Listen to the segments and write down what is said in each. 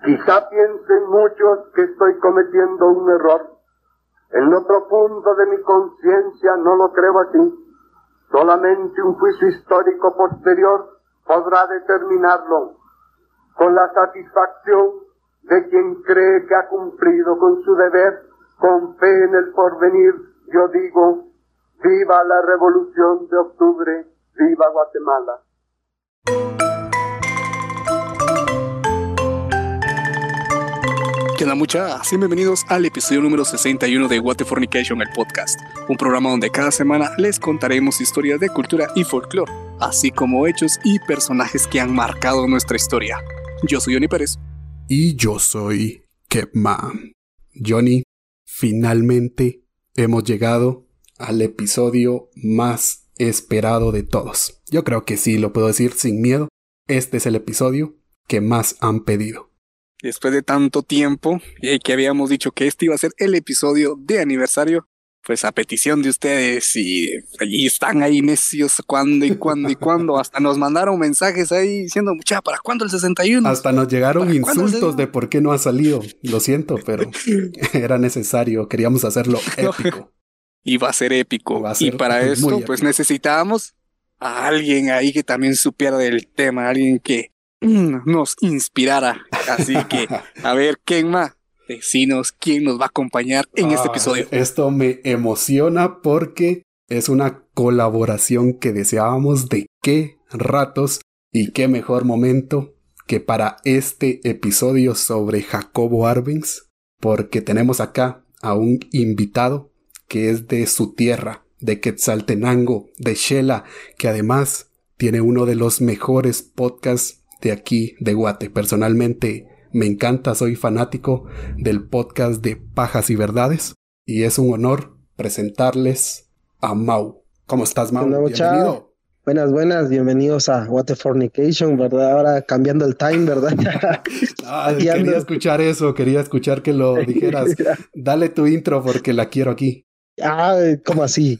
Quizá piensen muchos que estoy cometiendo un error. En lo profundo de mi conciencia no lo creo así. Solamente un juicio histórico posterior podrá determinarlo. Con la satisfacción de quien cree que ha cumplido con su deber, con fe en el porvenir, yo digo, viva la Revolución de Octubre, viva Guatemala. ¿Qué onda, mucha? Bienvenidos al episodio número 61 de Waterfornication, el podcast, un programa donde cada semana les contaremos historias de cultura y folclore, así como hechos y personajes que han marcado nuestra historia. Yo soy Johnny Pérez. Y yo soy Kepman. Johnny, finalmente hemos llegado al episodio más esperado de todos. Yo creo que sí, lo puedo decir sin miedo. Este es el episodio que más han pedido. Después de tanto tiempo que habíamos dicho que este iba a ser el episodio de aniversario, pues a petición de ustedes, y están ahí necios, cuándo, hasta nos mandaron mensajes ahí diciendo, mucha, ¿para cuándo el 61? Hasta nos llegaron insultos de por qué no ha salido. Lo siento, pero era necesario, queríamos hacerlo épico. Iba a ser épico, y para esto pues necesitábamos a alguien ahí que también supiera del tema, alguien que nos inspirara. Así que, a ver, ¿quién más? Decinos quién nos va a acompañar en este episodio. Esto me emociona porque es una colaboración que deseábamos de qué ratos, y qué mejor momento que para este episodio sobre Jacobo Arbenz, porque tenemos acá a un invitado que es de su tierra, de Quetzaltenango, de Xela, que además tiene uno de los mejores podcasts de aquí de Guate. Personalmente me encanta, soy fanático del podcast de Pajas y Verdades, y es un honor presentarles a Mau. ¿Cómo estás, Mau? Hello, bienvenido. Buenas, bienvenidos a Waterfornication, ¿verdad? Ahora cambiando el time, ¿verdad? Quería escuchar que lo dijeras. Dale tu intro porque la quiero aquí. ¿Cómo así?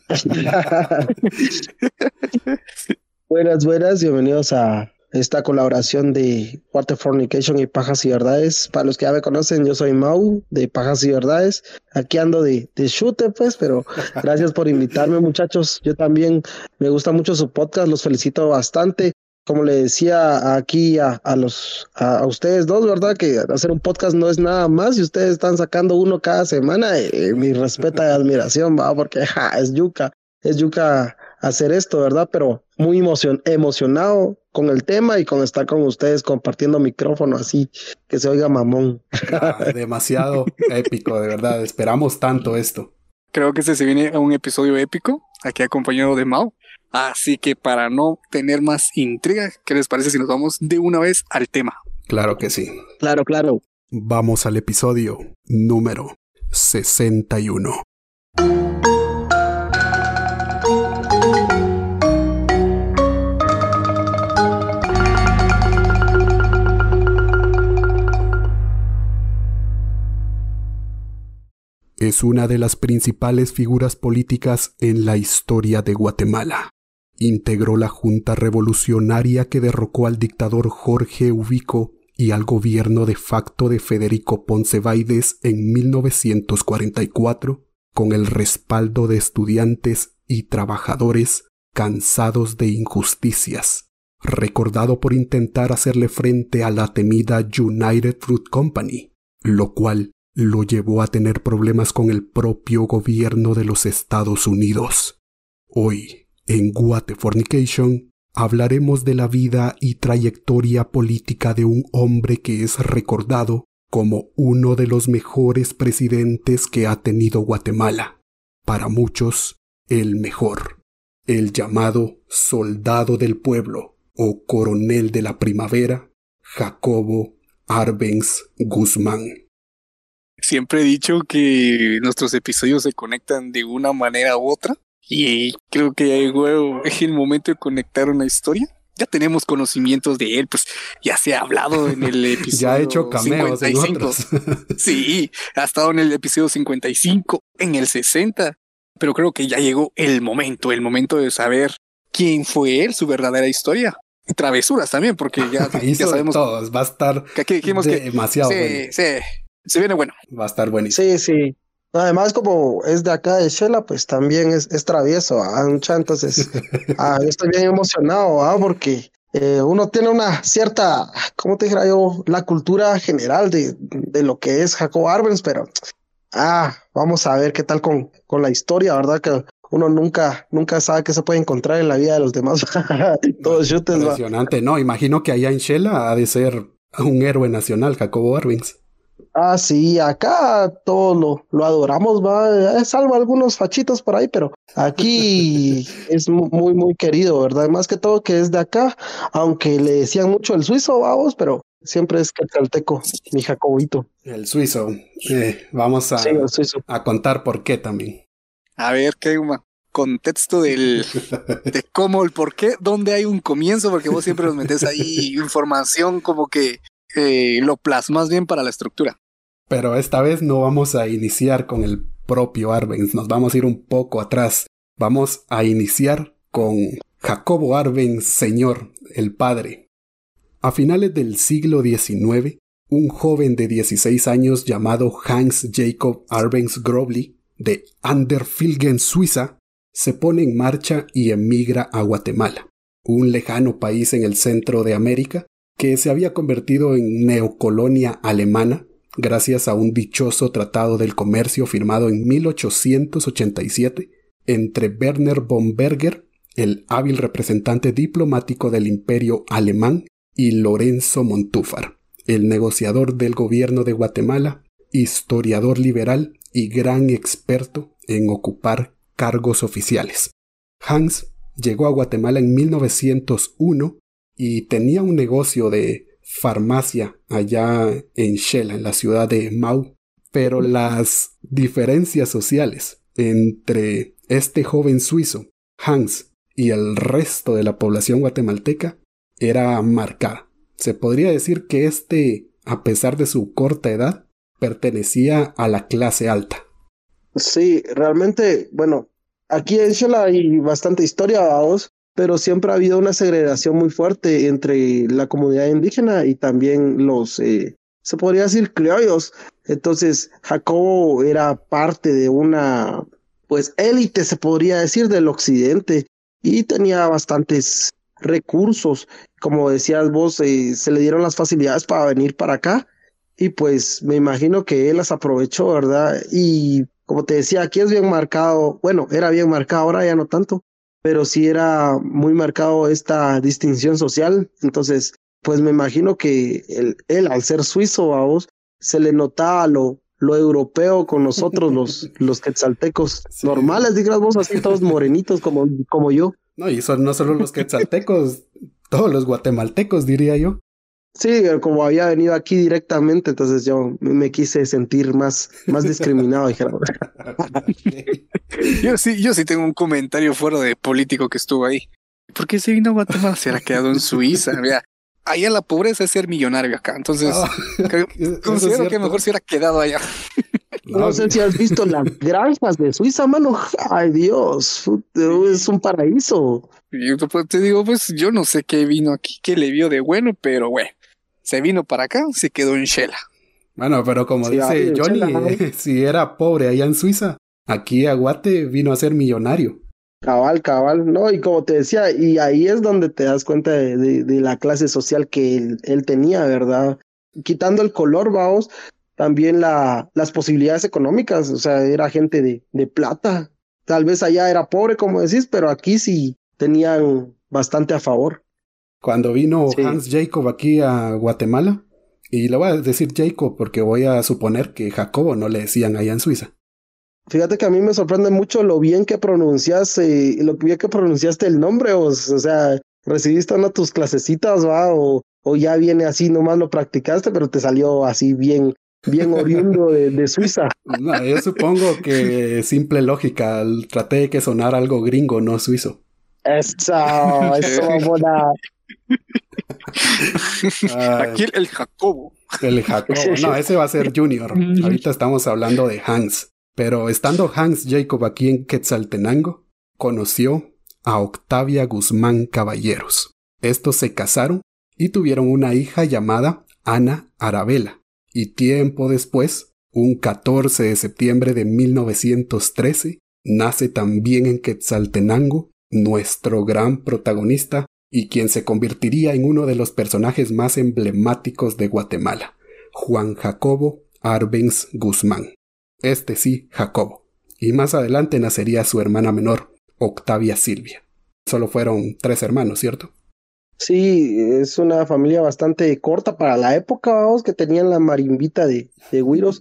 Buenas, bienvenidos a esta colaboración de Waterfornication y Pajas y Verdades. Para los que ya me conocen, yo soy Mau de Pajas y Verdades. Aquí ando de chute, pues, pero gracias por invitarme, muchachos. Yo también me gusta mucho su podcast, los felicito bastante. Como le decía aquí a ustedes dos, ¿verdad? Que hacer un podcast no es nada más, y ustedes están sacando uno cada semana. Mi respeto y admiración, va, porque es yuca hacer esto, ¿verdad? Pero muy emocionado con el tema y con estar con ustedes compartiendo micrófono así, que se oiga mamón. Demasiado épico, de verdad. Esperamos tanto esto. Creo que se viene a un episodio épico, aquí acompañado de Mau. Así que para no tener más intriga, ¿qué les parece si nos vamos de una vez al tema? Claro que sí. Claro. Vamos al episodio número 61. Es una de las principales figuras políticas en la historia de Guatemala. Integró la Junta Revolucionaria que derrocó al dictador Jorge Ubico y al gobierno de facto de Federico Ponce Baides en 1944, con el respaldo de estudiantes y trabajadores cansados de injusticias, recordado por intentar hacerle frente a la temida United Fruit Company, lo cual lo llevó a tener problemas con el propio gobierno de los Estados Unidos. Hoy, en Waterfornication, hablaremos de la vida y trayectoria política de un hombre que es recordado como uno de los mejores presidentes que ha tenido Guatemala. Para muchos, el mejor. El llamado soldado del pueblo o coronel de la primavera, Jacobo Arbenz Guzmán. Siempre he dicho que nuestros episodios se conectan de una manera u otra, y creo que ya llegó el momento de conectar una historia. Ya tenemos conocimientos de él, pues ya se ha hablado en el episodio ya ha hecho cameos 55. En otros. Sí, ha estado en el episodio 55, en el 60, pero creo que ya llegó el momento de saber quién fue él, su verdadera historia. travesuras también, porque ya sabemos todos, va a estar que aquí dijimos demasiado que bueno. Sí, se viene bueno. Va a estar buenísimo. Sí. Además, como es de acá de Shela, pues también es travieso, entonces yo estoy bien emocionado, porque uno tiene una cierta, ¿cómo te dijera yo? La cultura general de lo que es Jacobo Arbenz, pero vamos a ver qué tal con la historia, ¿verdad? Que uno nunca sabe qué se puede encontrar en la vida de los demás. Todos chutes, va. Impresionante, ¿no? Imagino que allá en Shela ha de ser un héroe nacional, Jacobo Arbenz. Sí, acá todos lo adoramos, va, salvo algunos fachitos por ahí, pero aquí es muy, muy querido, ¿verdad? Más que todo que es de acá, aunque le decían mucho el suizo, vamos, pero siempre es quetzalteco, mi Jacobito. El suizo. Vamos Sí, el suizo. a contar por qué también. A ver, ¿qué contexto de cómo, el por qué, dónde hay un comienzo? Porque vos siempre nos metes ahí información como que lo plasmas bien para la estructura. Pero esta vez no vamos a iniciar con el propio Arbenz, nos vamos a ir un poco atrás. Vamos a iniciar con Jacobo Arbenz, señor, el padre. A finales del siglo XIX, un joven de 16 años llamado Hans Jacob Arbenz Grobli, de Anderfilgen, Suiza, se pone en marcha y emigra a Guatemala, un lejano país en el centro de América que se había convertido en neocolonia alemana gracias a un dichoso tratado del comercio firmado en 1887 entre Werner von Berger, el hábil representante diplomático del Imperio Alemán, y Lorenzo Montúfar, el negociador del gobierno de Guatemala, historiador liberal y gran experto en ocupar cargos oficiales. Hans llegó a Guatemala en 1901 y tenía un negocio de farmacia allá en Shela, en la ciudad de Mau, pero las diferencias sociales entre este joven suizo, Hans, y el resto de la población guatemalteca era marcada. Se podría decir que a pesar de su corta edad, pertenecía a la clase alta. Sí, realmente, bueno, aquí en Shela hay bastante historia, vamos, pero siempre ha habido una segregación muy fuerte entre la comunidad indígena y también los, se podría decir, criollos. Entonces, Jacobo era parte de una, pues, élite, se podría decir, del occidente, y tenía bastantes recursos. Como decías vos, se le dieron las facilidades para venir para acá, y pues me imagino que él las aprovechó, ¿verdad? Y como te decía, aquí es bien marcado, bueno, era bien marcado, ahora ya no tanto, pero sí era muy marcado esta distinción social. Entonces, pues me imagino que él al ser suizo, a vos, se le notaba lo europeo con nosotros, los quetzaltecos, sí, normales, digas vos, así todos morenitos como yo. No, y son no solo los quetzaltecos, todos los guatemaltecos, diría yo. Sí, como había venido aquí directamente, entonces yo me quise sentir más discriminado, dijera. Yo sí tengo un comentario fuera de político que estuvo ahí. ¿Por qué se vino a Guatemala? Se ha quedado en Suiza. Mira, allá la pobreza es ser millonario acá. Entonces, considero que mejor se hubiera quedado allá. No sé si has visto las granjas de Suiza, mano. Ay, Dios, es un paraíso. Yo te digo, pues yo no sé qué vino aquí, qué le vio de bueno, pero bueno, se vino para acá, se quedó en Shela. Bueno, pero como dice Johnny, si era pobre allá en Suiza, aquí a Guate vino a ser millonario. Cabal, ¿no? Y como te decía, y ahí es donde te das cuenta de la clase social que él tenía, ¿verdad? Quitando el color, vamos, también las posibilidades económicas, o sea, era gente de plata. Tal vez allá era pobre, como decís, pero aquí sí tenían bastante a favor. Cuando vino Hans Jacob aquí a Guatemala, y le voy a decir Jacob porque voy a suponer que Jacobo no le decían allá en Suiza. Fíjate que a mí me sorprende mucho lo bien que pronunciaste el nombre, o sea, recibiste una de tus clasecitas, ¿va? O ya viene así, nomás lo practicaste, pero te salió así bien oriundo de Suiza. No, yo supongo que simple lógica, traté de que sonara algo gringo, no suizo. Eso, buena. Aquí el Jacobo. El Jacobo, no, ese va a ser Junior. Ahorita estamos hablando de Hans. Pero estando Hans Jacob aquí en Quetzaltenango, conoció a Octavia Guzmán Caballeros, Estos se casaron y tuvieron una hija llamada Ana Arabella. Y tiempo después, un 14 de septiembre de 1913, nace también en Quetzaltenango nuestro gran protagonista y quien se convertiría en uno de los personajes más emblemáticos de Guatemala, Juan Jacobo Arbenz Guzmán. Este sí, Jacobo. Y más adelante nacería su hermana menor, Octavia Silvia. Solo fueron 3 hermanos, ¿cierto? Sí, es una familia bastante corta para la época, vamos, que tenían la marimbita de güiros.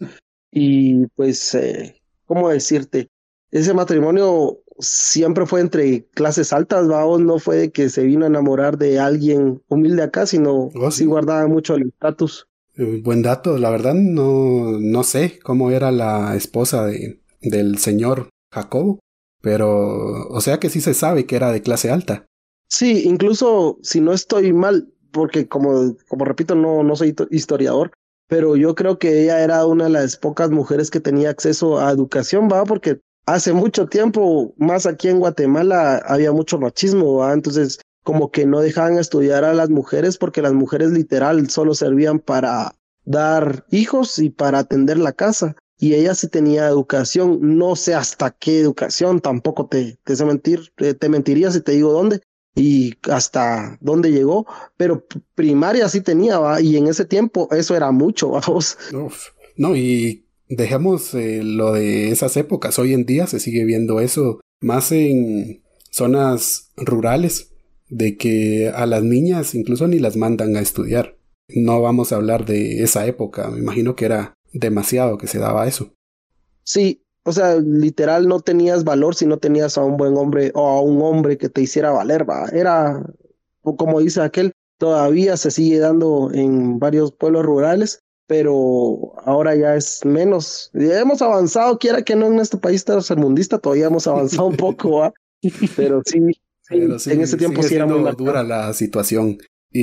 Y pues, ¿cómo decirte? Ese matrimonio siempre fue entre clases altas, vamos, no fue de que se vino a enamorar de alguien humilde acá, sino sí guardaba mucho el estatus. Buen dato, la verdad no sé cómo era la esposa del señor Jacobo, pero o sea que sí se sabe que era de clase alta. Sí, incluso si no estoy mal, porque como repito, no soy historiador, pero yo creo que ella era una de las pocas mujeres que tenía acceso a educación, ¿va? Porque hace mucho tiempo, más aquí en Guatemala, había mucho machismo, ¿va? Entonces, como que no dejaban estudiar a las mujeres porque las mujeres literal solo servían para dar hijos y para atender la casa. Y ella sí tenía educación, no sé hasta qué educación, tampoco te sé mentir, te mentiría si te digo dónde y hasta dónde llegó, pero primaria sí tenía, ¿va? Y en ese tiempo eso era mucho, vamos. No, y dejemos lo de esas épocas. Hoy en día se sigue viendo eso más en zonas rurales, de que a las niñas incluso ni las mandan a estudiar. No vamos a hablar de esa época, me imagino que era demasiado que se daba eso. Sí, o sea, literal no tenías valor si no tenías a un buen hombre o a un hombre que te hiciera valer, ¿va? Era, como dice aquel, todavía se sigue dando en varios pueblos rurales, pero ahora ya es menos. Ya hemos avanzado, quiera que no, en este país tercermundista todavía hemos avanzado un poco, ¿va? Pero sí, en ese tiempo sí era muy dura la situación.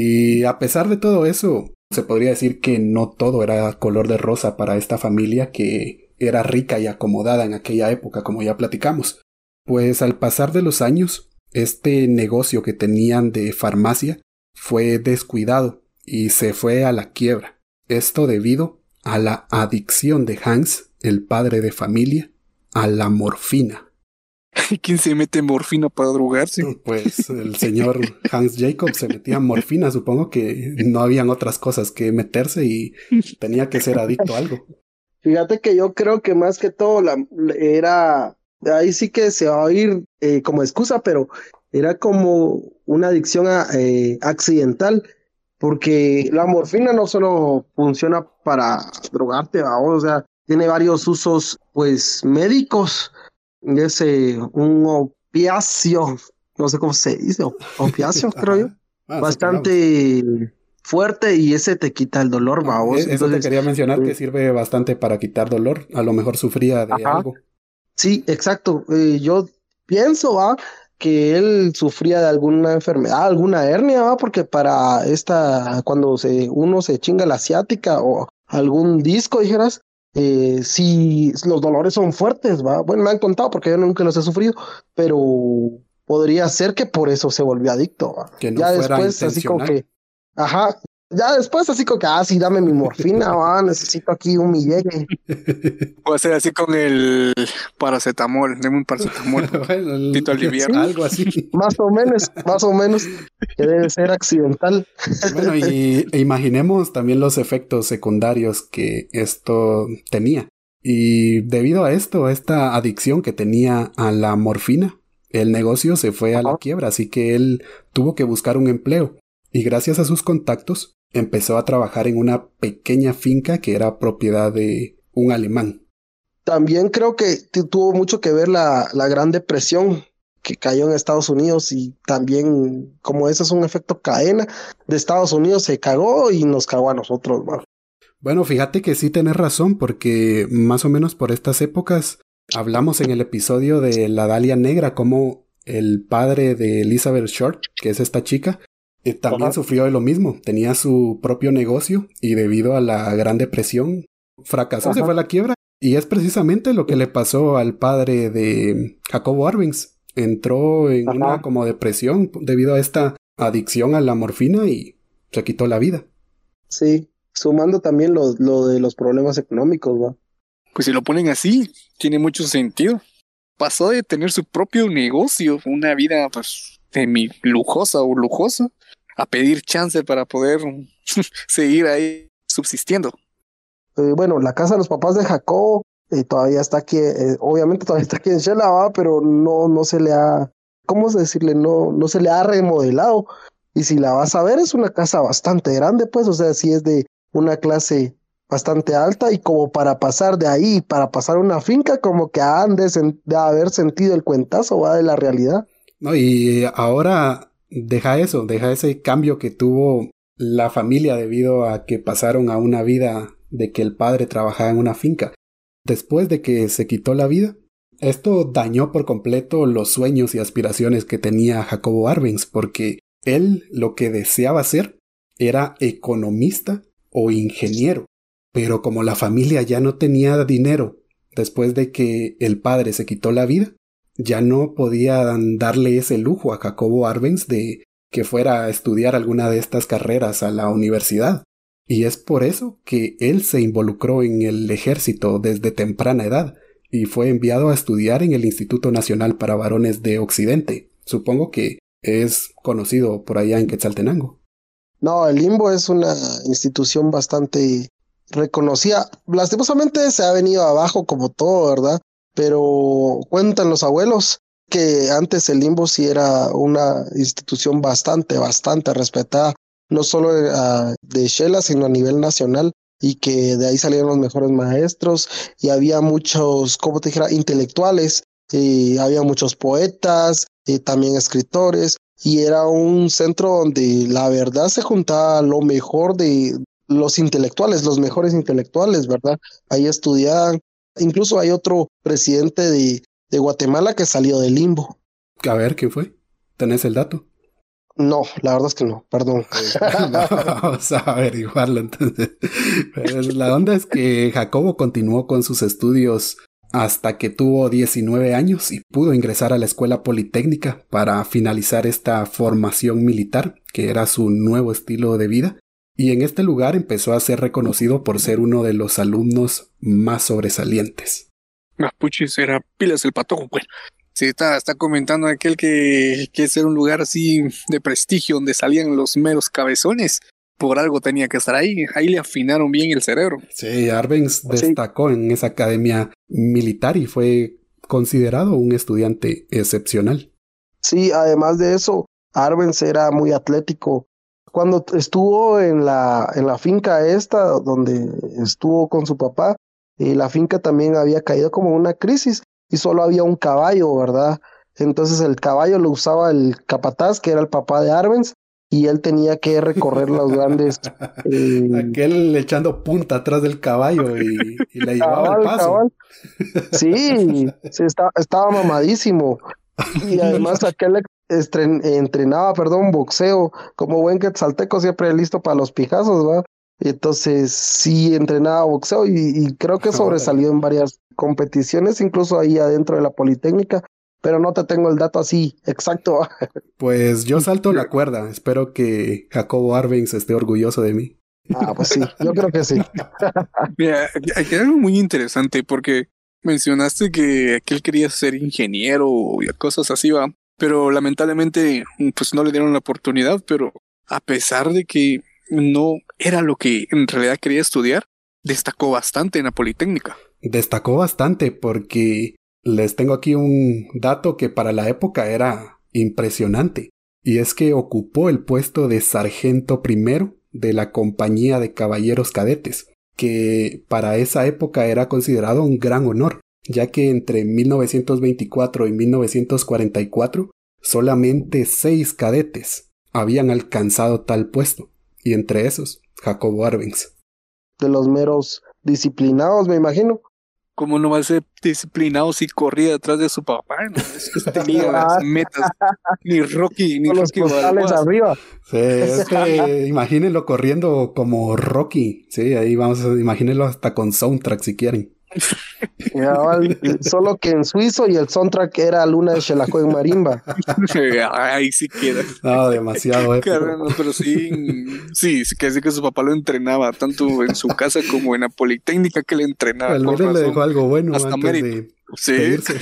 Y a pesar de todo eso, se podría decir que no todo era color de rosa para esta familia que era rica y acomodada en aquella época, como ya platicamos. Pues al pasar de los años, este negocio que tenían de farmacia fue descuidado y se fue a la quiebra. Esto debido a la adicción de Hans, el padre de familia, a la morfina. ¿Quién se mete morfina para drogarse? Pues el señor Hans Jacob se metía morfina, supongo que no habían otras cosas que meterse y tenía que ser adicto a algo. Fíjate que yo creo que más que todo era, ahí sí que se va a oír como excusa, pero era como una adicción accidental, porque la morfina no solo funciona para drogarte, o sea, tiene varios usos pues médicos. Es un opiáceo, no sé cómo se dice, opiáceo, creo yo, bastante fuerte, y ese te quita el dolor, vamos. Eso entonces, te quería mencionar que sirve bastante para quitar dolor. A lo mejor sufría de algo. Sí, exacto. Yo pienso, que él sufría de alguna enfermedad, alguna hernia, porque para cuando uno se chinga la ciática o algún disco, dijeras, si los dolores son fuertes, ¿va? Bueno, me han contado porque yo nunca los he sufrido, pero podría ser que por eso se volvió adicto, ¿va? Que no ya fuera después, así como que, ya después así como que, sí, dame mi morfina, necesito aquí un millegue. Puede ser así con el paracetamol, deme un paracetamol, bueno, aliviar, algo así. Más o menos, que debe ser accidental. Bueno, y imaginemos también los efectos secundarios que esto tenía. Y debido a esto, a esta adicción que tenía a la morfina, el negocio se fue a la quiebra, así que él tuvo que buscar un empleo. Y gracias a sus contactos, empezó a trabajar en una pequeña finca que era propiedad de un alemán. También creo que tuvo mucho que ver la Gran Depresión que cayó en Estados Unidos, y también, como eso es un efecto cadena, de Estados Unidos se cagó y nos cagó a nosotros, ¿no? Bueno, fíjate que sí tenés razón, porque más o menos por estas épocas hablamos en el episodio de la Dalia Negra, como el padre de Elizabeth Short, que es esta chica, también sufrió de lo mismo. Tenía su propio negocio y debido a la Gran Depresión fracasó, se fue a la quiebra. Y es precisamente lo que le pasó al padre de Jacobo Arbenz. Entró en una como depresión debido a esta adicción a la morfina y se quitó la vida. Sí, sumando también lo de los problemas económicos, ¿va? Pues si lo ponen así, tiene mucho sentido. Pasó de tener su propio negocio, una vida pues lujosa o lujosa, a pedir chance para poder seguir ahí subsistiendo. Bueno, la casa de los papás de Jacob todavía está aquí, obviamente todavía está aquí en Shela, ¿va? Pero no se le ha, ¿cómo decirle? No se le ha remodelado. Y si la vas a ver, es una casa bastante grande, pues, o sea, sí es de una clase bastante alta y como para pasar de ahí, para pasar a una finca, como que han de haber sentido el cuentazo, va, de la realidad. No, y ahora deja ese cambio que tuvo la familia debido a que pasaron a una vida de que el padre trabajaba en una finca. Después de que se quitó la vida, esto dañó por completo los sueños y aspiraciones que tenía Jacobo Arbenz, porque él lo que deseaba ser era economista o ingeniero. Pero como la familia ya no tenía dinero después de que el padre se quitó la vida, ya no podían darle ese lujo a Jacobo Arbenz de que fuera a estudiar alguna de estas carreras a la universidad. Y es por eso que él se involucró en el ejército desde temprana edad y fue enviado a estudiar en el Instituto Nacional para Varones de Occidente. Supongo que es conocido por allá en Quetzaltenango. No, el Limbo es una institución bastante reconocida. Lastimosamente se ha venido abajo como todo, ¿verdad? Pero cuentan los abuelos que antes el Limbo sí era una institución bastante respetada, no solo de Shela, sino a nivel nacional, y que de ahí salieron los mejores maestros, y había muchos, como te dijera, intelectuales, y había muchos poetas, y también escritores, y era un centro donde la verdad se juntaba lo mejor de los intelectuales, los mejores intelectuales, ¿verdad? Ahí estudiaban. Incluso hay otro presidente de Guatemala que salió del Limbo. A ver, ¿quién fue? ¿Tenés el dato? No, la verdad es que no, perdón. Vamos a averiguarlo entonces. Pero la onda es que Jacobo continuó con sus estudios hasta que tuvo 19 años y pudo ingresar a la escuela politécnica para finalizar esta formación militar, que era su nuevo estilo de vida. Y en este lugar empezó a ser reconocido por ser uno de los alumnos más sobresalientes. Puchis, era pilas el patojo, bueno. Sí, está comentando aquel que era un lugar así de prestigio donde salían los meros cabezones. Por algo tenía que estar ahí. Ahí le afinaron bien el cerebro. Sí, Arbenz destacó en esa academia militar y fue considerado un estudiante excepcional. Sí, además de eso, Arbenz era muy atlético. Cuando estuvo en la finca esta, donde estuvo con su papá, la finca también había caído como una crisis y solo había un caballo, ¿verdad? Entonces el caballo lo usaba el capataz, que era el papá de Arbenz, y él tenía que recorrer los grandes... Aquel echando punta atrás del caballo y le llevaba el paso. Cabal. Sí, estaba mamadísimo. Y además aquel entrenaba, boxeo. Como buen quetzalteco, siempre listo para los pijazos, ¿va? Entonces sí entrenaba boxeo y creo que sobresalió en varias competiciones, incluso ahí adentro de la Politécnica, pero no te tengo el dato así exacto. Pues yo salto la cuerda. Espero que Jacobo Arbenz esté orgulloso de mí. Ah, pues sí, yo creo que sí. Mira, aquí hay algo muy interesante porque mencionaste que él quería ser ingeniero y cosas así, va. Pero lamentablemente pues no le dieron la oportunidad, pero a pesar de que no era lo que en realidad quería estudiar, destacó bastante en la Politécnica. Destacó bastante porque les tengo aquí un dato que para la época era impresionante. Y es que ocupó el puesto de sargento primero de la Compañía de Caballeros Cadetes, que para esa época era considerado un gran honor, ya que entre 1924 y 1944 solamente 6 cadetes habían alcanzado tal puesto, y entre esos, Jacobo Arbenz. De los meros disciplinados, me imagino. ¿Cómo no va a ser disciplinado si corría detrás de su papá? No tenía las metas. Ni Rocky Balboa. Arriba. Sí, es que imagínenlo corriendo como Rocky. Sí, ahí vamos a imagínenlo hasta con soundtrack si quieren. Solo que en suizo y el soundtrack era Luna de Xelajú en marimba. Ahí sí queda. No, demasiado épico. Claro, pero sí, que sí que su papá lo entrenaba, tanto en su casa como en la Politécnica que le entrenaba. Al menos le dejó algo bueno hasta antes mérito. de Sí. irse.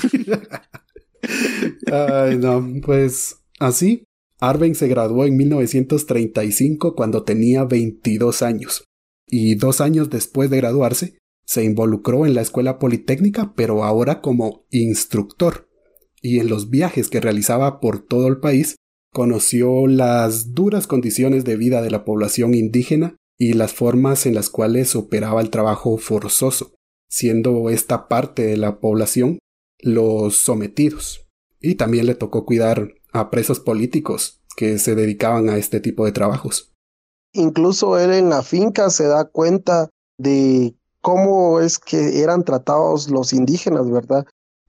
Ay, no, pues así, Arbenz se graduó en 1935 cuando tenía 22 años. Y 2 años después de graduarse, se involucró en la escuela politécnica, pero ahora como instructor. Y en los viajes que realizaba por todo el país, conoció las duras condiciones de vida de la población indígena y las formas en las cuales operaba el trabajo forzoso, siendo esta parte de la población los sometidos. Y también le tocó cuidar a presos políticos que se dedicaban a este tipo de trabajos. Incluso él en la finca se da cuenta de cómo es que eran tratados los indígenas, ¿verdad?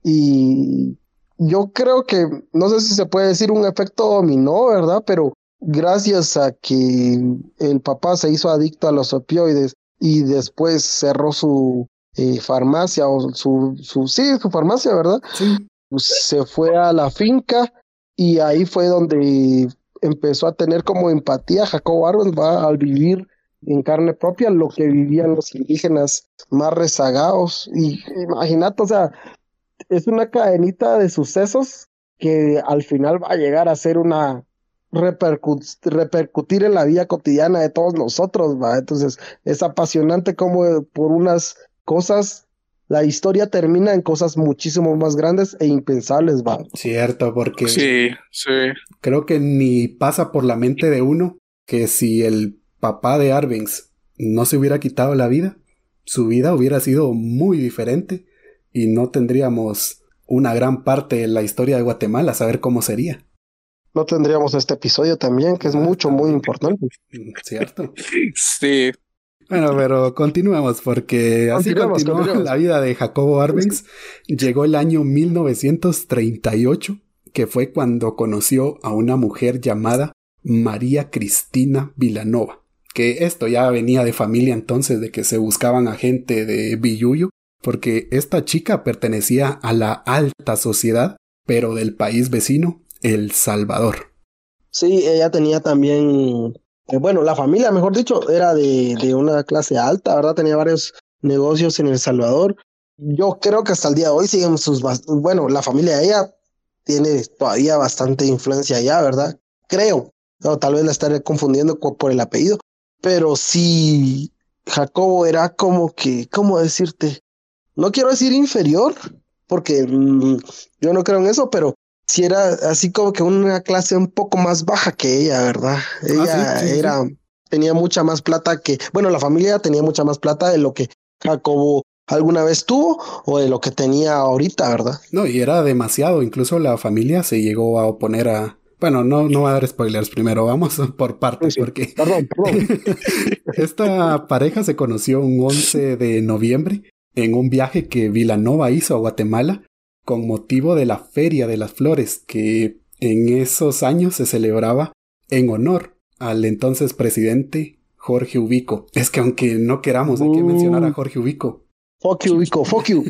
Y yo creo que, no sé si se puede decir un efecto dominó, ¿verdad? Pero gracias a que el papá se hizo adicto a los opioides y después cerró su farmacia o su farmacia, ¿verdad? Sí. Pues se fue a la finca y ahí fue donde empezó a tener como empatía Jacobo Arbenz, va al vivir en carne propia lo que vivían los indígenas más rezagados. Y imagínate, o sea, es una cadenita de sucesos que al final va a llegar a ser una repercutir en la vida cotidiana de todos nosotros, ¿va? Entonces es apasionante como por unas cosas la historia termina en cosas muchísimo más grandes e impensables, ¿va? Cierto, porque Sí. creo que ni pasa por la mente de uno que si el papá de Arbenz no se hubiera quitado la vida, su vida hubiera sido muy diferente y no tendríamos una gran parte de la historia de Guatemala, saber cómo sería. No tendríamos este episodio también, que es muy importante. Cierto. Sí. Bueno, pero continuemos porque así continuó la vida de Jacobo Arbenz. Llegó el año 1938, que fue cuando conoció a una mujer llamada María Cristina Vilanova, que esto ya venía de familia entonces, de que se buscaban a gente de Billuyo, porque esta chica pertenecía a la alta sociedad, pero del país vecino, El Salvador. Sí, ella tenía también... bueno, la familia, mejor dicho, era de una clase alta, ¿verdad? Tenía varios negocios en El Salvador. Yo creo que hasta el día de hoy siguen bueno, la familia de ella tiene todavía bastante influencia allá, ¿verdad? Creo. No, tal vez la estaré confundiendo por el apellido. Pero sí, Jacobo era como que, ¿cómo decirte? No quiero decir inferior, porque yo no creo en eso, pero sí era así como que una clase un poco más baja que ella, ¿verdad? Ella tenía mucha más plata que... Bueno, la familia tenía mucha más plata de lo que Jacobo alguna vez tuvo o de lo que tenía ahorita, ¿verdad? No, y era demasiado. Incluso la familia se llegó a oponer a... Bueno, no voy a dar spoilers primero. Vamos por partes, porque... Perdón. Esta pareja se conoció un 11 de noviembre en un viaje que Vilanova hizo a Guatemala con motivo de la Feria de las Flores, que en esos años se celebraba en honor al entonces presidente Jorge Ubico. Es que aunque no queramos, hay que mencionar a Jorge Ubico. Fuck you, Ubico, fuck you.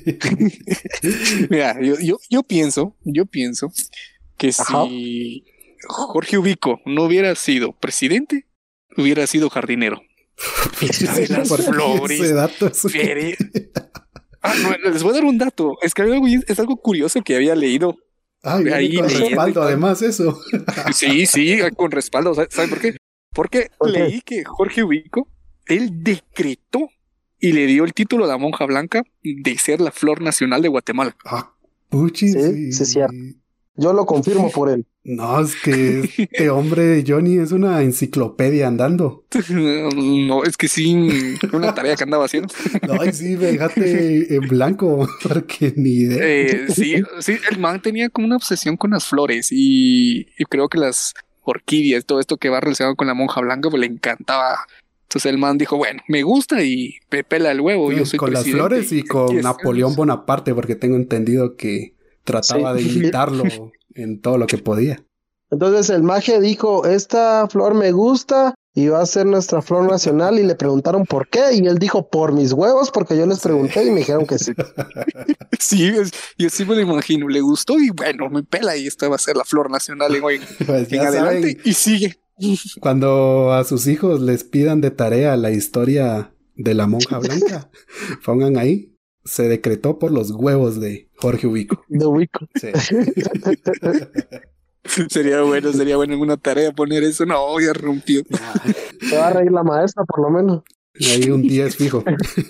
Mira, yo pienso que si Jorge Ubico no hubiera sido presidente, hubiera sido jardinero. De las flores. Ese dato es no, les voy a dar un dato. Es que es algo curioso que había leído. Ahí con respaldo, además, eso. Sí, con respaldo. ¿Saben por qué? Porque leí que Jorge Ubico, él decretó y le dio el título a la monja blanca de ser la flor nacional de Guatemala. Puchis. Sí, es cierto. Yo lo confirmo por él. No, es que este hombre, Johnny, es una enciclopedia andando. No, es que sí, una tarea que andaba haciendo. No, sí, me dejaste en blanco, porque ni idea. Sí, el man tenía como una obsesión con las flores y creo que las orquídeas, todo esto que va relacionado con la monja blanca, pues le encantaba. Entonces el man dijo, bueno, me gusta y me pela el huevo. Yo soy con las flores y con Napoleón Bonaparte, porque tengo entendido que trataba de imitarlo en todo lo que podía. Entonces el maje dijo, esta flor me gusta iba a ser nuestra flor nacional y le preguntaron por qué, y él dijo por mis huevos, porque yo les pregunté y me dijeron que sí. Sí, yo sí me lo imagino, le gustó y bueno, me pela y esta va a ser la flor nacional Pues en ya adelante saben, y sigue. cuando a sus hijos les pidan de tarea la historia de la monja blanca, pongan ahí, se decretó por los huevos de Jorge Ubico. De ubico. Sí. Sería bueno en una tarea poner eso. No, ya rompió. Se va a reír la maestra, por lo menos. Ahí un 10 fijo.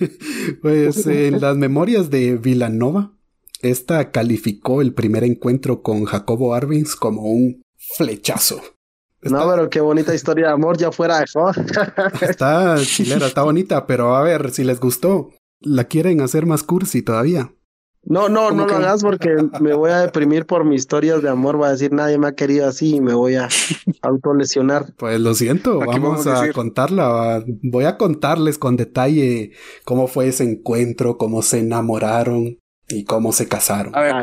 Pues en las memorias de Vilanova, esta calificó el primer encuentro con Jacobo Arbenz como un flechazo. No, pero qué bonita historia de amor, ya fuera de joder. Está chilera, está bonita, pero a ver, si les gustó, ¿la quieren hacer más cursi todavía? No lo hagas porque me voy a deprimir por mis historias de amor. Va a decir, nadie me ha querido así y me voy a autolesionar. Pues lo siento, Aquí vamos vamos a a decir. contarla. Voy a contarles con detalle cómo fue ese encuentro, cómo se enamoraron y cómo se casaron. A ver,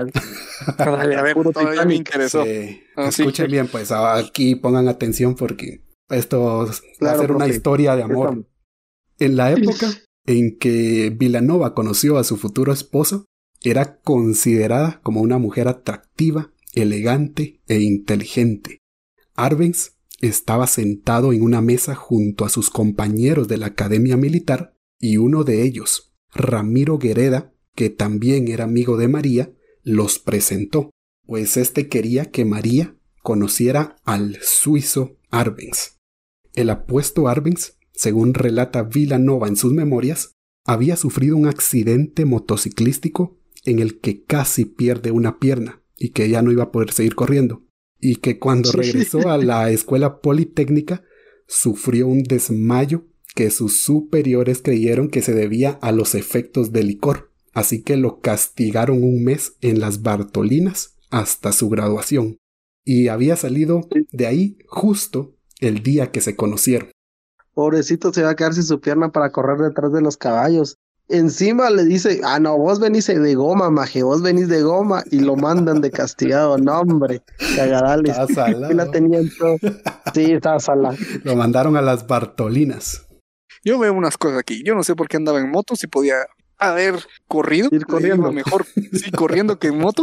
Puro todavía me Titanic. interesó. Sí. Ah, sí. Escuchen bien, pues aquí pongan atención porque esto va a Claro, ser una profe. historia de amor. En la época en que Vilanova conoció a su futuro esposo, era considerada como una mujer atractiva, elegante e inteligente. Arbenz estaba sentado en una mesa junto a sus compañeros de la Academia Militar y uno de ellos, Ramiro Guereda, que también era amigo de María, los presentó, pues éste quería que María conociera al suizo Arbenz. El apuesto Arbenz, según relata Vilanova en sus memorias, había sufrido un accidente motociclístico en el que casi pierde una pierna y que ya no iba a poder seguir corriendo, y que cuando regresó a la escuela politécnica sufrió un desmayo que sus superiores creyeron que se debía a los efectos del licor, así que lo castigaron un mes en las Bartolinas hasta su graduación, y había salido de ahí justo el día que se conocieron. Pobrecito, se va a quedar sin su pierna para correr detrás de los caballos. Encima le dice, no, vos venís de goma, maje, vos venís de goma, y lo mandan de castigado. No, hombre, cagadales. Estaba salado. Y la tenían todo. Sí, estaba salada. Lo mandaron a las Bartolinas. Yo veo unas cosas aquí. Yo no sé por qué andaba en moto, si podía haber corrido. Ir corriendo. Le iba mejor, sí, corriendo que en moto.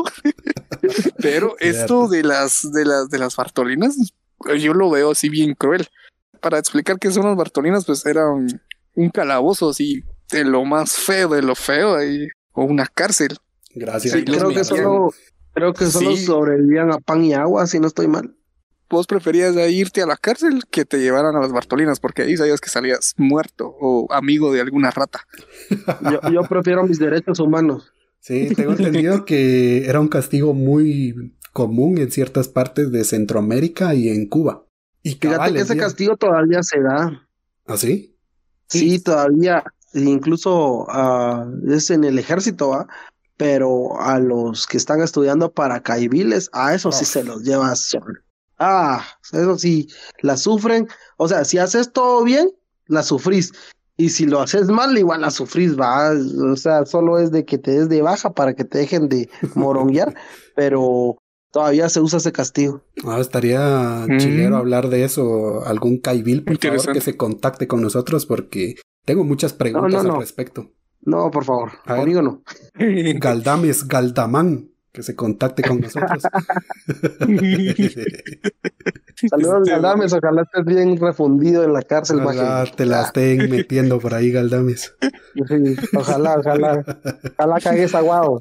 Pero esto de las Bartolinas, yo lo veo así bien cruel. Para explicar qué son las Bartolinas, pues era un calabozo así de lo más feo de lo feo ahí, o una cárcel. Gracias. Sí, Creo que solo Sí. sobrevivían a pan y agua, si no estoy mal. Vos preferías irte a la cárcel que te llevaran a las Bartolinas, porque ahí sabías que salías muerto o amigo de alguna rata. Yo prefiero mis derechos humanos. Sí, tengo entendido que era un castigo muy común en ciertas partes de Centroamérica y en Cuba. Y Fíjate cabal, que ese el día- castigo todavía se da. ¿Ah, sí? Sí, todavía. Incluso es en el ejército, ¿va? Pero a los que están estudiando paracaidistas, a eso sí se los lleva siempre. Eso sí, la sufren. O sea, si haces todo bien, la sufrís. Y si lo haces mal, igual la sufrís, va. O sea, solo es de que te des de baja para que te dejen de moronguear, pero todavía se usa ese castigo. Estaría chilero hablar de eso. Algún caibil, por favor, Interesante. que se contacte con nosotros porque tengo muchas preguntas No. al respecto. No, por favor, A ver. conmigo no. Galdames, Galdamán, que se contacte con nosotros. Saludos, Galdames, ojalá estés bien refundido en la cárcel, Ojalá maje. te la estén metiendo por ahí, Galdames. Sí, ojalá cagues aguado.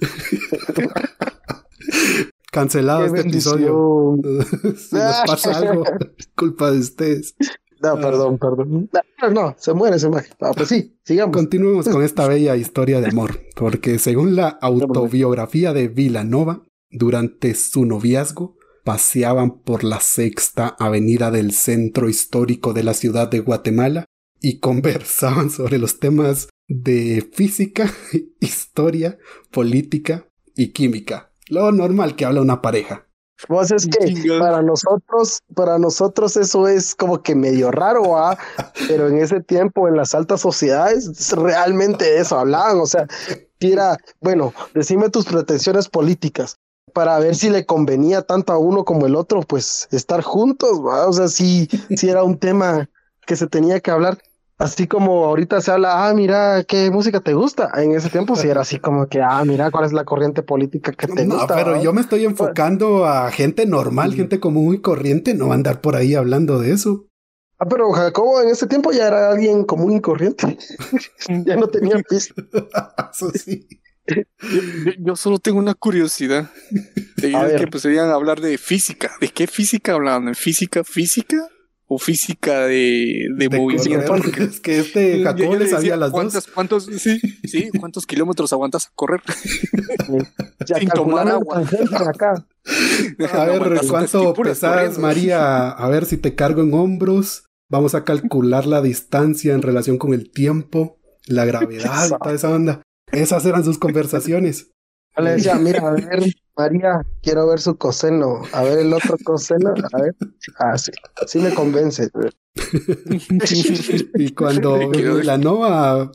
Cancelado Qué este bendición. episodio. Si nos pasa algo, es culpa de ustedes. No, perdón. No, se muere ese maje. Pues sí, sigamos. Continuemos con esta bella historia de amor, porque según la autobiografía de Vilanova, durante su noviazgo paseaban por la Sexta Avenida del centro histórico de la ciudad de Guatemala y conversaban sobre los temas de física, historia, política y química. Lo normal que habla una pareja. Pues es que para nosotros eso es como que medio raro, pero en ese tiempo en las altas sociedades realmente de eso hablaban, o sea, era, bueno, decime tus pretensiones políticas para ver si le convenía tanto a uno como el otro, pues estar juntos, ¿va? O sea, sí era un tema que se tenía que hablar. Así como ahorita se habla, mira, ¿qué música te gusta? En ese tiempo sí era así como que, mira, ¿cuál es la corriente política que te gusta? No, pero yo me estoy enfocando a gente normal, gente común y corriente, no va a andar por ahí hablando de eso. Pero Jacobo en ese tiempo ya era alguien común y corriente. Ya no tenía pista. Eso sí. Yo solo tengo una curiosidad. Que empezarían a hablar de física. ¿De qué física hablaban? ¿En física? ¿O física de movimiento? Es que Jacobo le sabía las dos. ¿Cuántos kilómetros aguantas a correr? Ya sin tomar agua. Acá. A ver, ¿cuánto pesas, María? A ver si te cargo en hombros. Vamos a calcular la distancia en relación con el tiempo, la gravedad y toda esa onda. Esas eran sus conversaciones. Yo le decía, mira, a ver, María, quiero ver su coseno. A ver el otro coseno. A ver. Sí me convence. Y cuando Vilanova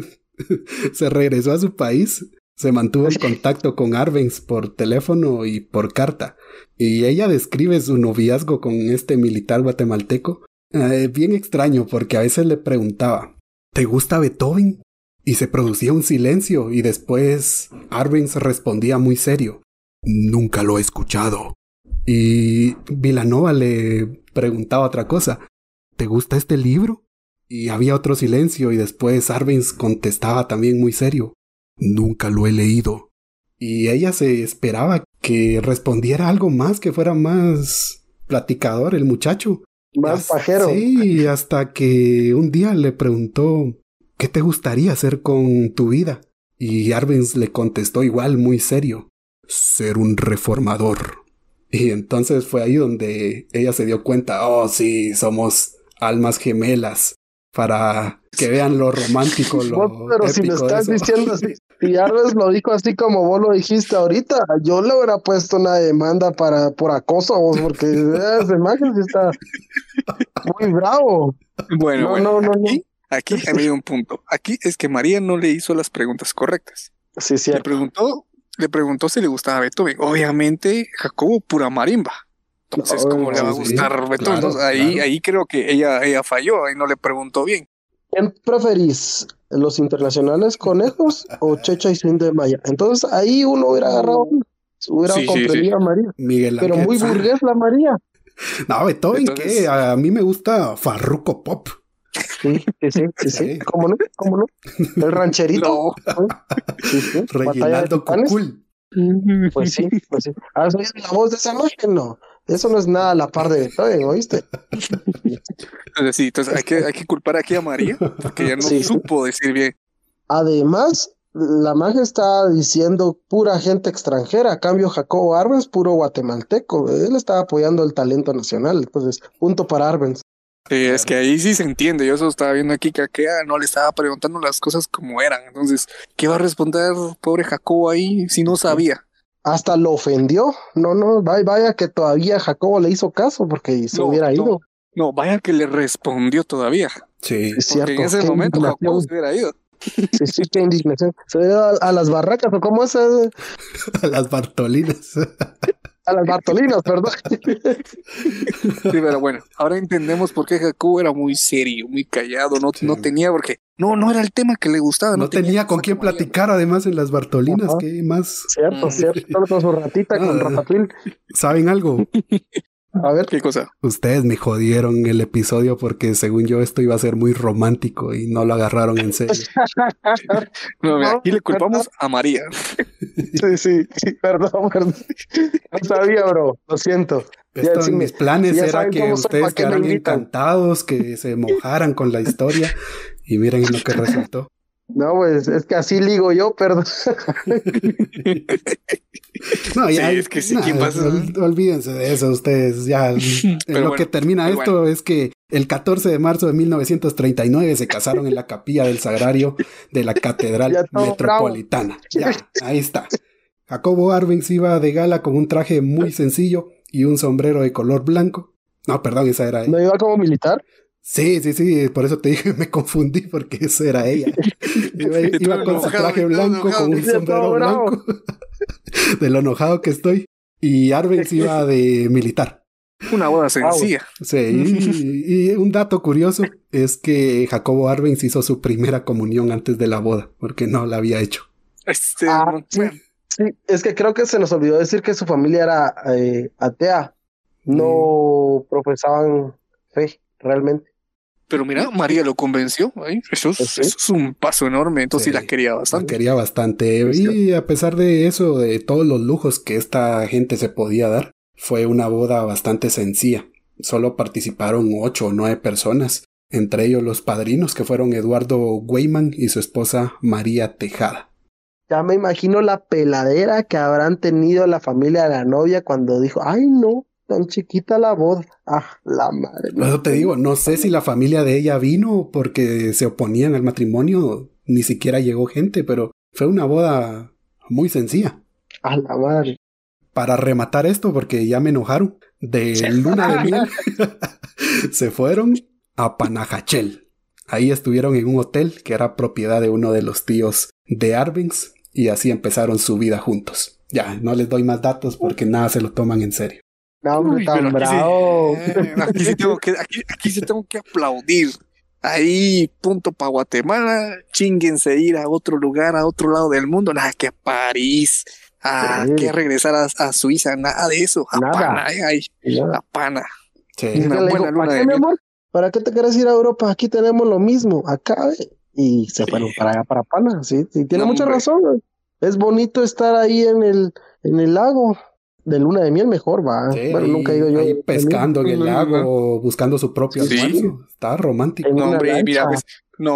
se regresó a su país, se mantuvo en contacto con Arbenz por teléfono y por carta. Y ella describe su noviazgo con este militar guatemalteco. Bien extraño, porque a veces le preguntaba, ¿te gusta Beethoven? Y se producía un silencio y después Arbenz respondía muy serio, nunca lo he escuchado. Y Vilanova le preguntaba otra cosa, ¿te gusta este libro? Y había otro silencio y después Arbenz contestaba también muy serio, nunca lo he leído. Y ella se esperaba que respondiera algo más, que fuera más platicador el muchacho. Más pajero. Sí, hasta que un día le preguntó, ¿qué te gustaría hacer con tu vida? Y Arbenz le contestó igual muy serio, ser un reformador. Y entonces fue ahí donde ella se dio cuenta, sí, somos almas gemelas, para que vean lo romántico, pero si lo estás diciendo así, y Arbenz lo dijo así como vos lo dijiste ahorita, yo le hubiera puesto una demanda por acoso, porque esa imagen sí está muy bravo. Bueno. Aquí hay un punto. Aquí es que María no le hizo las preguntas correctas. Sí, cierto. Le preguntó si le gustaba Beethoven. Obviamente, Jacobo, pura marimba. Entonces, ¿cómo le va a gustar Beethoven? Claro, entonces, ahí creo que ella falló, ahí no le preguntó bien. ¿Quién preferís? ¿Los internacionales conejos o Checha y Swing de Maya? Entonces, ahí uno hubiera agarrado, hubiera comprendido a María. Miguel Pero muy burgués la María. No, Beethoven, entonces, ¿qué? A mí me gusta Farruko Pop. Sí. ¿Cómo no? El rancherito. No. Sí. Reginaldo Cucul. Pues sí. ¿Has oído la voz de esa imagen? No. Eso no es nada a la par de Beethoven, ¿oíste? Entonces hay que culpar aquí a María, porque ella no supo decir bien. Además, la magia está diciendo pura gente extranjera, a cambio Jacobo Arbenz, puro guatemalteco. Él está apoyando el talento nacional, entonces, punto para Arbenz. Sí, es que ahí sí se entiende. Yo eso estaba viendo aquí que no le estaba preguntando las cosas como eran. Entonces, ¿qué va a responder pobre Jacobo ahí si no sabía? Hasta lo ofendió. No, vaya que todavía Jacobo le hizo caso porque se hubiera ido. No, vaya que le respondió todavía. Sí, es cierto. En ese momento Jacobo se hubiera ido. Sí, qué indignación. Se hubiera ido a las barracas, ¿o cómo es? A las Bartolinas. A las Bartolinas, perdón. Sí, pero bueno, ahora entendemos por qué Jacobo era muy serio, muy callado, no tenía, porque no era el tema que le gustaba. No tenía con quién platicar, además, en las Bartolinas. Ajá. ¿Qué más? Cierto, solo con su ratita, con Ratatouille. ¿Saben algo? A ver. ¿Qué cosa? Ustedes me jodieron el episodio porque según yo esto iba a ser muy romántico y no lo agarraron en serio. No, mira, aquí le culpamos a María. Sí, perdón. No sabía, bro, lo siento. Esto en mis planes era que ustedes quedaran encantados, que se mojaran con la historia y miren lo que resultó. No, pues es que así ligo yo, perdón. No, ya, es que sí, ¿quién pasa? Olvídense de eso ustedes. Ya, que termina esto es que el 14 de marzo de 1939 se casaron en la capilla del Sagrario de la Catedral Metropolitana. Ya, ahí está. Jacobo Arbenz iba de gala con un traje muy sencillo y un sombrero de color blanco. No, perdón, esa era ella. ¿No iba como militar? Sí, por eso te dije, me confundí porque esa era ella. Iba con su traje blanco, con un sombrero blanco, de lo enojado que estoy. Y Arbenz iba de militar. Una boda sencilla. Sí, y un dato curioso es que Jacobo Arbenz hizo su primera comunión antes de la boda, porque no la había hecho. Sí, Bueno, sí, es que creo que se nos olvidó decir que su familia era atea, no profesaban fe, realmente. pero mira, María lo convenció. ¿Eh? Pues sí, Eso es un paso enorme. Entonces sí la Sí, quería la bastante. quería bastante. sí. Y a pesar de eso, de todos los lujos que esta gente se podía dar, fue una boda bastante sencilla. Solo participaron 8 o 9 personas, entre ellos los padrinos que fueron Eduardo Weyman y su esposa María Tejada. Ya me imagino la peladera que habrán tenido la familia de la novia cuando dijo, ay no, tan chiquita la boda. Ah, la madre. Por eso te digo, no sé si la familia de ella vino porque se oponían al matrimonio, ni siquiera llegó gente, pero fue una boda muy sencilla. A la madre. Para rematar esto, porque ya me enojaron, de luna de miel se fueron a Panajachel. Ahí estuvieron en un hotel que era propiedad de uno de los tíos de Arbenz y así empezaron su vida juntos. Ya, no les doy más datos porque nada se lo toman en serio. No, hombre, Uy, pero tan bravo. aquí sí tengo que aplaudir. Ahí, punto para Guatemala. Chinguense ir a otro lugar, a otro lado del mundo. Nada que a París, que regresar a Suiza, nada de eso. A Nada. Pana, Nada. a Pana. Sí. Y Una le buena dijo, luna ¿para de qué, mi miel. amor? ¿Para qué te quieres ir a Europa? Aquí tenemos lo mismo, acá, ve. Y se Sí. fueron para allá, para Pana, sí, sí, tiene No, mucha hombre. razón, güey. Es bonito estar ahí en el lago. De luna de miel mejor, va. Sí, Bueno, nunca he ido yo. ahí pescando en el No, lago, buscando su propio Sí. almuerzo. Está romántico. En No, una hombre, mira, lancha. pues,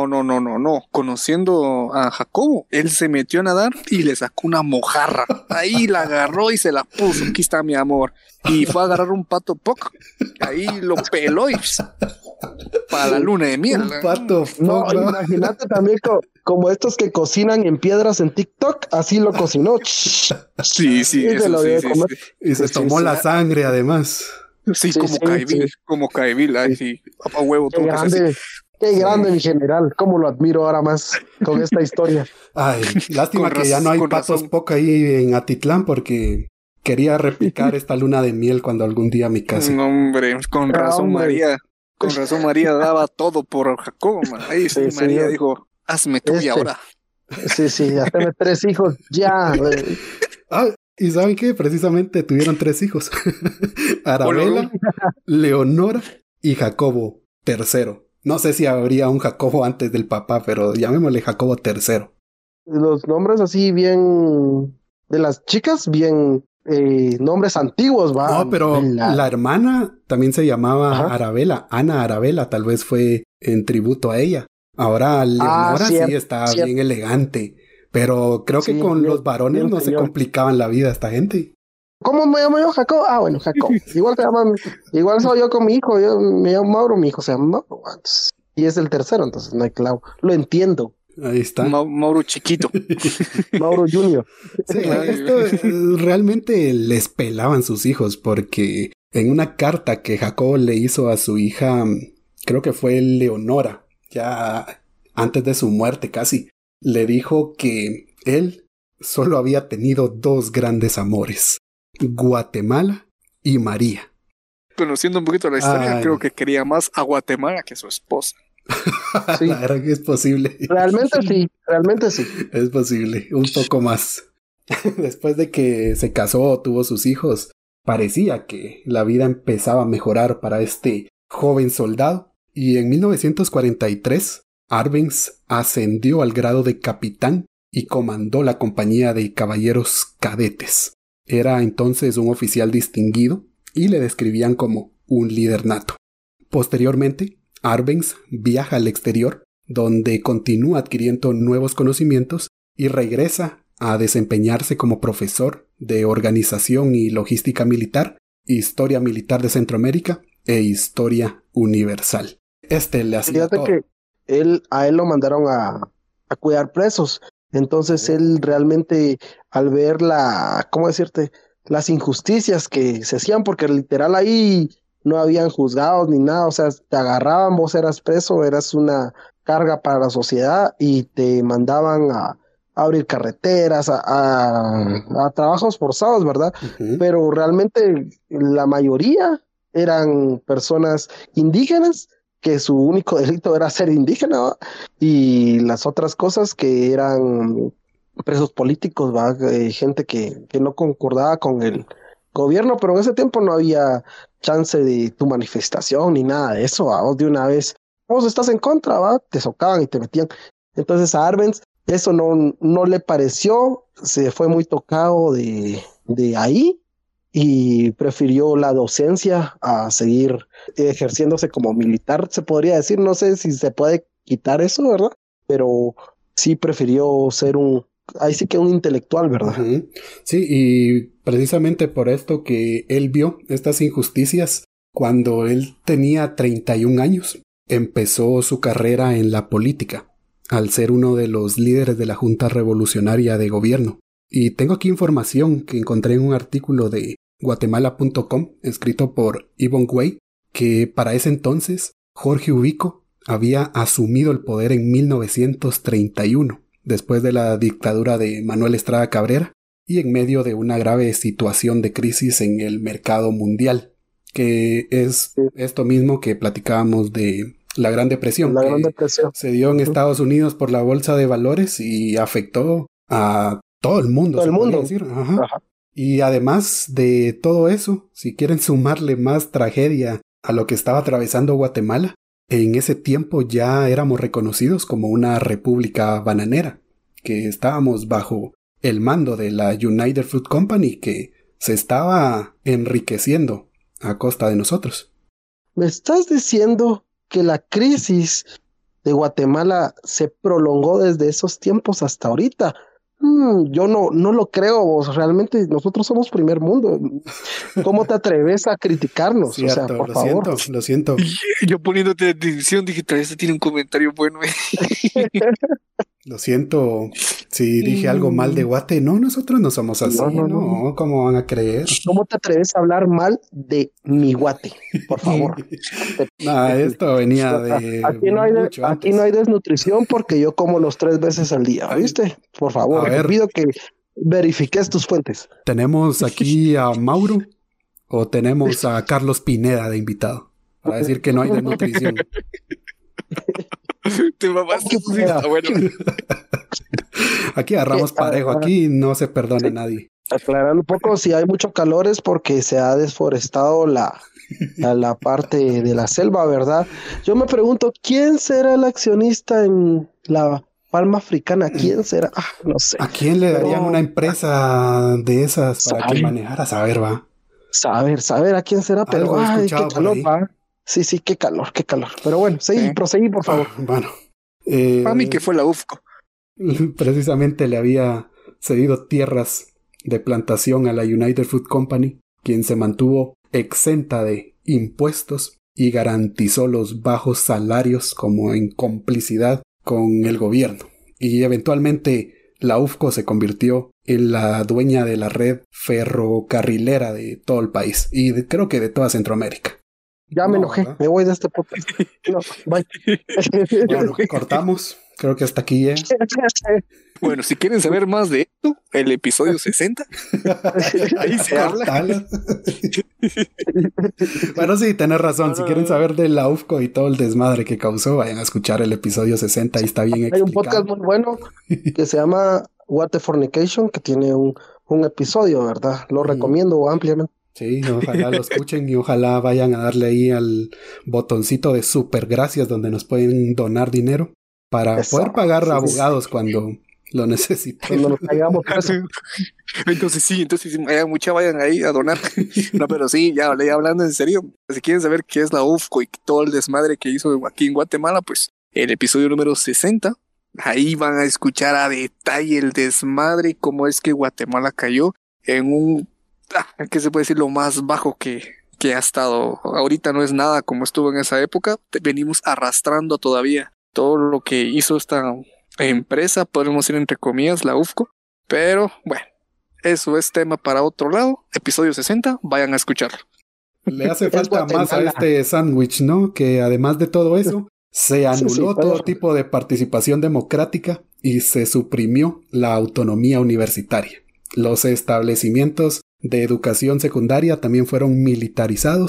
no. Conociendo a Jacobo, él se metió a nadar y le sacó una mojarra. Ahí la agarró y se la puso. Aquí está mi amor. Y fue a agarrar un pato poc. Ahí lo peló y para la luna de miel. Un pato No, foco. imagínate también como estos que cocinan en piedras en TikTok, así lo cocinó. Sí, Y se eso lo sí, dio de sí, comer. Y se Sí, tomó sí. la sangre además. sí, Sí, como sí, Caivil, sí. como Caivil, ay, sí, papá huevo, Qué todo que sea así. grande, qué Sí. grande mi general. Cómo lo admiro ahora más con esta historia. Ay, lástima Con que ya no hay con patos razón. poco ahí en Atitlán porque quería replicar esta luna de miel cuando algún día me case. No, hombre, con Ah, razón hombre. María, con razón María daba todo por Jacobo, man. Ahí sí, Sí, sí, María yo- dijo, hazme tuya ahora. Sí, sí, haceme 3 hijos, ya. Ah, ¿y saben qué? Precisamente tuvieron 3 hijos. Arabela, Hola. Leonora y Jacobo III. No sé si habría un Jacobo antes del papá, pero llamémosle Jacobo III. Los nombres así bien de las chicas, bien nombres antiguos, va. No, pero la hermana también se llamaba Ajá. Arabela, Ana Arabela, tal vez fue en tributo a ella. Ahora Leonora sí cierto, está cierto. bien elegante, pero creo que Sí, con bien- los varones bien no se señor. complicaban la vida a esta gente. ¿Cómo me llamo yo? Jacob. Ah, bueno, Jacob. Igual soy yo con mi hijo. Yo me llamo Mauro, mi hijo se llama Mauro. Entonces, y es el tercero, entonces no hay clavo. Lo entiendo. Ahí está. Mauro chiquito. Mauro Junior. Sí, Ay, esto realmente les pelaban sus hijos porque en una carta que Jacobo le hizo a su hija, creo que fue Leonora, ya antes de su muerte casi, le dijo que él solo había tenido 2 grandes amores, Guatemala y María. Conociendo un poquito la historia, Ay. creo que quería más a Guatemala que a su esposa. Sí. La verdad que es posible. Realmente sí, realmente sí. Es posible, un poco más. Después de que se casó, tuvo sus hijos, parecía que la vida empezaba a mejorar para este joven soldado, y en 1943 Arbenz ascendió al grado de capitán y comandó la compañía de caballeros cadetes. Era entonces un oficial distinguido y le describían como un líder nato. Posteriormente, Arbenz viaja al exterior, donde continúa adquiriendo nuevos conocimientos y regresa a desempeñarse como profesor de Organización y Logística Militar, Historia Militar de Centroamérica e Historia Universal. Le hacía Fíjate todo. que a él lo mandaron a cuidar presos. Entonces él realmente al ver ¿cómo decirte? Las injusticias que se hacían, porque literal ahí no habían juzgados ni nada, o sea, te agarraban, vos eras preso, eras una carga para la sociedad y te mandaban a abrir carreteras, a trabajos forzados, ¿verdad? Ujú. Pero realmente la mayoría eran personas indígenas, que su único delito era ser indígena, ¿va? Y las otras cosas que eran presos políticos, ¿va? Gente que no concordaba con el gobierno, pero en ese tiempo no había chance de tu manifestación ni nada de eso, ¿va? Vos de una vez, vos estás en contra, ¿va? Te socaban y te metían. Entonces a Arbenz eso no le pareció, se fue muy tocado de ahí y prefirió la docencia a seguir ejerciéndose como militar, se podría decir. No sé si se puede quitar eso, ¿verdad? Pero sí prefirió ser ahí sí que un intelectual, ¿verdad? Uh-huh. Sí, y precisamente por esto que él vio estas injusticias, cuando él tenía 31 años, empezó su carrera en la política, al ser uno de los líderes de la Junta Revolucionaria de Gobierno. Y tengo aquí información que encontré en un artículo de Guatemala.com, escrito por Yvonne Way, que para ese entonces Jorge Ubico había asumido el poder en 1931, después de la dictadura de Manuel Estrada Cabrera y en medio de una grave situación de crisis en el mercado mundial, que es esto mismo que platicábamos de la Gran Depresión, La Gran Depresión se dio en Estados Unidos por la bolsa de valores y afectó a todo el mundo. Todo el mundo. Decir. Ajá. Ajá. Y además de todo eso, si quieren sumarle más tragedia a lo que estaba atravesando Guatemala, en ese tiempo ya éramos reconocidos como una república bananera, que estábamos bajo el mando de la United Fruit Company, que se estaba enriqueciendo a costa de nosotros. ¿Me estás diciendo que la crisis de Guatemala se prolongó desde esos tiempos hasta ahorita? Yo no lo creo, realmente nosotros somos primer mundo. ¿Cómo te atreves a criticarnos? Cierto, o sea, por lo favor. Lo siento. Yo poniéndote edición digital, este tiene un comentario bueno. Lo siento si dije algo mal de Guate. No, nosotros no somos así. No, ¿cómo van a creer? ¿Cómo te atreves a hablar mal de mi Guate? Por favor. Esto venía de aquí no hay desnutrición porque yo como los 3 veces al día, ¿viste? Por favor, te pido que verifiques tus fuentes. ¿Tenemos aquí a Mauro o tenemos a Carlos Pineda de invitado? Para decir que no hay desnutrición. Te mamaste, bueno. Aquí agarramos parejo, aquí no se perdona a nadie. Aclarando un poco, si hay mucho calor es porque se ha desforestado la parte de la selva, ¿verdad? Yo me pregunto, ¿quién será el accionista en la palma africana? ¿Quién será? No sé. ¿A quién le darían una empresa de esas para que manejara? Saber, va. Saber a quién será, pero ay, qué calor, va. Sí, qué calor. Pero bueno, proseguí, por favor. Bueno. Para mí que fue la UFCO. Precisamente le había cedido tierras de plantación a la United Fruit Company, quien se mantuvo exenta de impuestos y garantizó los bajos salarios como en complicidad con el gobierno. Y eventualmente la UFCO se convirtió en la dueña de la red ferrocarrilera de todo el país y creo que de toda Centroamérica. Ya me enojé, ¿verdad? Me voy de este podcast. No, bye. Bueno, cortamos. Creo que hasta aquí ya. Bueno, si quieren saber más de esto, el episodio 60. Ahí se habla. Bueno, sí, tenés razón. Si quieren saber de la UFCO y todo el desmadre que causó, vayan a escuchar el episodio 60. Ahí está bien explicado. Hay un podcast muy bueno que se llama What the Fornication, que tiene un episodio, ¿verdad? Lo recomiendo ampliamente. Sí, ojalá lo escuchen y ojalá vayan a darle ahí al botoncito de super gracias donde nos pueden donar dinero para poder pagar abogados cuando lo necesiten. Cuando nos caigamos caso. Entonces vayan ahí a donar. No, pero sí, ya hablando en serio, si quieren saber qué es la UFCO y todo el desmadre que hizo aquí en Guatemala, pues el episodio número 60, ahí van a escuchar a detalle el desmadre, cómo es que Guatemala cayó en un ¿qué se puede decir? Lo más bajo que ha estado. Ahorita no es nada como estuvo en esa época. Venimos arrastrando todavía todo lo que hizo esta empresa, podemos decir entre comillas, la UFCO. Pero bueno, eso es tema para otro lado. Episodio 60, vayan a escucharlo. Le hace falta más a este sándwich, ¿no? Que además de todo eso, se anuló todo tipo de participación democrática y se suprimió la autonomía universitaria. Los establecimientos de educación secundaria también fueron militarizados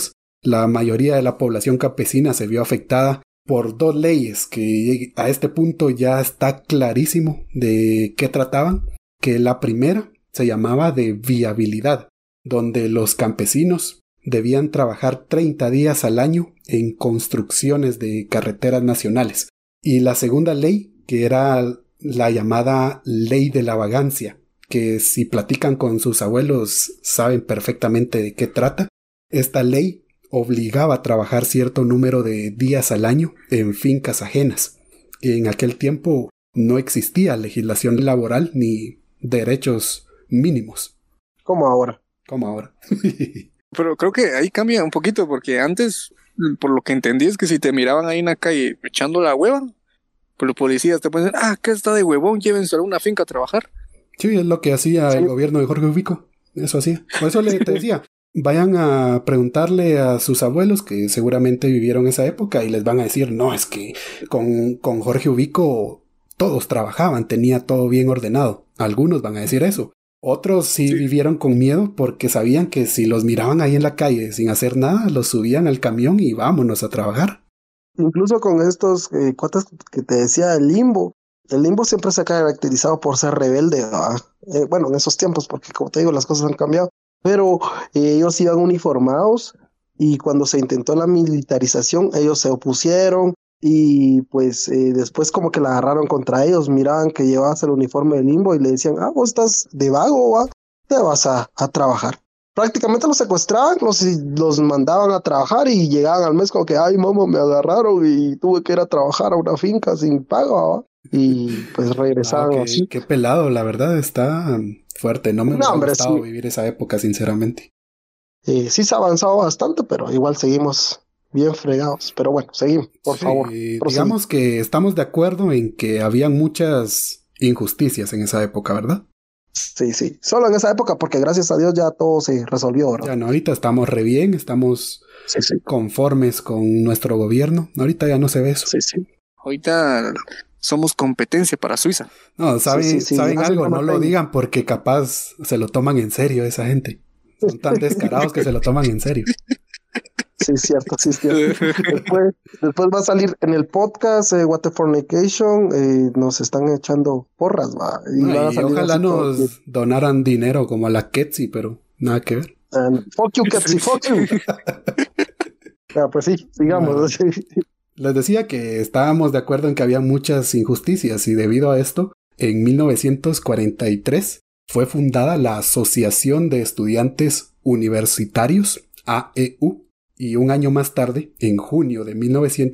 La mayoría de la población campesina se vio afectada por dos leyes que a este punto ya está clarísimo de qué trataban, que la primera se llamaba de viabilidad, donde los campesinos debían trabajar 30 días al año en construcciones de carreteras nacionales. Y la segunda ley, que era la llamada ley de la vagancia, que si platican con sus abuelos saben perfectamente de qué trata. Esta ley obligaba a trabajar cierto número de días al año en fincas ajenas. En aquel tiempo no existía legislación laboral ni derechos mínimos. Como ahora. Como ahora. Pero creo que ahí cambia un poquito, porque antes, por lo que entendí, es que si te miraban ahí en la calle echando la hueva, pues los policías te pueden decir, acá está de huevón, llévense a una finca a trabajar. Sí, es lo que hacía el gobierno de Jorge Ubico. Eso hacía. Por eso te decía, vayan a preguntarle a sus abuelos que seguramente vivieron esa época y les van a decir, no, es que con Jorge Ubico todos trabajaban, tenía todo bien ordenado. Algunos van a decir eso. Otros sí vivieron con miedo porque sabían que si los miraban ahí en la calle sin hacer nada, los subían al camión y vámonos a trabajar. Incluso con estos cuates que te decía el Limbo. El Limbo siempre se ha caracterizado por ser rebelde, bueno, en esos tiempos, porque como te digo, las cosas han cambiado. Pero ellos iban uniformados y cuando se intentó la militarización, ellos se opusieron y pues después como que la agarraron contra ellos, miraban que llevabas el uniforme del Limbo y le decían, vos estás de vago, te vas a trabajar. Prácticamente los secuestraban, los mandaban a trabajar y llegaban al mes como que, ay mamá, me agarraron y tuve que ir a trabajar a una finca sin pago, y pues regresaban así. Qué pelado, la verdad está fuerte, no me hubiera gustado vivir esa época, sinceramente. Sí se ha avanzado bastante, pero igual seguimos bien fregados. Pero bueno, seguimos, por favor. Digamos que estamos de acuerdo en que habían muchas injusticias en esa época, ¿verdad? Sí, solo en esa época, porque gracias a Dios ya todo se resolvió, ¿verdad? Ya no, ahorita estamos re bien, estamos conformes con nuestro gobierno. Ahorita ya no se ve eso. Sí. Ahorita somos competencia para Suiza. No, ¿saben algo? No lo digan porque capaz se lo toman en serio esa gente. Son tan descarados que se lo toman en serio. Sí, es cierto. Después va a salir en el podcast What the Fornication, nos están echando porras, va. Y ojalá nos donaran dinero como a la Ketsi, pero nada que ver. Fuck you, Ketsi, fuck you. Pues sí, sigamos. Bueno, les decía que estábamos de acuerdo en que había muchas injusticias y debido a esto, en 1943 fue fundada la Asociación de Estudiantes Universitarios, AEU, y un año más tarde, en junio de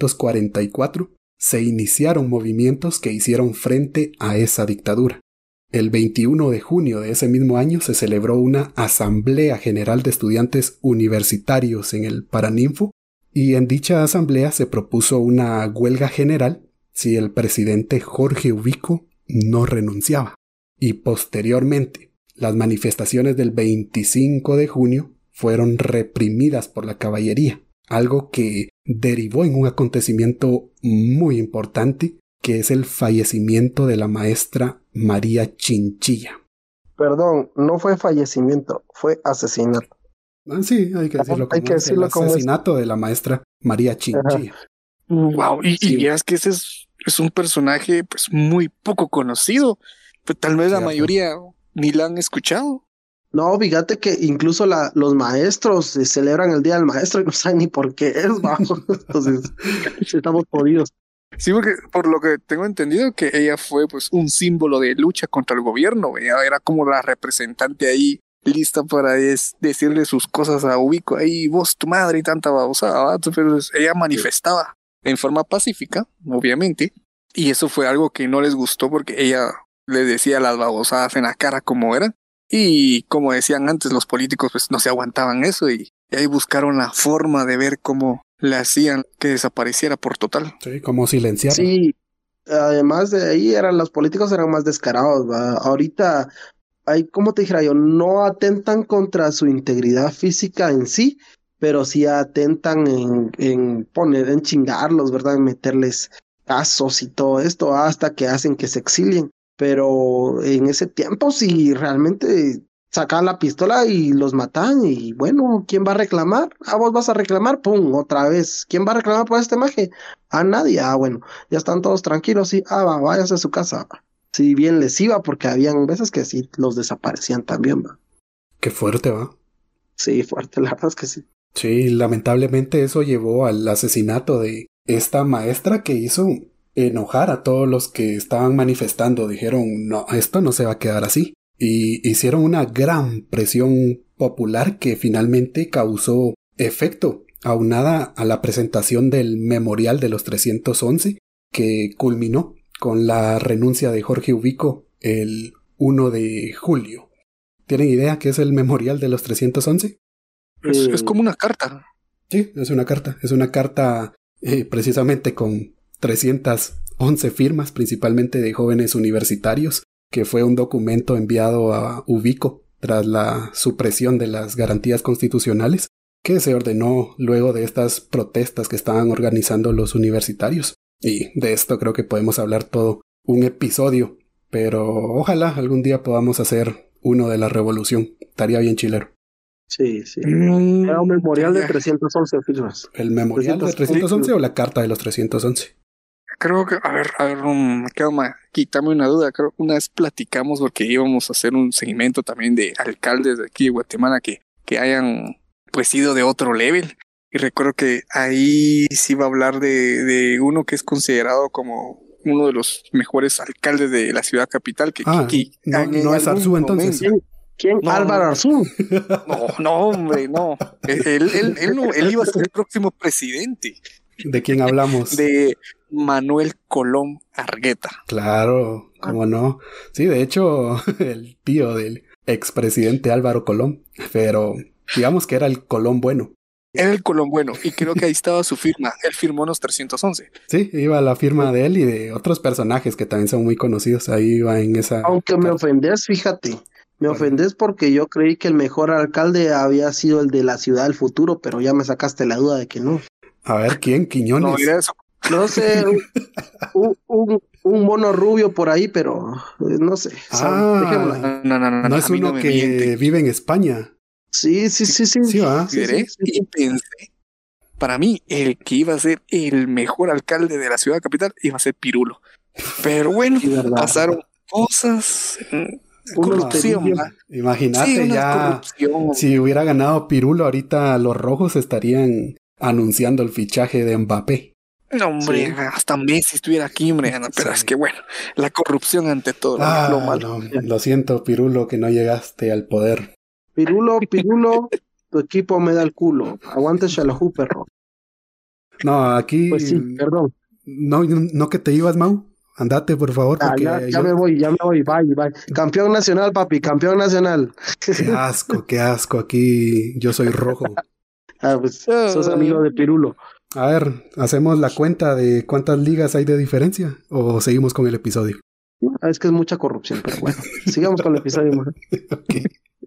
1944, se iniciaron movimientos que hicieron frente a esa dictadura. El 21 de junio de ese mismo año se celebró una Asamblea General de Estudiantes Universitarios en el Paraninfo, y en dicha asamblea se propuso una huelga general si el presidente Jorge Ubico no renunciaba. Y posteriormente, las manifestaciones del 25 de junio fueron reprimidas por la caballería, algo que derivó en un acontecimiento muy importante, que es el fallecimiento de la maestra María Chinchilla. Perdón, no fue fallecimiento, fue asesinato. Sí, hay que decirlo como el asesinato de la maestra María Chinchilla. Wow, y es que ese es un personaje pues muy poco conocido, pues tal vez la mayoría ni la han escuchado. No, fíjate que incluso los maestros celebran el Día del Maestro y no saben ni por qué es, bajo. Entonces, estamos jodidos. Sí, porque por lo que tengo entendido que ella fue pues un símbolo de lucha contra el gobierno. Ella era como la representante ahí, lista para decirle sus cosas a Ubico. Ahí vos, tu madre y tanta babosada. Pero ella manifestaba en forma pacífica, obviamente. Y eso fue algo que no les gustó porque ella les decía las babosadas en la cara como eran. Y como decían antes, los políticos pues no se aguantaban eso y ahí buscaron la forma de ver cómo le hacían que desapareciera por total. Sí, como silenciar. Sí, además de ahí los políticos eran más descarados, ¿va? Ahorita hay, como te dijera yo, no atentan contra su integridad física en sí, pero sí atentan en chingarlos, ¿verdad? En meterles casos y todo esto hasta que hacen que se exilien. Pero en ese tiempo sí realmente sacaban la pistola y los mataban. Y bueno, ¿quién va a reclamar? Ah, vos vas a reclamar, pum, otra vez. ¿Quién va a reclamar por este maje? A nadie. Ah, bueno, ya están todos tranquilos, sí. Ah, va, váyase a su casa. Si bien les iba, porque habían veces que sí los desaparecían también, va. Qué fuerte, ¿va? Sí, fuerte, la verdad es que sí. Sí, lamentablemente eso llevó al asesinato de esta maestra que hizo enojar a todos los que estaban manifestando. Dijeron, no, esto no se va a quedar así. Y hicieron una gran presión popular que finalmente causó efecto, aunada a la presentación del Memorial de los 311, que culminó con la renuncia de Jorge Ubico el 1 de julio. ¿Tienen idea qué es el Memorial de los 311? Es como una carta. Sí, es una carta. Es una carta precisamente con 311 firmas, principalmente de jóvenes universitarios, que fue un documento enviado a Ubico tras la supresión de las garantías constitucionales, que se ordenó luego de estas protestas que estaban organizando los universitarios. Y de esto creo que podemos hablar todo un episodio, pero ojalá algún día podamos hacer uno de la revolución. Estaría bien chilero. Sí, sí. Era un memorial de 311 firmas. ¿El memorial de 311 o la carta de los 311? Creo que, a ver, quítame una duda. Creo que una vez platicamos porque íbamos a hacer un segmento también de alcaldes de aquí de Guatemala que hayan pues ido de otro level. Y recuerdo que ahí sí iba a hablar de uno que es considerado como uno de los mejores alcaldes de la ciudad capital. No es Arzú entonces. ¿Quién? No, Álvaro Arzú. No, hombre, no. Él iba a ser el próximo presidente. ¿De quién hablamos? De Manuel Colom Argueta. Claro, cómo no. Sí, de hecho, el tío del expresidente Álvaro Colom, pero digamos que era el Colom bueno. Era el Colom bueno, y creo que ahí estaba su firma. Él firmó en los 311. Sí, iba la firma de él y de otros personajes que también son muy conocidos. Ahí iba en esa... Aunque me ofendes, fíjate. Me ofendes porque yo creí que el mejor alcalde había sido el de la ciudad del futuro, pero ya me sacaste la duda de que no. A ver, ¿quién? ¿Quiñones? No, era eso. No sé, un mono rubio por ahí, pero no sé. Ah, no es uno que vive en España. Sí. Sí, va. Y pensé, para mí, el que iba a ser el mejor alcalde de la ciudad capital iba a ser Pirulo. Pero bueno, pasaron cosas... corrupción, imagínate sí, ya corrupción. Si hubiera ganado Pirulo ahorita los rojos estarían anunciando el fichaje de Mbappé. No, hombre, sí. Hasta Messi estuviera aquí, hombre, pero sí. Es que bueno, la corrupción ante todo, lo malo. No, lo siento, Pirulo, que no llegaste al poder. Pirulo, tu equipo me da el culo, aguante Xalajú, perro. No, aquí pues sí, perdón. No que te ibas, Mau. Andate, por favor. Porque ya me voy, bye. Campeón nacional, papi, campeón nacional. Qué asco, aquí yo soy rojo. Pues sos amigo de Pirulo. A ver, ¿hacemos la cuenta de cuántas ligas hay de diferencia? ¿O seguimos con el episodio? Es que es mucha corrupción, pero bueno, sigamos con el episodio. Okay.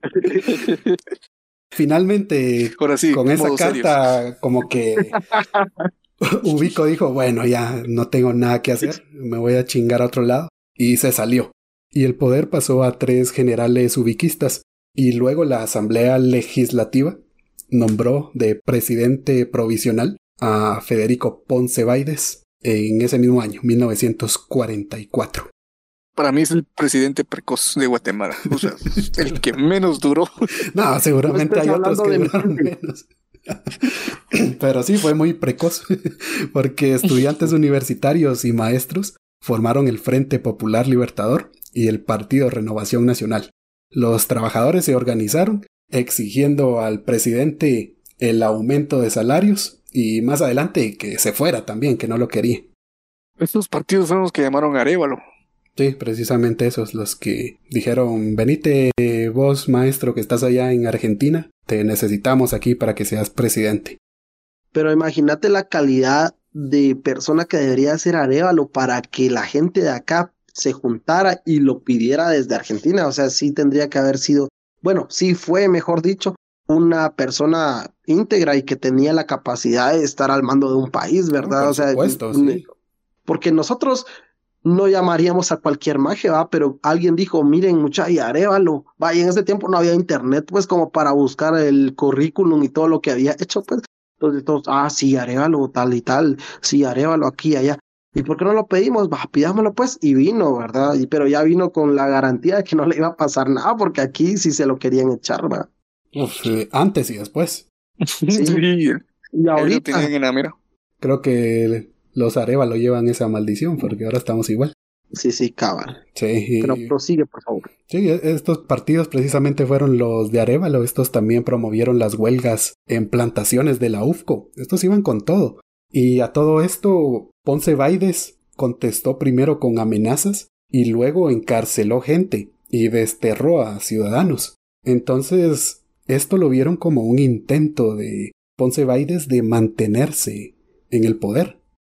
Finalmente, sí, con esa carta, serios. Como que... Ubico dijo, bueno, ya no tengo nada que hacer, me voy a chingar a otro lado, y se salió. Y el poder pasó a 3 generales ubiquistas, y luego la Asamblea Legislativa nombró de presidente provisional a Federico Ponce Baides en ese mismo año, 1944. Para mí es el presidente precoz de Guatemala, o sea, el que menos duró. No, seguramente hay otros que duraron menos. Pero sí, fue muy precoz, porque estudiantes universitarios y maestros formaron el Frente Popular Libertador y el Partido Renovación Nacional. Los trabajadores se organizaron exigiendo al presidente el aumento de salarios y más adelante que se fuera también, que no lo quería. Estos partidos son los que llamaron Arévalo. Sí, precisamente esos, los que dijeron, venite vos, maestro, que estás allá en Argentina, te necesitamos aquí para que seas presidente. Pero imagínate la calidad de persona que debería ser Arévalo para que la gente de acá se juntara y lo pidiera desde Argentina. O sea, sí tendría que haber sido, bueno, sí fue, mejor dicho, una persona íntegra y que tenía la capacidad de estar al mando de un país, ¿verdad? Por supuesto, sí. Porque nosotros... no llamaríamos a cualquier maje, ¿va? Pero alguien dijo, miren, muchacha, y Arévalo, va, y en ese tiempo no había internet, pues, como para buscar el currículum y todo lo que había hecho, pues. Entonces todos, sí, Arévalo, tal y tal, sí, Arévalo, aquí y allá. ¿Y por qué no lo pedimos? Va, pidámoslo, pues, y vino, ¿verdad? Pero ya vino con la garantía de que no le iba a pasar nada, porque aquí sí se lo querían echar, ¿va? Antes y después. Sí. Y ahorita Tienen en la mira. Creo que los Arévalo llevan esa maldición, porque ahora estamos igual. Sí, cabal. Sí. Pero prosigue, por favor. Sí, estos partidos precisamente fueron los de Arévalo. Estos también promovieron las huelgas en plantaciones de la UFCO. Estos iban con todo. Y a todo esto, Ponce Baides contestó primero con amenazas y luego encarceló gente y desterró a ciudadanos. Entonces, esto lo vieron como un intento de Ponce Baides de mantenerse en el poder.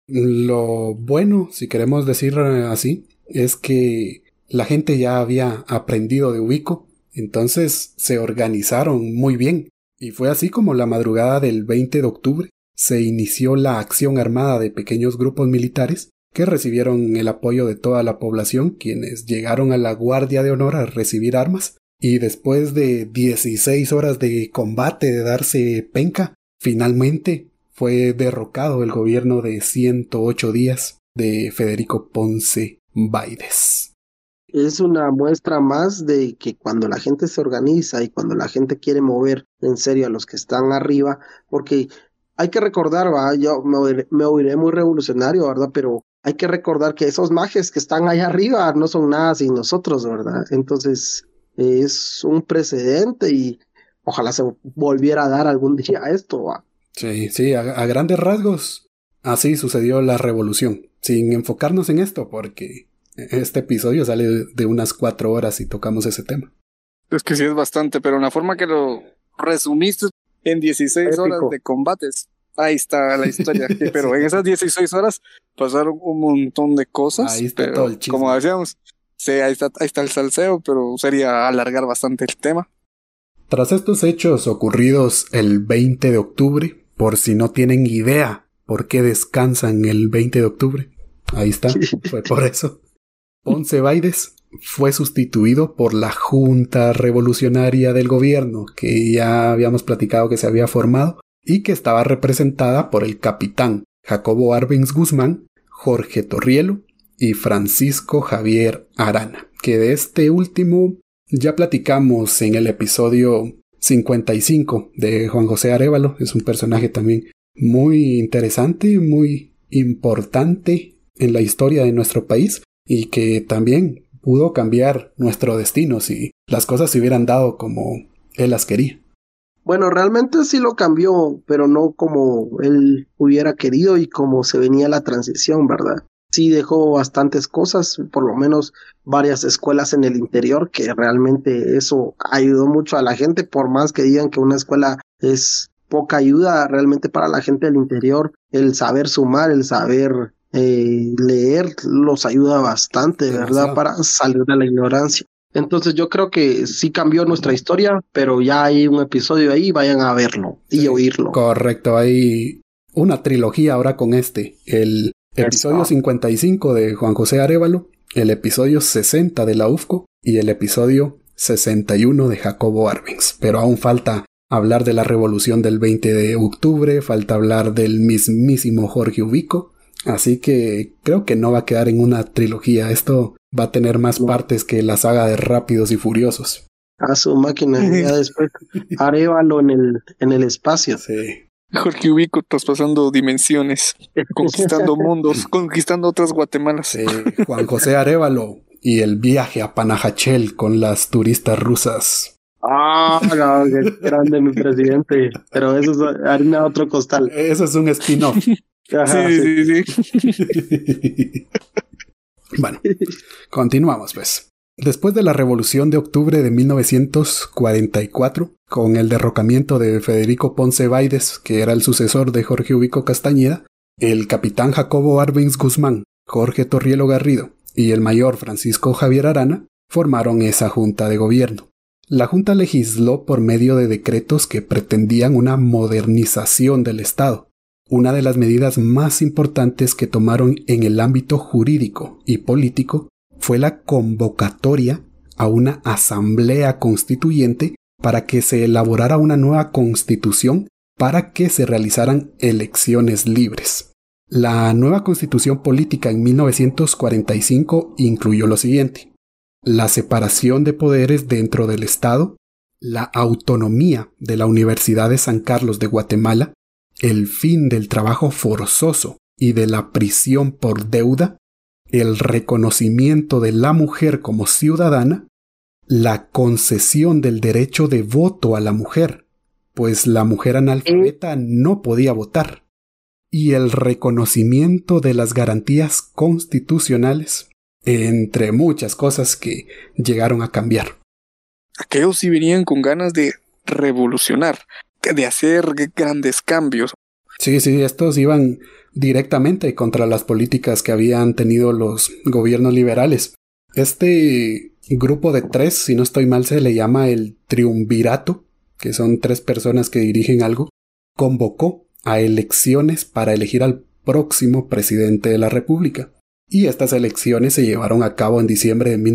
Lo bueno, si queremos decir así, es que la gente ya había aprendido de Ubico, entonces se organizaron muy bien. Y fue así como la madrugada del 20 de octubre se inició la acción armada de pequeños grupos militares que recibieron el apoyo de toda la población, quienes llegaron a la Guardia de Honor a recibir armas, y después de 16 horas de combate, de darse penca, finalmente fue derrocado el gobierno de 108 días de Federico Ponce Baides. Es una muestra más de que cuando la gente se organiza y cuando la gente quiere mover en serio a los que están arriba, porque hay que recordar, yo me oiré muy revolucionario, ¿verdad? Pero hay que recordar que esos majes que están allá arriba no son nada sin nosotros, ¿verdad? Entonces es un precedente y ojalá se volviera a dar algún día esto, ¿va? Sí, a grandes rasgos así sucedió la revolución, sin enfocarnos en esto, porque este episodio sale de unas 4 horas y tocamos ese tema. Es que sí es bastante, pero en la forma que lo resumiste en 16 Épico. horas de combates, ahí está la historia. Pero en esas 16 horas pasaron un montón de cosas. Ahí está pero, todo el chisme. como decíamos, sí, ahí está el salseo, pero sería alargar bastante el tema. Tras estos hechos ocurridos el 20 de octubre, por si no tienen idea por qué descansan el 20 de octubre, ahí está, fue por eso. Ponce Baides fue sustituido por la Junta Revolucionaria del Gobierno, que ya habíamos platicado que se había formado, y que estaba representada por el capitán Jacobo Arbenz Guzmán, Jorge Torrielo y Francisco Javier Arana, que de este último ya platicamos en el episodio 55 de Juan José Arévalo. Es un personaje también muy interesante, muy importante en la historia de nuestro país y que también pudo cambiar nuestro destino si las cosas se hubieran dado como él las quería. Bueno, realmente sí lo cambió, pero no como él hubiera querido y como se venía la transición, ¿verdad? Sí dejó bastantes cosas, por lo menos varias escuelas en el interior, que realmente eso ayudó mucho a la gente, por más que digan que una escuela es poca ayuda, realmente para la gente del interior, el saber sumar, el saber leer, los ayuda bastante, ¿verdad? Demasiado. Para salir de la ignorancia. Entonces yo creo que sí cambió nuestra historia, pero ya hay un episodio ahí, vayan a verlo y oírlo. Correcto, hay una trilogía ahora con este. El episodio 55 de Juan José Arévalo, el episodio 60 de la UFCO y el episodio 61 de Jacobo Arbenz. Pero aún falta hablar de la revolución del 20 de octubre, falta hablar del mismísimo Jorge Ubico. Así que creo que no va a quedar en una trilogía. Esto va a tener más partes que la saga de Rápidos y Furiosos. A su máquina, ya después Arévalo en el espacio. Sí. Jorge Ubico traspasando dimensiones, conquistando mundos, conquistando otras Guatemalas. Sí, Juan José Arévalo y el viaje a Panajachel con las turistas rusas. No, qué grande mi presidente. Pero eso es harina de otro costal. Eso es un spin-off. Ajá, Sí. Bueno, continuamos pues. Después de la Revolución de Octubre de 1944, con el derrocamiento de Federico Ponce Baides, que era el sucesor de Jorge Ubico Castañeda, el capitán Jacobo Arbenz Guzmán, Jorge Torrielo Garrido y el mayor Francisco Javier Arana formaron esa junta de gobierno. La junta legisló por medio de decretos que pretendían una modernización del Estado. una de las medidas más importantes que tomaron en el ámbito jurídico y político fue la convocatoria a una asamblea constituyente para que se elaborara una nueva constitución para que se realizaran elecciones libres. La nueva constitución política en 1945 incluyó lo siguiente: la separación de poderes dentro del Estado, la autonomía de la Universidad de San Carlos de Guatemala, el fin del trabajo forzoso y de la prisión por deuda, el reconocimiento de la mujer como ciudadana, la concesión del derecho de voto a la mujer, pues la mujer analfabeta no podía votar, y el reconocimiento de las garantías constitucionales, entre muchas cosas que llegaron a cambiar. Aquellos sí venían con ganas de revolucionar, de hacer grandes cambios. Sí, estos iban directamente contra las políticas que habían tenido los gobiernos liberales. Este grupo de 3, si no estoy mal, se le llama el triunvirato, que son 3 personas que dirigen algo, convocó a elecciones para elegir al próximo presidente de la República. Y estas elecciones se llevaron a cabo en diciembre de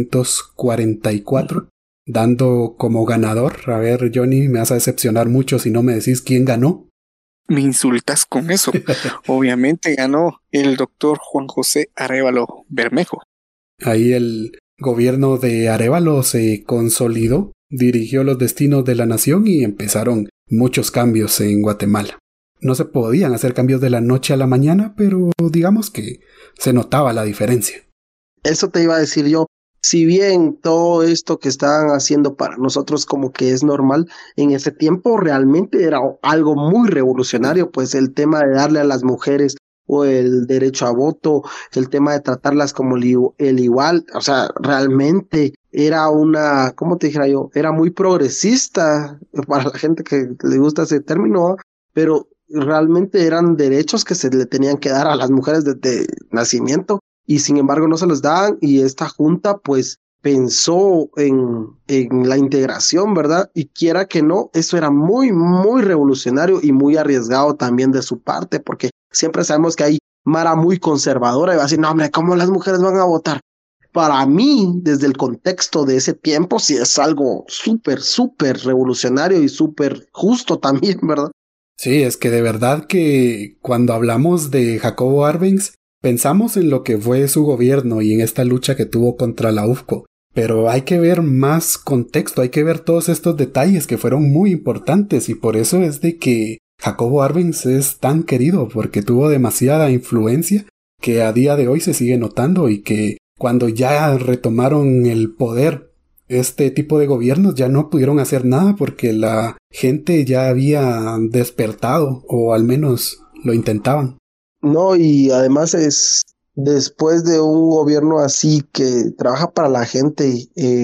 1944, dando como ganador, a ver, Johnny, me vas a decepcionar mucho si no me decís quién ganó. Me insultas con eso. Obviamente ganó el doctor Juan José Arévalo Bermejo. Ahí el gobierno de Arévalo se consolidó, dirigió los destinos de la nación y empezaron muchos cambios en Guatemala. No se podían hacer cambios de la noche a la mañana, pero digamos que se notaba la diferencia. Eso te iba a decir yo. Si bien todo esto que estaban haciendo para nosotros como que es normal, en ese tiempo realmente era algo muy revolucionario, pues el tema de darle a las mujeres o el derecho a voto, el tema de tratarlas como el igual, o sea, realmente era una, ¿cómo te dijera yo? Era muy progresista para la gente que le gusta ese término, pero realmente eran derechos que se le tenían que dar a las mujeres desde nacimiento y sin embargo no se los daban, y esta junta pues pensó en la integración, ¿verdad? Y quiera que no, eso era muy, muy revolucionario y muy arriesgado también de su parte, porque siempre sabemos que hay mara muy conservadora y va a decir, no hombre, ¿cómo las mujeres van a votar? Para mí, desde el contexto de ese tiempo, sí es algo súper, súper revolucionario y súper justo también, ¿verdad? Sí, es que de verdad que cuando hablamos de Jacobo Arbenz, pensamos en lo que fue su gobierno y en esta lucha que tuvo contra la UFCO, pero hay que ver más contexto, hay que ver todos estos detalles que fueron muy importantes, y por eso es de que Jacobo Arbenz es tan querido, porque tuvo demasiada influencia que a día de hoy se sigue notando, y que cuando ya retomaron el poder este tipo de gobiernos ya no pudieron hacer nada porque la gente ya había despertado, o al menos lo intentaban. No, y además es después de un gobierno así que trabaja para la gente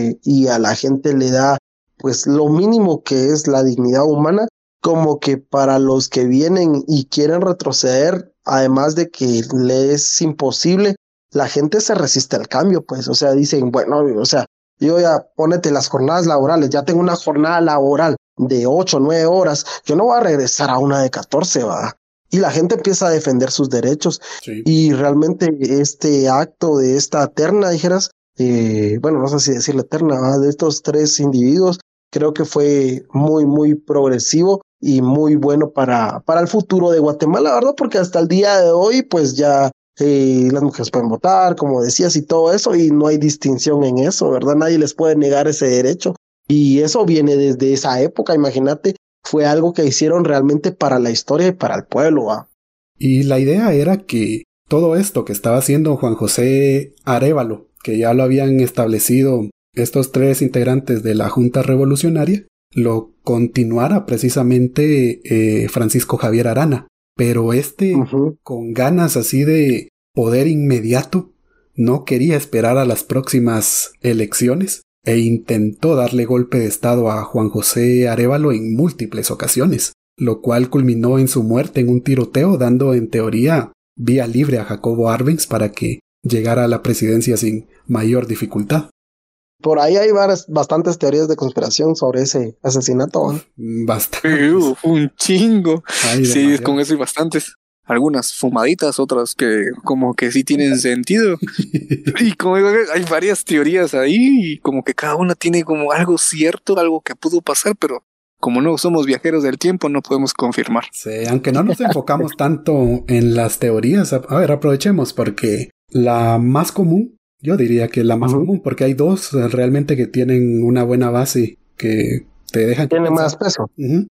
y a la gente le da pues lo mínimo que es la dignidad humana, como que para los que vienen y quieren retroceder, además de que le es imposible, la gente se resiste al cambio, pues, o sea, dicen, bueno, o sea, yo ya ponete las jornadas laborales, ya tengo una jornada laboral de 8 o 9 horas, yo no voy a regresar a una de 14, va. Y la gente empieza a defender sus derechos. Sí. Y realmente este acto de esta terna, dijeras, bueno, no sé si decirle terna, ¿va? De estos 3 individuos, creo que fue muy, muy progresivo y muy bueno para el futuro de Guatemala, ¿verdad? Porque hasta el día de hoy, pues ya las mujeres pueden votar, como decías, y todo eso, y no hay distinción en eso, ¿verdad? Nadie les puede negar ese derecho. Y eso viene desde esa época, imagínate, fue algo que hicieron realmente para la historia y para el pueblo, ¿va? Y la idea era que todo esto que estaba haciendo Juan José Arévalo, que ya lo habían establecido estos 3 integrantes de la Junta Revolucionaria, lo continuara precisamente Francisco Javier Arana. Pero con ganas así de poder inmediato, no quería esperar a las próximas elecciones e intentó darle golpe de estado a Juan José Arévalo en múltiples ocasiones, lo cual culminó en su muerte en un tiroteo, dando en teoría vía libre a Jacobo Arbenz para que llegara a la presidencia sin mayor dificultad. Por ahí hay bastantes teorías de conspiración sobre ese asesinato, ¿no? Bastante. Un chingo. Ay, Sí, demasiado. con eso hay bastantes. Algunas fumaditas, otras que como que sí tienen sentido. Y como digo, hay varias teorías ahí y como que cada una tiene como algo cierto, algo que pudo pasar, pero como no somos viajeros del tiempo, no podemos confirmar. Sí, aunque no nos enfocamos tanto en las teorías, a ver, aprovechemos porque la más común, yo diría que la más común, porque hay dos realmente que tienen una buena base que te dejan que Tiene pensar. más peso.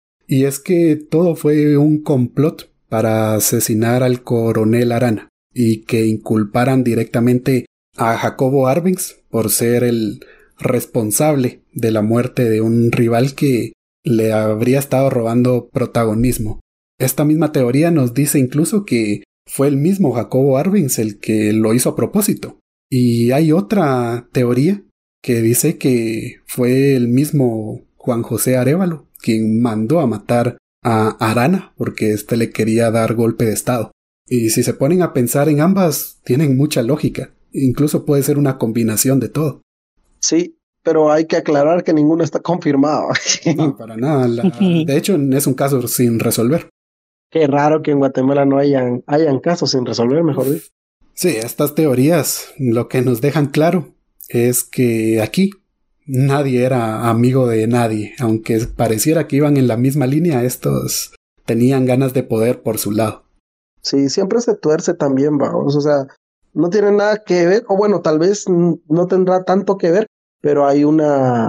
Y es que todo fue un complot para asesinar al coronel Arana y que inculparan directamente a Jacobo Arbenz por ser el responsable de la muerte de un rival que le habría estado robando protagonismo. Esta misma teoría nos dice incluso que fue el mismo Jacobo Arbenz el que lo hizo a propósito. Y hay otra teoría que dice que fue el mismo Juan José Arévalo quien mandó a matar a Arana porque éste le quería dar golpe de estado. Y si se ponen a pensar en ambas, tienen mucha lógica. Incluso puede ser una combinación de todo. Sí, pero hay que aclarar que ninguno está confirmado. No, para nada. De hecho, es un caso sin resolver. Qué raro que en Guatemala no hayan casos sin resolver, mejor dicho. Sí, estas teorías lo que nos dejan claro es que aquí nadie era amigo de nadie. Aunque pareciera que iban en la misma línea, estos tenían ganas de poder por su lado. Sí, siempre se tuerce también, vamos. O sea, no tiene nada que ver, o bueno, tal vez no tendrá tanto que ver, pero hay una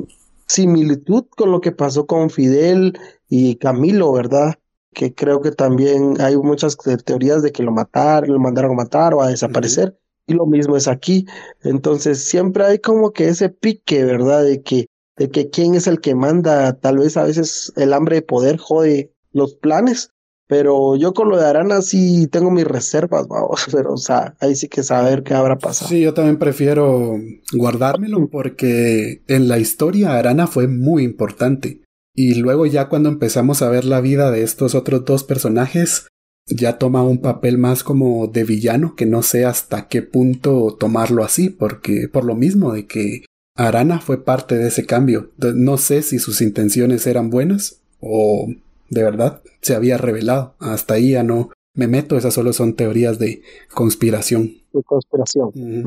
similitud con lo que pasó con Fidel y Camilo, ¿verdad? Que creo que también hay muchas teorías de que lo mandaron a matar o a desaparecer, y lo mismo es aquí. Entonces siempre hay como que ese pique, ¿verdad? De que quién es el que manda. Tal vez a veces el hambre de poder jode los planes, pero yo con lo de Arana sí tengo mis reservas, vamos, pero o sea, ahí sí que saber qué habrá pasado. Sí, yo también prefiero guardármelo porque en la historia Arana fue muy importante. Y luego ya cuando empezamos a ver la vida de estos otros dos personajes, ya toma un papel más como de villano, que no sé hasta qué punto tomarlo así, porque por lo mismo de que Arana fue parte de ese cambio. No sé si sus intenciones eran buenas o de verdad se había revelado. Hasta ahí ya no me meto, esas solo son teorías de conspiración. De conspiración.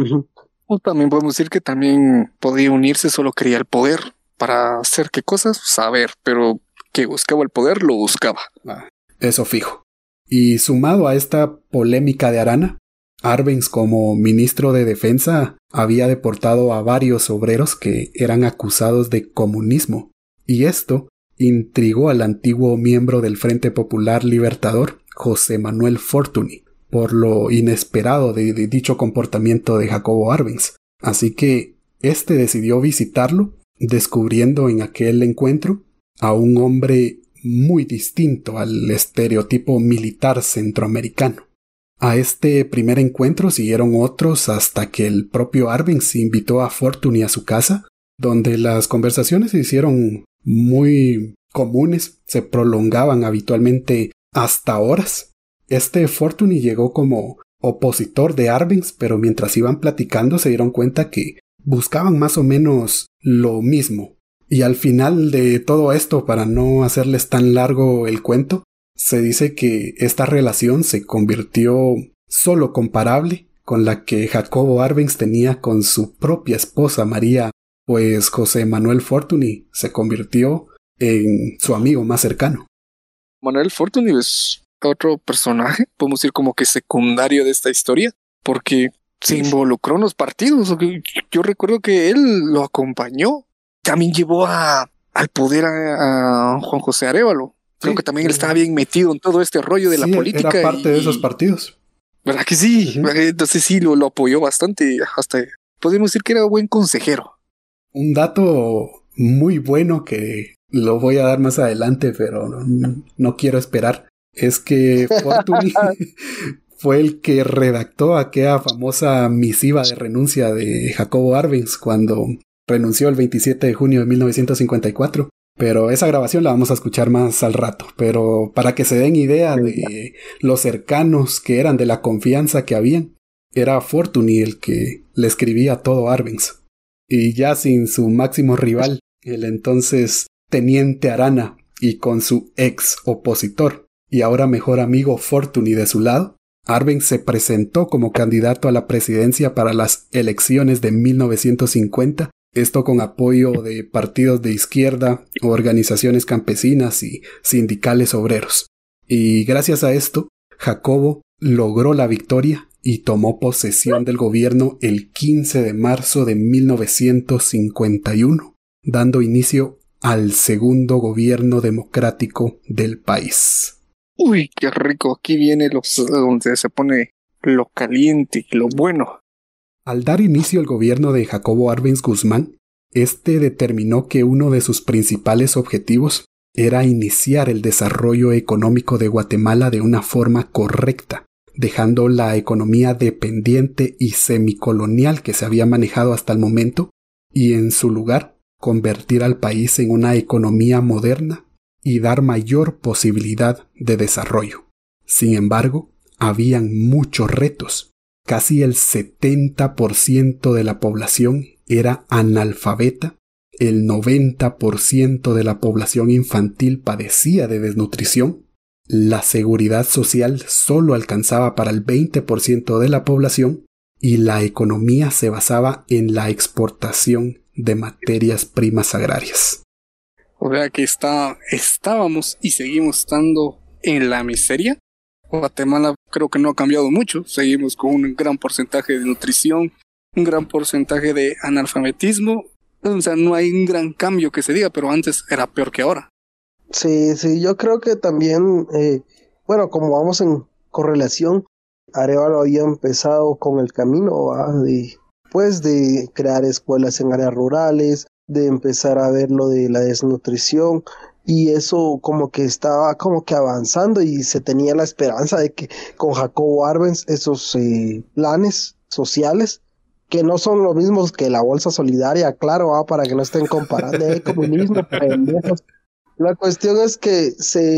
O también podemos decir que también podía unirse, solo quería el poder. Para hacer qué cosas, saber, pero que buscaba el poder, lo buscaba. Eso fijo. Y sumado a esta polémica de Arana, Arbenz como ministro de Defensa había deportado a varios obreros que eran acusados de comunismo. Y esto intrigó al antiguo miembro del Frente Popular Libertador, José Manuel Fortuny, por lo inesperado de dicho comportamiento de Jacobo Arbenz. Así que este decidió visitarlo, descubriendo en aquel encuentro a un hombre muy distinto al estereotipo militar centroamericano. A este primer encuentro siguieron otros hasta que el propio Arbenz invitó a Fortuny a su casa, donde las conversaciones se hicieron muy comunes, se prolongaban habitualmente hasta horas. Este Fortuny llegó como opositor de Arbenz, pero mientras iban platicando se dieron cuenta que buscaban más o menos lo mismo. Y al final de todo esto, para no hacerles tan largo el cuento, se dice que esta relación se convirtió solo comparable con la que Jacobo Arbenz tenía con su propia esposa María, pues José Manuel Fortuny se convirtió en su amigo más cercano. Manuel Fortuny es otro personaje, podemos decir como que secundario de esta historia, porque se involucró en los partidos. Yo recuerdo que él lo acompañó. También llevó al poder a Juan José Arévalo. Creo que también él estaba bien metido en todo este rollo de la política. Era parte de esos partidos. ¿Verdad que sí? Entonces sí, lo apoyó bastante. Hasta podemos decir que era buen consejero. Un dato muy bueno que lo voy a dar más adelante, pero no quiero esperar. Es que Fortuny fue el que redactó aquella famosa misiva de renuncia de Jacobo Arbenz cuando renunció el 27 de junio de 1954. Pero esa grabación la vamos a escuchar más al rato. Pero para que se den idea de los cercanos que eran, de la confianza que habían, era Fortuny el que le escribía todo a Arbenz. y ya sin su máximo rival, el entonces Teniente Arana, y con su ex opositor y ahora mejor amigo Fortuny de su lado, Arbenz se presentó como candidato a la presidencia para las elecciones de 1950, esto con apoyo de partidos de izquierda, organizaciones campesinas y sindicales obreros. Y gracias a esto, Jacobo logró la victoria y tomó posesión del gobierno el 15 de marzo de 1951, dando inicio al segundo gobierno democrático del país. Uy, qué rico. Aquí viene donde se pone lo caliente y lo bueno. Al dar inicio al gobierno de Jacobo Arbenz Guzmán, este determinó que uno de sus principales objetivos era iniciar el desarrollo económico de Guatemala de una forma correcta, dejando la economía dependiente y semicolonial que se había manejado hasta el momento, y en su lugar convertir al país en una economía moderna y dar mayor posibilidad de desarrollo. Sin embargo, habían muchos retos. Casi el 70% de la población era analfabeta, el 90% de la población infantil padecía de desnutrición, la seguridad social solo alcanzaba para el 20% de la población y la economía se basaba en la exportación de materias primas agrarias. O sea que estábamos y seguimos estando en la miseria. Guatemala creo que no ha cambiado mucho. Seguimos con un gran porcentaje de nutrición, un gran porcentaje de analfabetismo. O sea, no hay un gran cambio que se diga, pero antes era peor que ahora. Sí, yo creo que también, bueno, como vamos en correlación, Arevalo había empezado con el camino de crear escuelas en áreas rurales, de empezar a ver lo de la desnutrición, y eso como que estaba como que avanzando y se tenía la esperanza de que con Jacobo Arbenz esos planes sociales, que no son los mismos que la bolsa solidaria, claro, para que no estén comparando comunismo, pendejos. La cuestión es que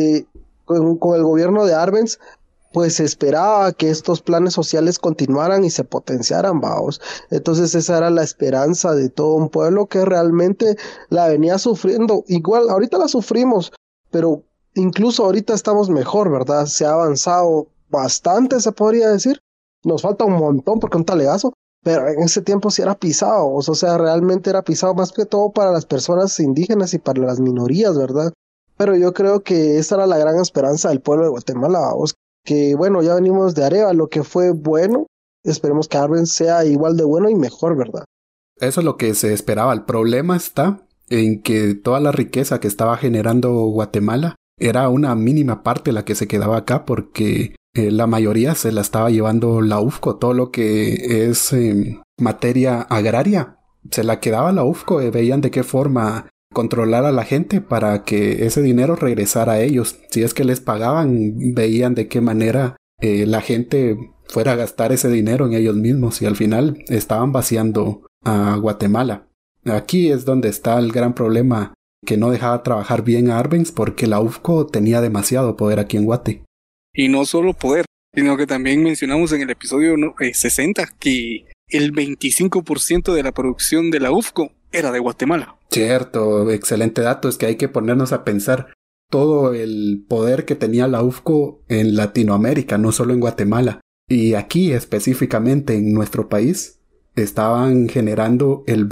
con el gobierno de Arbenz pues se esperaba que estos planes sociales continuaran y se potenciaran, vaos. Entonces esa era la esperanza de todo un pueblo que realmente la venía sufriendo. Igual, ahorita la sufrimos, pero incluso ahorita estamos mejor, ¿verdad? Se ha avanzado bastante, se podría decir. Nos falta un montón porque un talegazo, pero en ese tiempo sí era pisado, o sea, realmente era pisado más que todo para las personas indígenas y para las minorías, ¿verdad? Pero yo creo que esa era la gran esperanza del pueblo de Guatemala, vaos. Que bueno, ya venimos de Arevalo, que fue bueno, esperemos que Arbenz sea igual de bueno y mejor, ¿verdad? Eso es lo que se esperaba. El problema está en que toda la riqueza que estaba generando Guatemala era una mínima parte la que se quedaba acá, porque la mayoría se la estaba llevando la UFCO. Todo lo que es materia agraria se la quedaba la UFCO. Veían de qué forma controlar a la gente para que ese dinero regresara a ellos. Si es que les pagaban, veían de qué manera la gente fuera a gastar ese dinero en ellos mismos, y al final estaban vaciando a Guatemala. Aquí es donde está el gran problema, que no dejaba trabajar bien a Arbenz porque la UFCO tenía demasiado poder aquí en Guate. Y no solo poder, sino que también mencionamos en el episodio 60 que el 25% de la producción de la UFCO era de Guatemala. Cierto, excelente dato. Es que hay que ponernos a pensar todo el poder que tenía la UFCO en Latinoamérica, no solo en Guatemala. Y aquí específicamente en nuestro país estaban generando el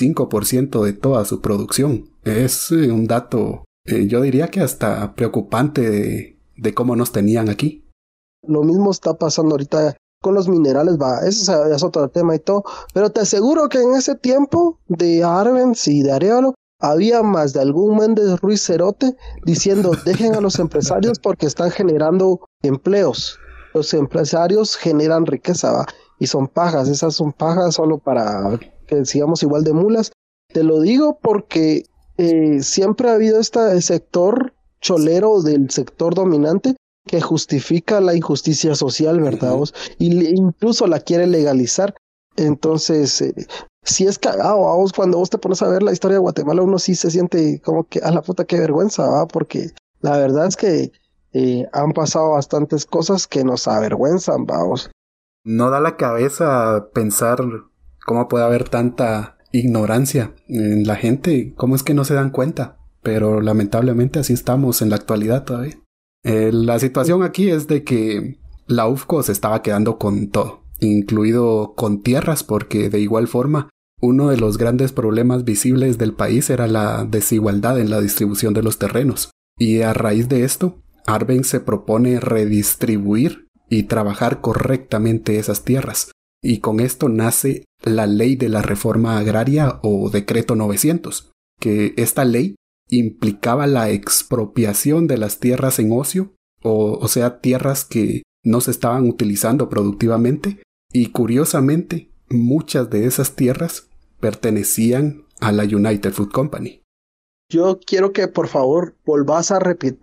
25% de toda su producción. Es un dato, yo diría que hasta preocupante de cómo nos tenían aquí. Lo mismo está pasando ahorita con los minerales, va, eso es otro tema y todo, pero te aseguro que en ese tiempo de Arbenz y de Arevalo había más de algún Méndez Ruiz Cerote diciendo dejen a los empresarios porque están generando empleos. Los empresarios generan riqueza, ¿va? Y son pajas, esas son pajas solo para que sigamos igual de mulas. Te lo digo porque siempre ha habido este sector cholero del sector dominante que justifica la injusticia social, ¿verdad? Uh-huh. Y incluso la quiere legalizar. Entonces, sí es cagado, vos cuando vos te pones a ver la historia de Guatemala, uno sí se siente como que a la puta qué vergüenza, ¿va? Porque la verdad es que han pasado bastantes cosas que nos avergüenzan, vamos. No da la cabeza pensar cómo puede haber tanta ignorancia en la gente. ¿Cómo es que no se dan cuenta? Pero lamentablemente así estamos en la actualidad todavía. La situación aquí es de que la UFCO se estaba quedando con todo, incluido con tierras, porque de igual forma uno de los grandes problemas visibles del país era la desigualdad en la distribución de los terrenos. Y a raíz de esto, Arbenz se propone redistribuir y trabajar correctamente esas tierras. Y con esto nace la Ley de la Reforma Agraria o Decreto 900, que esta ley implicaba la expropiación de las tierras en ocio, o sea, tierras que no se estaban utilizando productivamente, y curiosamente, muchas de esas tierras pertenecían a la United Fruit Company. Yo quiero que por favor volvás a repetir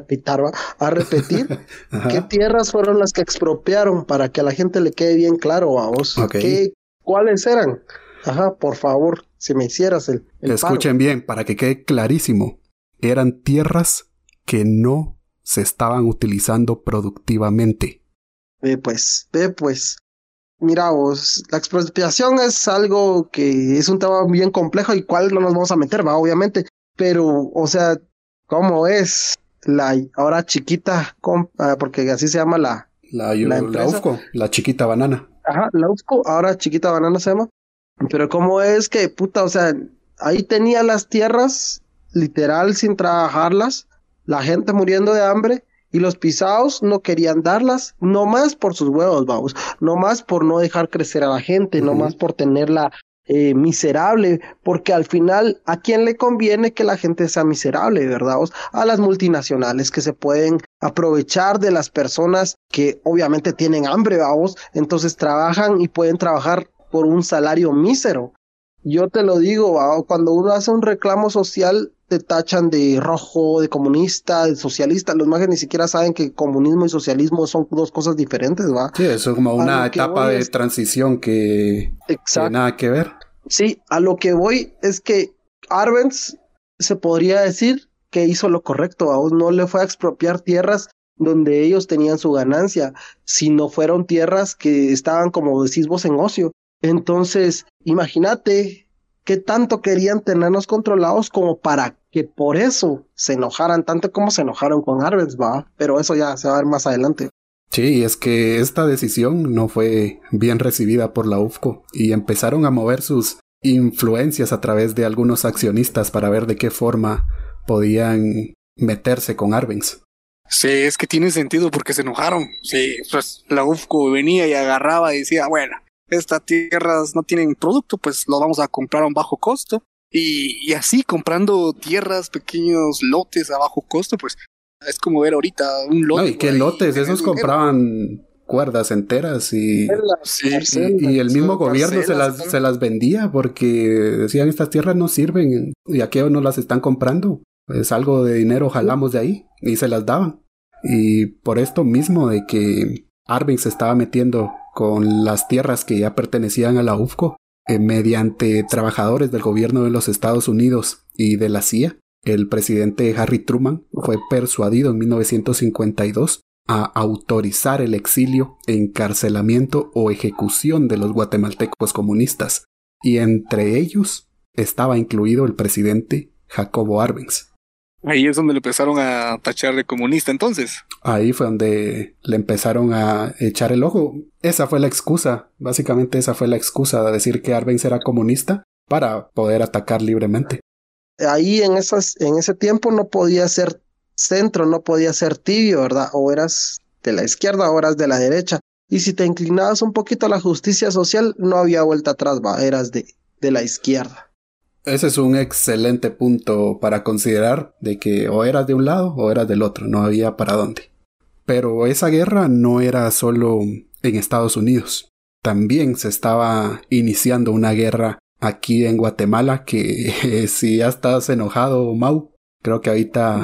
qué tierras fueron las que expropiaron para que a la gente le quede bien claro a vos. Okay. ¿Cuáles eran? Ajá, por favor, si me hicieras el Escuchen paro. bien, para que quede clarísimo. Eran tierras que no se estaban utilizando productivamente. Ve pues. Mira vos, la expropiación es algo que es un tema bien complejo y cual no nos vamos a meter, va, obviamente. Pero, o sea, ¿cómo es la ahora chiquita, porque así se llama la empresa? La UFCO, la chiquita banana. Ajá, la UFCO, ahora chiquita banana se llama. Pero ¿cómo es que, puta, o sea, ahí tenía las tierras, literal, sin trabajarlas, la gente muriendo de hambre, y los pisados no querían darlas, no más por sus huevos, vamos, no más por no dejar crecer a la gente, no más por tenerla miserable, porque al final, ¿a quién le conviene que la gente sea miserable, verdad? A las multinacionales que se pueden aprovechar de las personas que obviamente tienen hambre, vamos, entonces trabajan y pueden trabajar por un salario mísero. Yo te lo digo, ¿va? Cuando uno hace un reclamo social, te tachan de rojo, de comunista, de socialista. Los mages ni siquiera saben que comunismo y socialismo son dos cosas diferentes, ¿va? Sí, eso es como una etapa de transición que nada que ver. Sí, a lo que voy es que Arbenz se podría decir que hizo lo correcto, ¿va? No le fue a expropiar tierras donde ellos tenían su ganancia, sino fueron tierras que estaban, como decís vos, en ocio. Entonces, imagínate qué tanto querían tenernos controlados como para que por eso se enojaran tanto como se enojaron con Arbenz, va, pero eso ya se va a ver más adelante. Sí, es que esta decisión no fue bien recibida por la UFCO y empezaron a mover sus influencias a través de algunos accionistas para ver de qué forma podían meterse con Arbenz. Sí, es que tiene sentido porque se enojaron. Sí, pues la UFCO venía y agarraba y decía, bueno, estas tierras no tienen producto, pues lo vamos a comprar a un bajo costo. Y así, comprando tierras, pequeños lotes a bajo costo, pues es como ver ahorita un lote. No, ¿y qué lotes? Esos compraban cuerdas enteras y el mismo gobierno se las vendía porque decían estas tierras no sirven y a qué no las están comprando. Pues algo de dinero jalamos de ahí y se las daban. Y por esto mismo de que Arbenz se estaba metiendo con las tierras que ya pertenecían a la UFCO, mediante trabajadores del gobierno de los Estados Unidos y de la CIA, el presidente Harry Truman fue persuadido en 1952 a autorizar el exilio, encarcelamiento o ejecución de los guatemaltecos comunistas, y entre ellos estaba incluido el presidente Jacobo Arbenz. Ahí es donde le empezaron a tachar de comunista entonces. Ahí fue donde le empezaron a echar el ojo. Esa fue la excusa, básicamente esa fue la excusa de decir que Arbenz era comunista para poder atacar libremente. Ahí en ese tiempo no podía ser centro, no podía ser tibio, ¿verdad? O eras de la izquierda o eras de la derecha. Y si te inclinabas un poquito a la justicia social, no había vuelta atrás, va, eras de la izquierda. Ese es un excelente punto para considerar de que o eras de un lado o eras del otro, no había para dónde. Pero esa guerra no era solo en Estados Unidos. También se estaba iniciando una guerra aquí en Guatemala que si ya estás enojado, Mau, creo que ahorita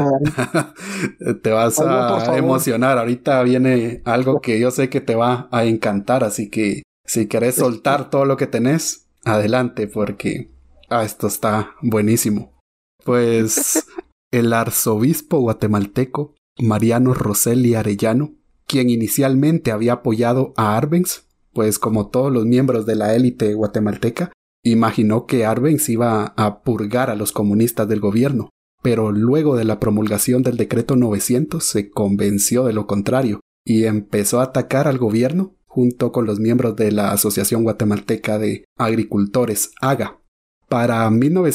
te vas a emocionar. Ahorita viene algo que yo sé que te va a encantar, así que si querés soltar todo lo que tenés, adelante, porque esto está buenísimo. Pues el arzobispo guatemalteco Mariano Rosselli Arellano, quien inicialmente había apoyado a Arbenz, pues como todos los miembros de la élite guatemalteca, imaginó que Arbenz iba a purgar a los comunistas del gobierno, pero luego de la promulgación del decreto 900 se convenció de lo contrario y empezó a atacar al gobierno junto con los miembros de la Asociación Guatemalteca de Agricultores, AGA. Para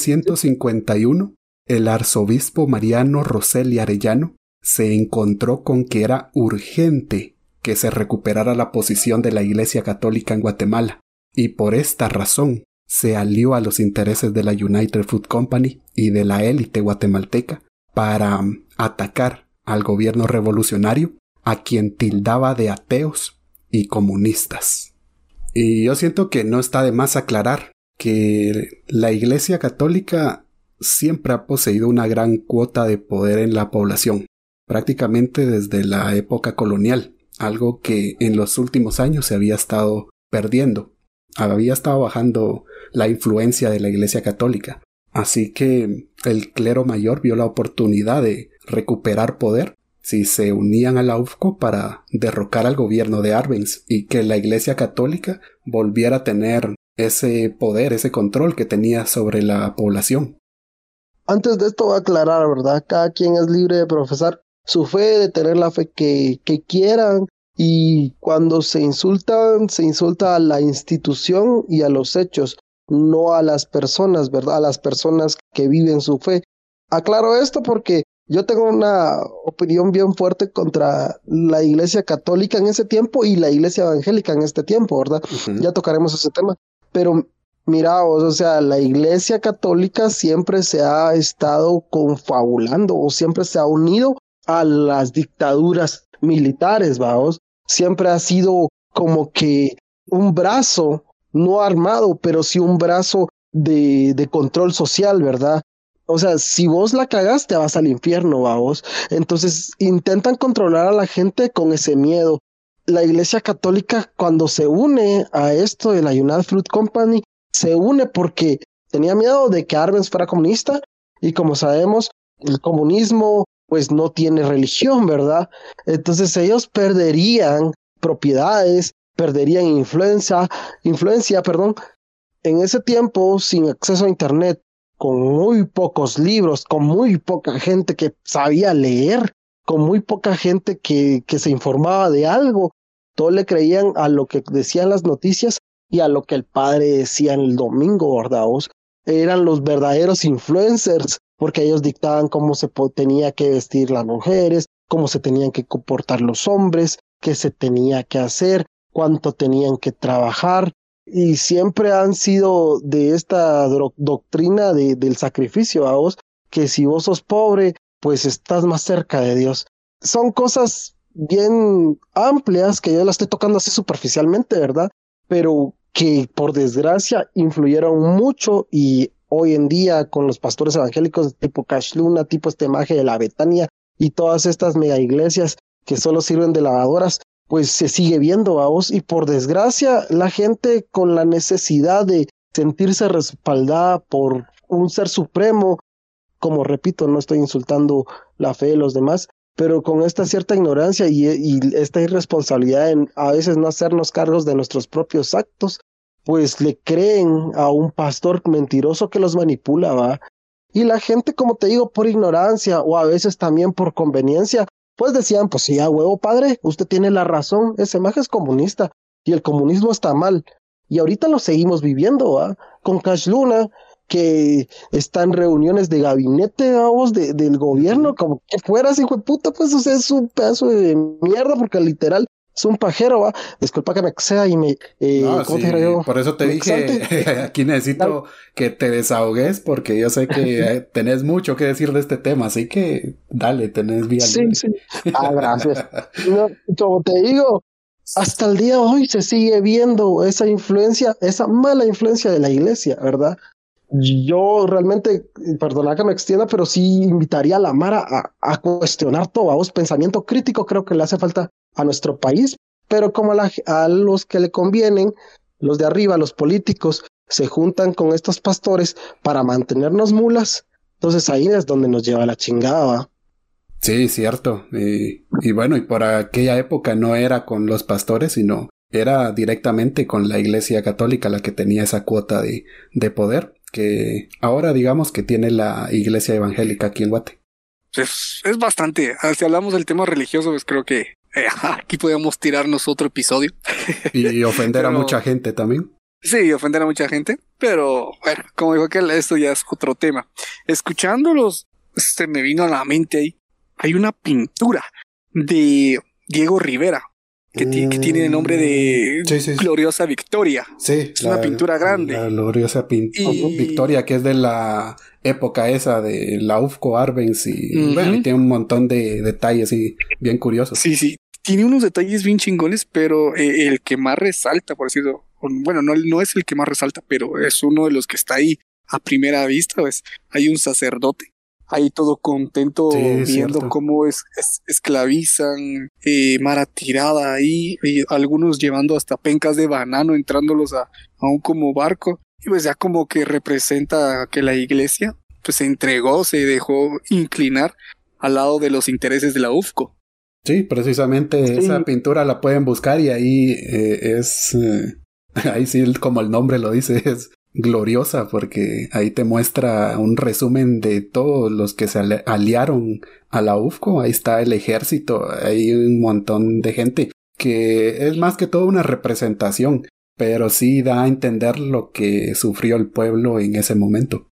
1951, el arzobispo Mariano Rosselli Arellano se encontró con que era urgente que se recuperara la posición de la Iglesia Católica en Guatemala, y por esta razón se alió a los intereses de la United Fruit Company y de la élite guatemalteca para atacar al gobierno revolucionario, a quien tildaba de ateos y comunistas. Y yo siento que no está de más aclarar que la Iglesia Católica siempre ha poseído una gran cuota de poder en la población, prácticamente desde la época colonial, algo que en los últimos años se había estado perdiendo. Había estado bajando la influencia de la Iglesia Católica. Así que el clero mayor vio la oportunidad de recuperar poder si se unían a la UFCO para derrocar al gobierno de Arbenz y que la Iglesia Católica volviera a tener ese poder, ese control que tenía sobre la población. Antes de esto voy a aclarar, ¿verdad? Cada quien es libre de profesar su fe, de tener la fe que quieran, y cuando se insulta a la institución y a los hechos, no a las personas, ¿verdad? A las personas que viven su fe. Aclaro esto porque yo tengo una opinión bien fuerte contra la Iglesia Católica en ese tiempo y la Iglesia Evangélica en este tiempo, ¿verdad? Uh-huh. Ya tocaremos ese tema. Pero mira, o sea, la Iglesia Católica siempre se ha estado confabulando o siempre se ha unido a las dictaduras militares, vamos. Siempre ha sido como que un brazo, no armado, pero sí un brazo de control social, ¿verdad? O sea, si vos la cagaste, vas al infierno, vamos. Entonces intentan controlar a la gente con ese miedo. La Iglesia Católica, cuando se une a esto de la United Fruit Company, se une porque tenía miedo de que Arbenz fuera comunista, y como sabemos, el comunismo pues no tiene religión, ¿verdad? Entonces ellos perderían propiedades, perderían influencia, En ese tiempo, sin acceso a internet, con muy pocos libros, con muy poca gente que sabía leer, con muy poca gente que se informaba de algo, todos le creían a lo que decían las noticias y a lo que el padre decía en el domingo, ¿verdad? Eran los verdaderos influencers, porque ellos dictaban cómo se tenía que vestir las mujeres, cómo se tenían que comportar los hombres, qué se tenía que hacer, cuánto tenían que trabajar, y siempre han sido de esta doctrina del sacrificio, a vos, que si vos sos pobre, pues estás más cerca de Dios. Son cosas bien amplias que yo las estoy tocando así superficialmente, ¿verdad? Pero que por desgracia influyeron mucho, y hoy en día con los pastores evangélicos tipo Cash Luna, tipo este maje de la Betania y todas estas mega iglesias que solo sirven de lavadoras, pues se sigue viendo, vamos, y por desgracia la gente con la necesidad de sentirse respaldada por un ser supremo, como repito, no estoy insultando la fe de los demás, pero con esta cierta ignorancia y esta irresponsabilidad en a veces no hacernos cargos de nuestros propios actos, pues le creen a un pastor mentiroso que los manipula, ¿va? Y la gente, como te digo, por ignorancia o a veces también por conveniencia, pues decían, pues sí, a huevo padre, usted tiene la razón, ese maje es comunista y el comunismo está mal. Y ahorita lo seguimos viviendo, ¿va? Con Cash Luna, que está en reuniones de gabinete, vamos, del gobierno, como que fueras hijo de puta, pues, o sea, es un pedazo de mierda, porque literal es un pajero, ¿va? Disculpa que me exceda y me... no, sí, por eso te dije, aquí necesito que te desahogues, porque yo sé que tenés mucho que decir de este tema, así que dale, tenés vía libre. Sí. Ah, gracias. No, como te digo, hasta el día de hoy se sigue viendo esa influencia, esa mala influencia de la iglesia, ¿verdad? Yo realmente, perdona que me extienda, pero sí invitaría a la Mara a cuestionar todo, vamos, pensamiento crítico creo que le hace falta a nuestro país, pero como a los que le convienen, los de arriba, los políticos, se juntan con estos pastores para mantenernos mulas, entonces ahí es donde nos lleva la chingada, ¿va? Sí, cierto, y bueno, y por aquella época no era con los pastores, sino era directamente con la Iglesia Católica la que tenía esa cuota de poder, que ahora digamos que tiene la Iglesia Evangélica aquí en Guate. Es bastante. Si hablamos del tema religioso, pues creo que aquí podemos tirarnos otro episodio. Y ofender Pero, a mucha gente también. Sí, ofender a mucha gente, pero bueno, como dijo aquel, esto ya es otro tema. Escuchándolos, me vino a la mente ahí, hay una pintura de Diego Rivera, que tiene el nombre de Gloriosa Victoria. Sí, es una pintura grande. La gloriosa Victoria, que es de la época esa de la UFCO Arbenz y bueno, y tiene un montón de detalles y bien curiosos. Sí, tiene unos detalles bien chingones, pero el que más resalta, por decirlo, bueno, no es el que más resalta, pero es uno de los que está ahí a primera vista, pues hay un sacerdote ahí todo contento viendo cierto. Cómo esclavizan Mara tirada ahí, y algunos llevando hasta pencas de banano, entrándolos a un como barco, y pues ya como que representa que la iglesia pues se entregó, se dejó inclinar al lado de los intereses de la UFCO. Sí, precisamente esa pintura la pueden buscar y ahí ahí sí, como el nombre lo dice, es gloriosa, porque ahí te muestra un resumen de todos los que se aliaron a la UFCO. Ahí está el ejército, hay un montón de gente, que es más que todo una representación, pero sí da a entender lo que sufrió el pueblo en ese momento.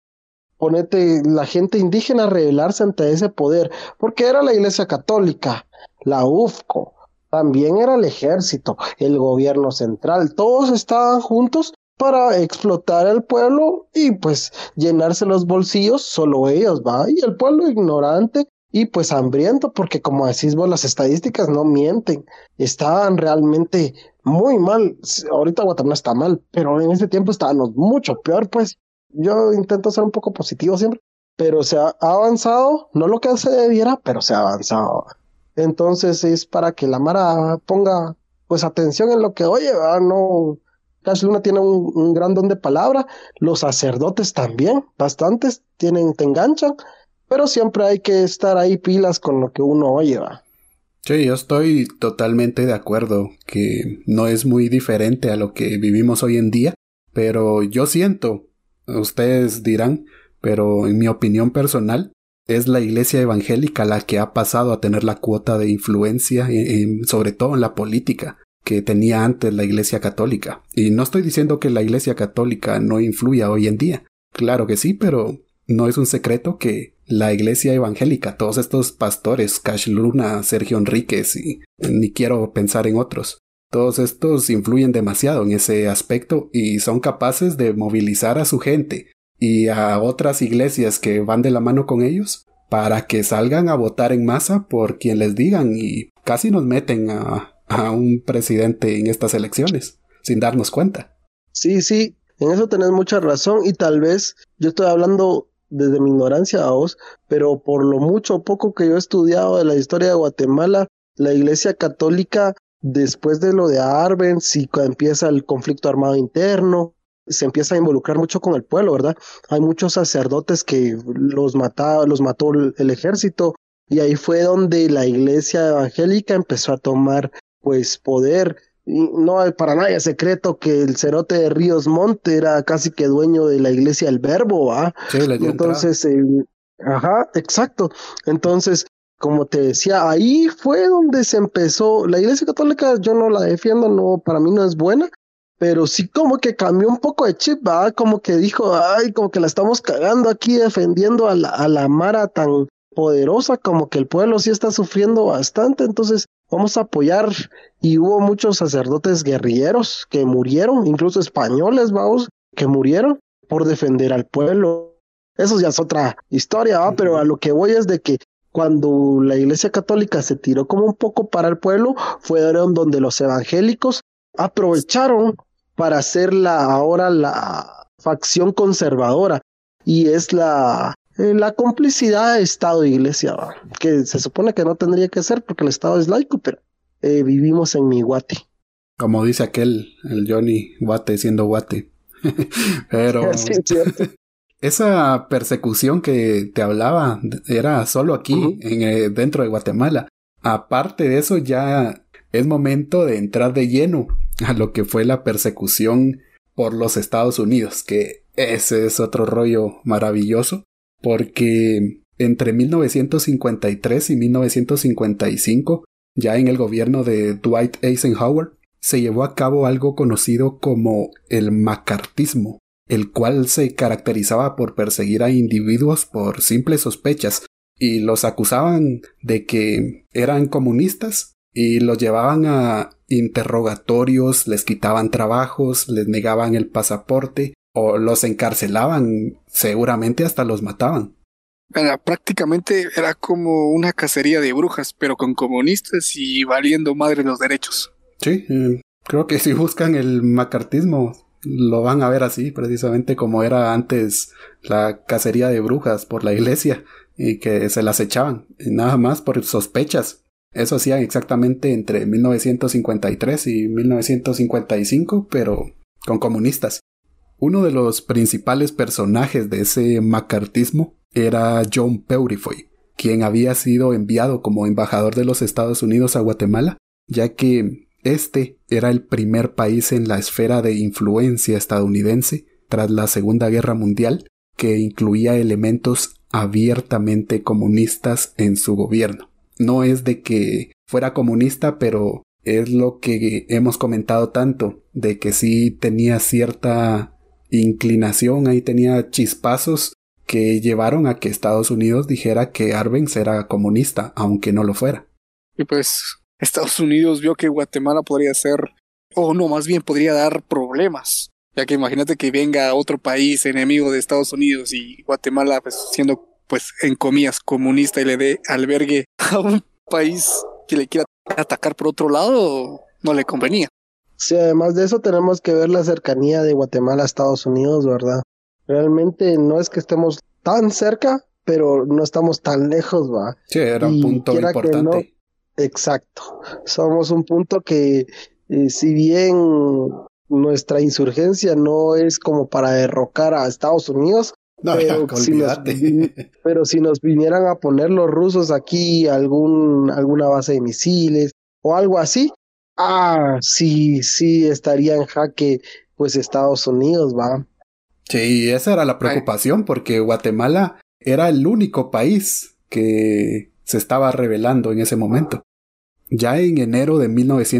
Ponete la gente indígena a rebelarse ante ese poder, porque era la Iglesia Católica, la UFCO, también era el ejército, el gobierno central, todos estaban juntos para explotar al pueblo y pues llenarse los bolsillos, solo ellos, ¿va? Y el pueblo ignorante y pues hambriento, porque como decís vos, las estadísticas no mienten, estaban realmente muy mal. Ahorita Guatemala está mal, pero en ese tiempo estábamos mucho peor, pues. Yo intento ser un poco positivo siempre, pero se ha avanzado, no lo que se debiera, pero se ha avanzado. Entonces es para que la Mara ponga pues atención en lo que oye, ¿verdad? No, Cash Luna tiene un gran don de palabra, los sacerdotes también, bastantes, te enganchan, pero siempre hay que estar ahí pilas con lo que uno oye, ¿verdad? Sí, yo estoy totalmente de acuerdo que no es muy diferente a lo que vivimos hoy en día, pero yo siento, ustedes dirán, pero en mi opinión personal, es la iglesia evangélica la que ha pasado a tener la cuota de influencia, sobre todo en la política, que tenía antes la iglesia católica. Y no estoy diciendo que la iglesia católica no influya hoy en día. Claro que sí, pero no es un secreto que la iglesia evangélica, todos estos pastores, Cash Luna, Sergio Enríquez, y ni quiero pensar en otros, todos estos influyen demasiado en ese aspecto y son capaces de movilizar a su gente y a otras iglesias que van de la mano con ellos para que salgan a votar en masa por quien les digan, y casi nos meten a un presidente en estas elecciones sin darnos cuenta. Sí, en eso tenés mucha razón, y tal vez yo estoy hablando desde mi ignorancia a vos, pero por lo mucho o poco que yo he estudiado de la historia de Guatemala, la iglesia católica, después de lo de Arbenz y cuando empieza el conflicto armado interno, se empieza a involucrar mucho con el pueblo, ¿verdad? Hay muchos sacerdotes que los mató el ejército, y ahí fue donde la iglesia evangélica empezó a tomar pues poder. Y no para nadie es secreto que el cerote de Ríos Montt era casi que dueño de la iglesia del Verbo, ¿va? Sí, le dio entonces, ajá, exacto. Entonces, como te decía, ahí fue donde se empezó. La iglesia católica yo no la defiendo, no, para mí no es buena, pero sí como que cambió un poco de chip, ¿va? Como que dijo, ay, como que la estamos cagando aquí defendiendo a la Mara tan poderosa, como que el pueblo sí está sufriendo bastante, entonces vamos a apoyar. Y hubo muchos sacerdotes guerrilleros que murieron, incluso españoles, vamos, que murieron por defender al pueblo. Eso ya es otra historia, ¿va? Pero a lo que voy es de que cuando la iglesia católica se tiró como un poco para el pueblo, fueron donde los evangélicos aprovecharon para hacer ahora la facción conservadora, y es la complicidad de Estado e Iglesia, ¿va? Que se supone que no tendría que ser porque el Estado es laico, pero vivimos en mi Guate. Como dice aquel, el Johnny Guate siendo Guate. Pero sí, es cierto. Esa persecución que te hablaba era solo aquí, dentro de Guatemala. Aparte de eso, ya es momento de entrar de lleno a lo que fue la persecución por los Estados Unidos, que ese es otro rollo maravilloso, porque entre 1953 y 1955, ya en el gobierno de Dwight Eisenhower, se llevó a cabo algo conocido como el macartismo, el cual se caracterizaba por perseguir a individuos por simples sospechas y los acusaban de que eran comunistas y los llevaban a interrogatorios, les quitaban trabajos, les negaban el pasaporte o los encarcelaban, seguramente hasta los mataban. Prácticamente era como una cacería de brujas, pero con comunistas y valiendo madre los derechos. Sí, creo que si buscan el macartismo lo van a ver así, precisamente como era antes la cacería de brujas por la iglesia y que se las echaban, nada más por sospechas. Eso hacían exactamente entre 1953 y 1955, pero con comunistas. Uno de los principales personajes de ese macartismo era John Peurifoy, quien había sido enviado como embajador de los Estados Unidos a Guatemala, ya que este era el primer país en la esfera de influencia estadounidense tras la Segunda Guerra Mundial que incluía elementos abiertamente comunistas en su gobierno. No es de que fuera comunista, pero es lo que hemos comentado tanto, de que sí tenía cierta inclinación, ahí tenía chispazos que llevaron a que Estados Unidos dijera que Arbenz era comunista, aunque no lo fuera. Y pues Estados Unidos vio que Guatemala podría ser, o no, más bien podría dar problemas, ya que imagínate que venga otro país enemigo de Estados Unidos y Guatemala, pues siendo, pues en comillas, comunista y le dé albergue a un país que le quiera atacar por otro lado, no le convenía. Sí, además de eso tenemos que ver la cercanía de Guatemala a Estados Unidos, ¿verdad? Realmente no es que estemos tan cerca, pero no estamos tan lejos, ¿va? Sí, era un punto importante. No, exacto. Somos un punto que, si bien nuestra insurgencia no es como para derrocar a Estados Unidos, no, pero si nos vinieran a poner los rusos aquí alguna base de misiles o algo así, sí estaría en jaque pues Estados Unidos, ¿va? Sí, esa era la preocupación, porque Guatemala era el único país que se estaba rebelando en ese momento. Ya en enero de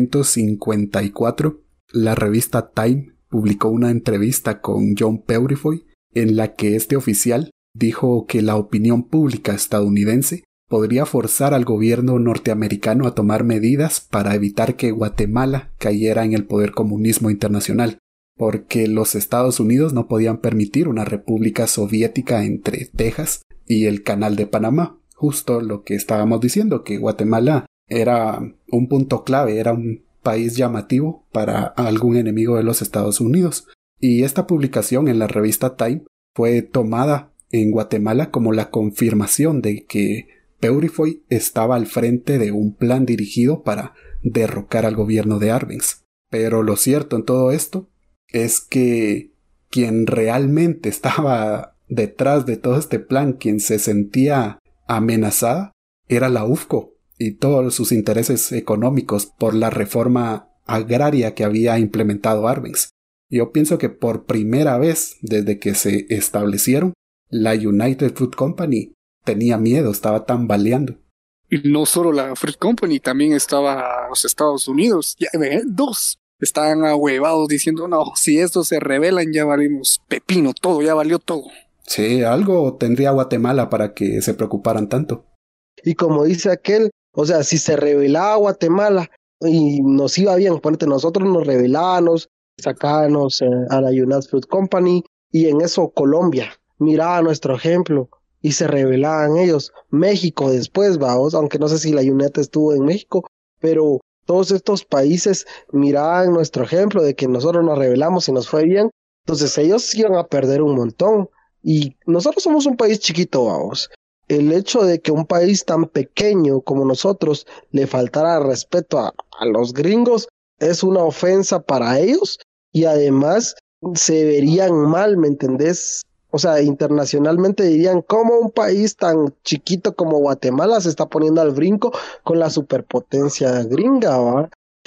1954, la revista Time publicó una entrevista con John Peurifoy en la que este oficial dijo que la opinión pública estadounidense podría forzar al gobierno norteamericano a tomar medidas para evitar que Guatemala cayera en el poder comunismo internacional, porque los Estados Unidos no podían permitir una república soviética entre Texas y el Canal de Panamá. Justo lo que estábamos diciendo, que Guatemala era un punto clave, era un país llamativo para algún enemigo de los Estados Unidos. Y esta publicación en la revista Time fue tomada en Guatemala como la confirmación de que Peurifoy estaba al frente de un plan dirigido para derrocar al gobierno de Arbenz. Pero lo cierto en todo esto es que quien realmente estaba detrás de todo este plan, quien se sentía amenazada, era la UFCO y todos sus intereses económicos por la reforma agraria que había implementado Arbenz. Yo pienso que por primera vez desde que se establecieron, la United Fruit Company tenía miedo, estaba tambaleando. Y no solo la Fruit Company, también estaba los Estados Unidos. Ya, dos estaban ahuevados diciendo, no, si estos se rebelan ya valimos pepino, todo, ya valió todo. Sí, algo tendría Guatemala para que se preocuparan tanto. Y como dice aquel, o sea, si se rebelaba Guatemala y nos iba bien, ponete, nosotros nos rebelábamos, sacábamos a la United Fruit Company, y en eso Colombia miraba nuestro ejemplo y se rebelaban ellos. México después, vamos, aunque no sé si la United estuvo en México, pero todos estos países miraban nuestro ejemplo de que nosotros nos rebelamos y nos fue bien, entonces ellos iban a perder un montón. Y nosotros somos un país chiquito, vamos. El hecho de que un país tan pequeño como nosotros le faltara respeto a los gringos es una ofensa para ellos, y además se verían mal, ¿me entendés? O sea, internacionalmente dirían, ¿cómo un país tan chiquito como Guatemala se está poniendo al brinco con la superpotencia gringa, ¿va?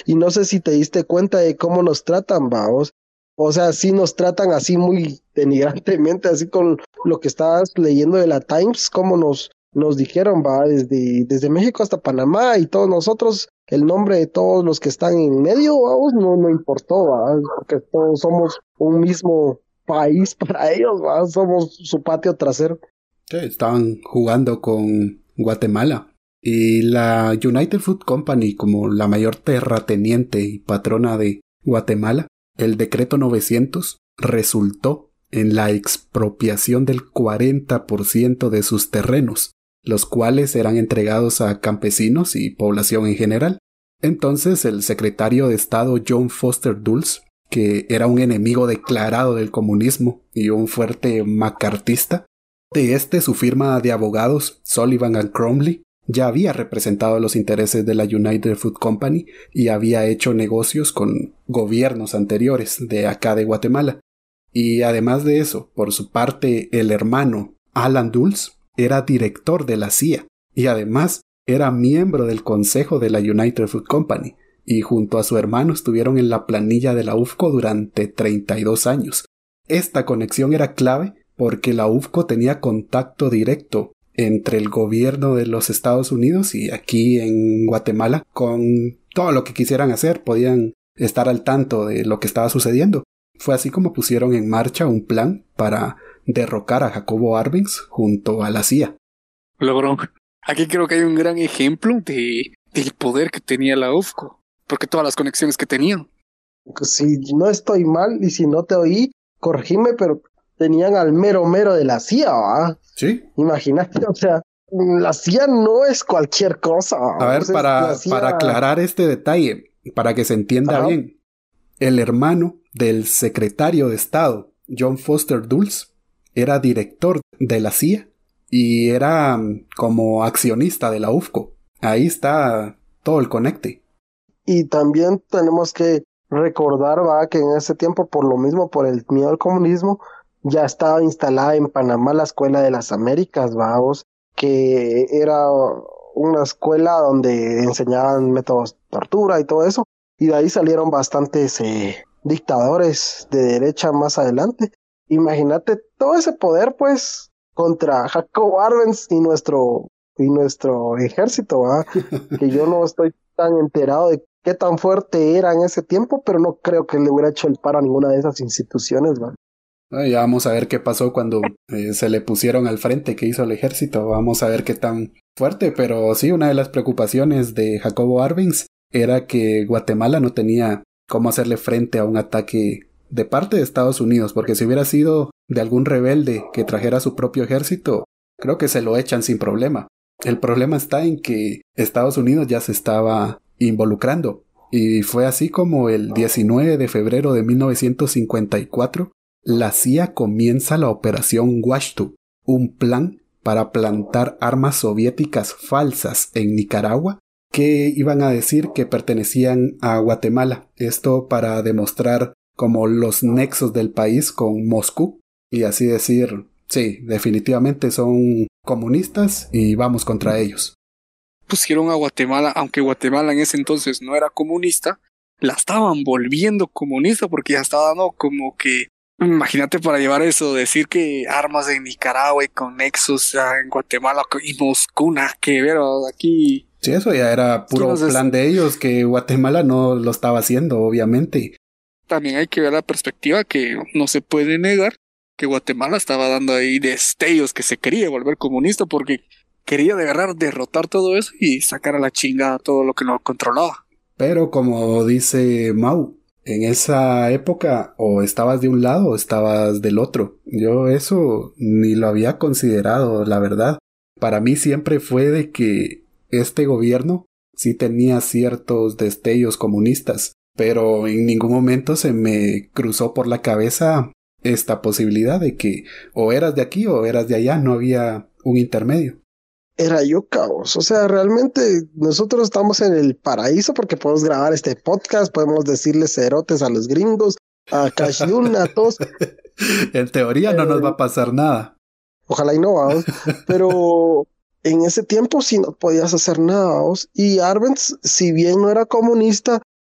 Y no sé si te diste cuenta de cómo nos tratan, vaos. O sea, sí nos tratan así muy denigrantemente, así con lo que estabas leyendo de la Times, como nos dijeron, va, desde México hasta Panamá y todos nosotros, el nombre de todos los que están en medio, vamos, no importó, va, porque todos somos un mismo país para ellos, va, somos su patio trasero. Sí, estaban jugando con Guatemala. Y la United Fruit Company, como la mayor terrateniente y patrona de Guatemala, el decreto 900 resultó en la expropiación del 40% de sus terrenos, los cuales eran entregados a campesinos y población en general. Entonces el secretario de Estado John Foster Dulles, que era un enemigo declarado del comunismo y un fuerte macartista, de su firma de abogados Sullivan and Cromley, ya había representado los intereses de la United Fruit Company y había hecho negocios con gobiernos anteriores de acá de Guatemala. Y además de eso, por su parte, el hermano Alan Dulles era director de la CIA y además era miembro del consejo de la United Fruit Company y junto a su hermano estuvieron en la planilla de la UFCO durante 32 años. Esta conexión era clave porque la UFCO tenía contacto directo entre el gobierno de los Estados Unidos y aquí en Guatemala, con todo lo que quisieran hacer, podían estar al tanto de lo que estaba sucediendo. Fue así como pusieron en marcha un plan para derrocar a Jacobo Arbenz junto a la CIA. Logró. Aquí creo que hay un gran ejemplo del poder que tenía la UFCO, porque todas las conexiones que tenían. Si no estoy mal y si no te oí, corregime, pero tenían al mero de la CIA, ¿va? Sí. Imagínate, o sea, la CIA no es cualquier cosa. A ver, para aclarar este detalle, para que se entienda bien, el hermano del secretario de Estado, John Foster Dulles, era director de la CIA y era como accionista de la UFCO. Ahí está todo el conecte. Y también tenemos que recordar, va, que en ese tiempo, por lo mismo, por el miedo al comunismo, ya estaba instalada en Panamá la Escuela de las Américas, vamos, que era una escuela donde enseñaban métodos de tortura y todo eso, y de ahí salieron bastantes dictadores de derecha más adelante. Imagínate todo ese poder, pues, contra Jacobo Arbenz y nuestro ejército, ¿va? Que yo no estoy tan enterado de qué tan fuerte era en ese tiempo, pero no creo que le hubiera hecho el paro a ninguna de esas instituciones, ¿va? Ya vamos a ver qué pasó cuando se le pusieron al frente, qué hizo el ejército. Vamos a ver qué tan fuerte, pero sí, una de las preocupaciones de Jacobo Arbenz era que Guatemala no tenía cómo hacerle frente a un ataque de parte de Estados Unidos, porque si hubiera sido de algún rebelde que trajera su propio ejército, creo que se lo echan sin problema. El problema está en que Estados Unidos ya se estaba involucrando, y fue así como el 19 de febrero de 1954 la CIA comienza la Operación Washtu, un plan para plantar armas soviéticas falsas en Nicaragua que iban a decir que pertenecían a Guatemala. Esto para demostrar como los nexos del país con Moscú y así decir, sí, definitivamente son comunistas y vamos contra ellos. Pusieron a Guatemala, aunque Guatemala en ese entonces no era comunista, la estaban volviendo comunista porque ya estaba dando como que, imagínate para llevar eso, decir que armas en Nicaragua y con nexos en Guatemala y Moscú, nada que ver, aquí. Sí, eso ya era puro plan de ellos, que Guatemala no lo estaba haciendo, obviamente. También hay que ver la perspectiva que no se puede negar que Guatemala estaba dando ahí destellos que se quería volver comunista porque quería de verdad derrotar todo eso y sacar a la chingada todo lo que no controlaba. Pero como dice Mau, en esa época o estabas de un lado o estabas del otro. Yo eso ni lo había considerado, la verdad. Para mí siempre fue de que este gobierno sí tenía ciertos destellos comunistas, pero en ningún momento se me cruzó por la cabeza esta posibilidad de que o eras de aquí o eras de allá, no había un intermedio. Era yo caos, o sea, realmente nosotros estamos en el paraíso porque podemos grabar este podcast, podemos decirles cerotes a los gringos, a Cashyun, a todos. En teoría no nos va a pasar nada. Ojalá y no, vamos, pero en ese tiempo sí no podías hacer nada, vamos. Y Arbenz, si bien no era comunista,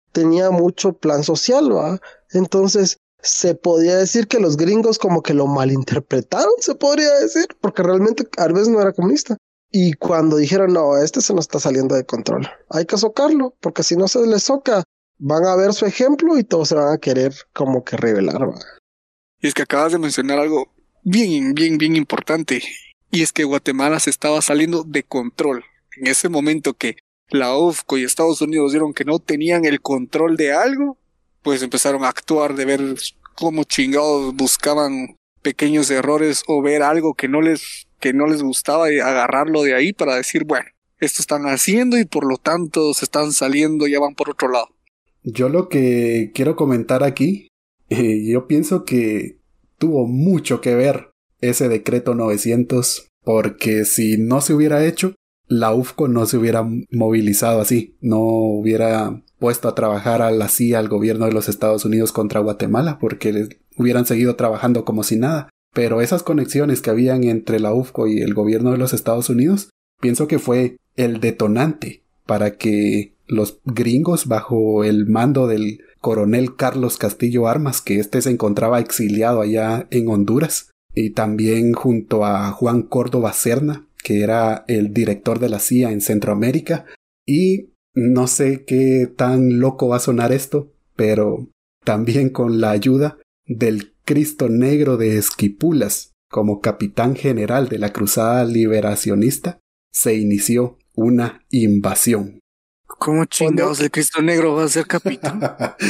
tenía mucho plan social, ¿va? Entonces, se podía decir que los gringos como que lo malinterpretaron, se podría decir, porque realmente Arbenz no era comunista. Y cuando dijeron, no, este se nos está saliendo de control, hay que socarlo, porque si no se les soca, van a ver su ejemplo y todos se van a querer como que rebelar, ¿va? Y es que acabas de mencionar algo bien importante. Y es que Guatemala se estaba saliendo de control. En ese momento que la UFCO y Estados Unidos vieron que no tenían el control de algo, pues empezaron a actuar, de ver cómo chingados buscaban pequeños errores o ver algo que no les gustaba y agarrarlo de ahí para decir, bueno, esto están haciendo y por lo tanto se están saliendo, ya van por otro lado. Yo lo que quiero comentar aquí, yo pienso que tuvo mucho que ver ese decreto 900, porque si no se hubiera hecho, la UFCO no se hubiera movilizado así, no hubiera puesto a trabajar a la CIA, al gobierno de los Estados Unidos contra Guatemala, porque hubieran seguido trabajando como si nada. Pero esas conexiones que habían entre la UFCO y el gobierno de los Estados Unidos, pienso que fue el detonante para que los gringos, bajo el mando del coronel Carlos Castillo Armas, que se encontraba exiliado allá en Honduras, y también junto a Juan Córdoba Serna, que era el director de la CIA en Centroamérica, y no sé qué tan loco va a sonar esto, pero también con la ayuda del Cristo Negro de Esquipulas como capitán general de la cruzada liberacionista, se inició una invasión. ¿Cómo chingados el Cristo Negro va a ser capitán?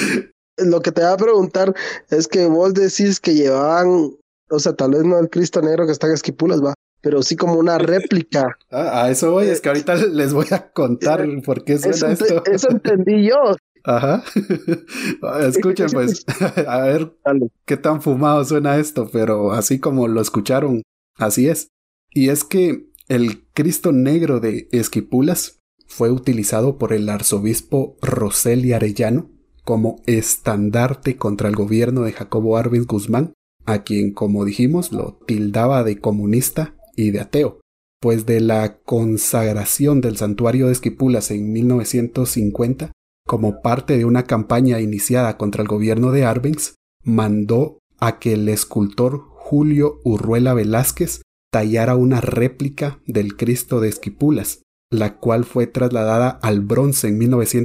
Lo que te voy a preguntar es que vos decís que llevaban, o sea, tal vez no el Cristo Negro que está en Esquipulas, va, pero sí como una réplica. A eso voy, es que ahorita les voy a contar por qué suena esto. Eso entendí yo. Ajá. Escuchen pues, a ver qué tan fumado suena esto, pero así como lo escucharon, así es. Y es que el Cristo Negro de Esquipulas fue utilizado por el arzobispo Roseli Arellano como estandarte contra el gobierno de Jacobo Arbenz Guzmán, a quien, como dijimos, lo tildaba de comunista y de ateo. Pues de la consagración del santuario de Esquipulas en 1950, como parte de una campaña iniciada contra el gobierno de Arbenz, mandó a que el escultor Julio Urruela Velázquez tallara una réplica del Cristo de Esquipulas, la cual fue trasladada al bronce en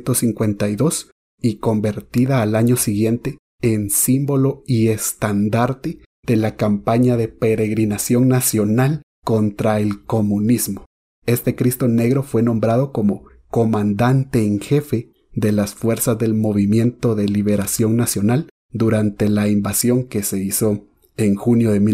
1952 y convertida al año siguiente en símbolo y estandarte de la campaña de peregrinación nacional contra el comunismo. Este Cristo Negro fue nombrado como comandante en jefe de las fuerzas del Movimiento de Liberación Nacional durante la invasión que se hizo en junio de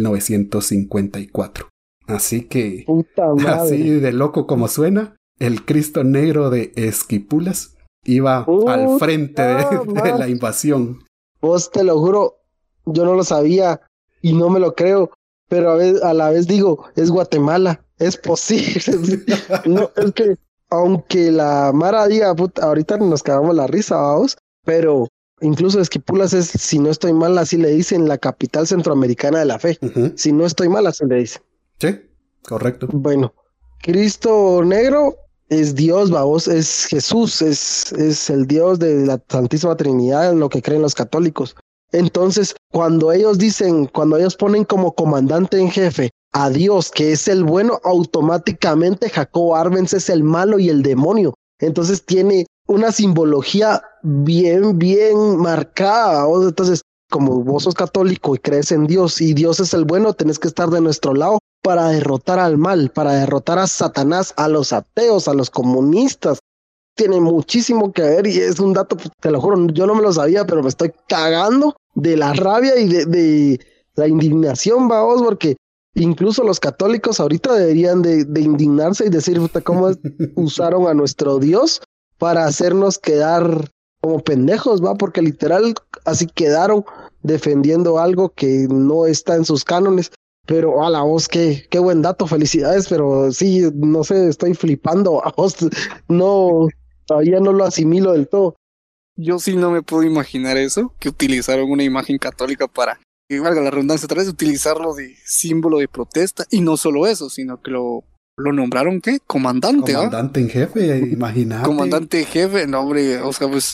1954. Así que, así de loco como suena, el Cristo Negro de Esquipulas iba al frente de la invasión. Vos, te lo juro, yo no lo sabía y no me lo creo, pero a la vez digo, es Guatemala, es posible. No, es que, aunque la Mara diga, puta, ahorita nos cagamos la risa, vamos, pero incluso Esquipulas es, si no estoy mal, así le dicen, la capital centroamericana de la fe. Uh-huh. Si no estoy mal, así le dicen. Sí, correcto. Bueno, Cristo Negro es Dios, vamos, es Jesús, es el Dios de la Santísima Trinidad, en lo que creen los católicos. Entonces, cuando ellos ponen como comandante en jefe a Dios, que es el bueno, automáticamente Jacobo Arbenz es el malo y el demonio. Entonces tiene una simbología bien marcada, ¿vos? Entonces, como vos sos católico y crees en Dios y Dios es el bueno, tenés que estar de nuestro lado para derrotar al mal, para derrotar a Satanás, a los ateos, a los comunistas. Tiene muchísimo que ver y es un dato, te lo juro, yo no me lo sabía, pero me estoy cagando de la rabia y de la indignación, vamos, porque incluso los católicos ahorita deberían de indignarse y decir, ¿cómo usaron a nuestro Dios para hacernos quedar como pendejos, va? Porque literal así quedaron defendiendo algo que no está en sus cánones. Pero a la voz, qué buen dato, felicidades, pero sí, no sé, estoy flipando, a vos, no, todavía no lo asimilo del todo. Yo sí no me puedo imaginar eso, que utilizaron una imagen católica para, que valga la redundancia otra vez, utilizarlo de símbolo de protesta, y no solo eso, sino que lo nombraron, ¿qué? Comandante, Comandante en jefe, imagínate. Comandante en jefe, no hombre, o sea, pues,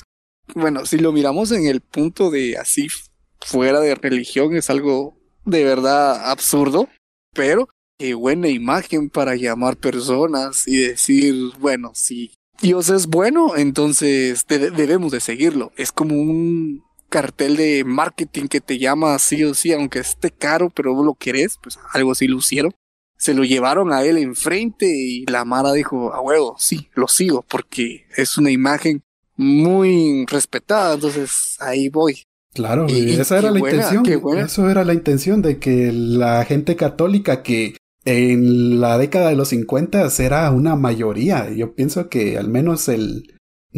bueno, si lo miramos en el punto de así fuera de religión, es algo de verdad absurdo, pero qué buena imagen para llamar personas y decir, bueno, si Dios es bueno, entonces debemos de seguirlo. Es como un cartel de marketing que te llama sí o sí, aunque esté caro, pero vos lo querés, pues algo así lo hicieron. Se lo llevaron a él enfrente y la Mara dijo, a huevo, sí, lo sigo, porque es una imagen muy respetada, entonces ahí voy. Claro, Y esa qué era la buena, intención. qué buena. Eso era la intención de que la gente católica que en la década de los 50 era una mayoría. Yo pienso que al menos el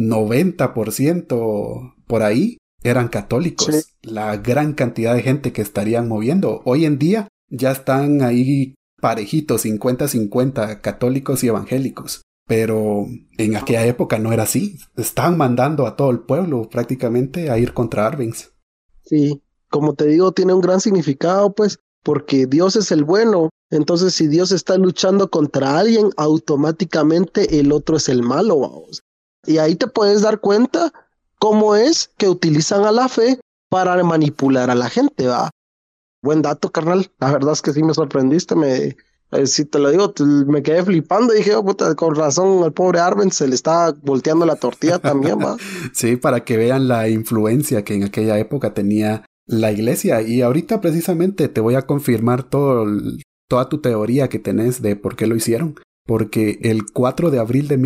90% por ahí eran católicos. Sí. La gran cantidad de gente que estarían moviendo. Hoy en día ya están ahí parejitos, 50-50 católicos y evangélicos. Pero en aquella época no era así. Estaban mandando a todo el pueblo prácticamente a ir contra Arbenz. Sí, como te digo, tiene un gran significado, pues, porque Dios es el bueno. Entonces, si Dios está luchando contra alguien, automáticamente el otro es el malo, vamos. Y ahí te puedes dar cuenta cómo es que utilizan a la fe para manipular a la gente, ¿va? Buen dato, carnal. La verdad es que sí me sorprendiste, si te lo digo, me quedé flipando y dije, oh, puta, con razón al pobre Arben se le está volteando la tortilla también, ¿va? Sí, para que vean la influencia que en aquella época tenía la iglesia. Y ahorita precisamente te voy a confirmar toda tu teoría que tenés de por qué lo hicieron. Porque el 4 de abril de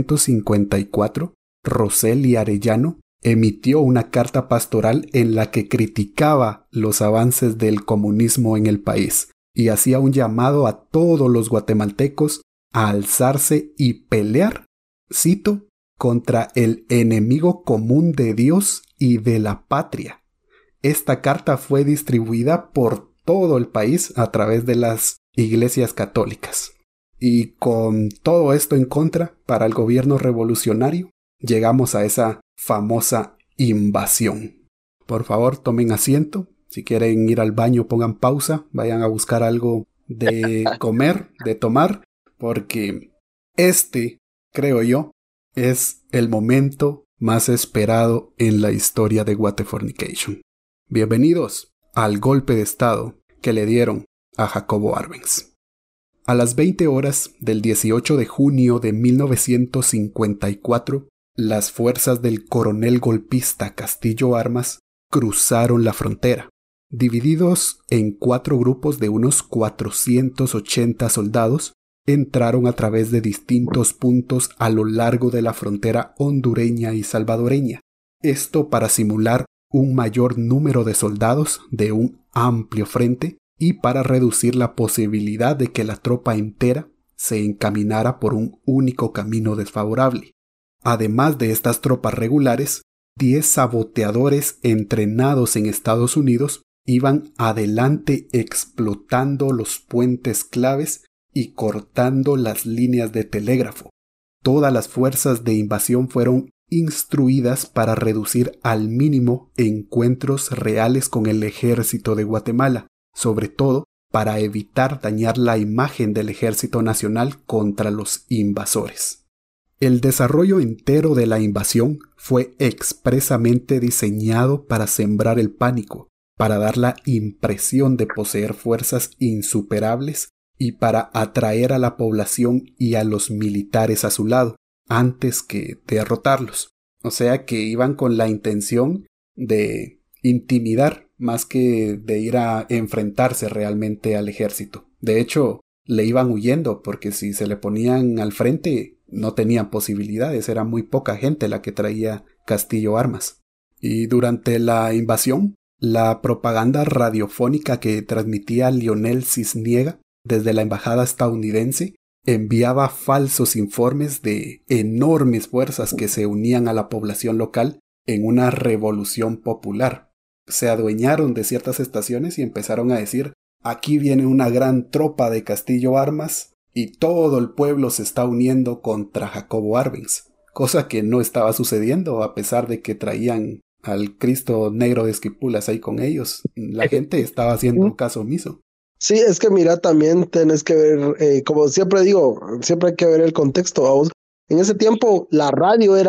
1954, Roseli Arellano emitió una carta pastoral en la que criticaba los avances del comunismo en el país y hacía un llamado a todos los guatemaltecos a alzarse y pelear, cito, contra el enemigo común de Dios y de la patria. Esta carta fue distribuida por todo el país a través de las iglesias católicas. Y con todo esto en contra, para el gobierno revolucionario, llegamos a esa famosa invasión. Por favor, tomen asiento. Si quieren ir al baño, pongan pausa. Vayan a buscar algo de comer, de tomar, porque creo yo, es el momento más esperado en la historia de Waterfornication. Bienvenidos al golpe de estado que le dieron a Jacobo Arbenz. A las 20 horas del 18 de junio de 1954, las fuerzas del coronel golpista Castillo Armas cruzaron la frontera, divididos en 4 grupos de unos 480 soldados. Entraron a través de distintos puntos a lo largo de la frontera hondureña y salvadoreña, esto para simular un mayor número de soldados de un amplio frente y para reducir la posibilidad de que la tropa entera se encaminara por un único camino desfavorable. Además de estas tropas regulares, 10 saboteadores entrenados en Estados Unidos iban adelante explotando los puentes claves y cortando las líneas de telégrafo. Todas las fuerzas de invasión fueron instruidas para reducir al mínimo encuentros reales con el ejército de Guatemala, sobre todo para evitar dañar la imagen del Ejército Nacional contra los invasores. El desarrollo entero de la invasión fue expresamente diseñado para sembrar el pánico, para dar la impresión de poseer fuerzas insuperables y para atraer a la población y a los militares a su lado, antes que derrotarlos. O sea que iban con la intención de intimidar más que de ir a enfrentarse realmente al ejército. De hecho, le iban huyendo porque si se le ponían al frente no tenían posibilidades, era muy poca gente la que traía Castillo Armas. Y durante la invasión, la propaganda radiofónica que transmitía Lionel Cisniega desde la embajada estadounidense enviaba falsos informes de enormes fuerzas que se unían a la población local en una revolución popular. Se adueñaron de ciertas estaciones y empezaron a decir: aquí viene una gran tropa de Castillo Armas y todo el pueblo se está uniendo contra Jacobo Arbenz, cosa que no estaba sucediendo a pesar de que traían al Cristo negro de Esquipulas ahí con ellos. La gente estaba haciendo caso omiso. Sí, es que mira, también tenés que ver, como siempre digo, siempre hay que ver el contexto, ¿vamos? En ese tiempo la radio era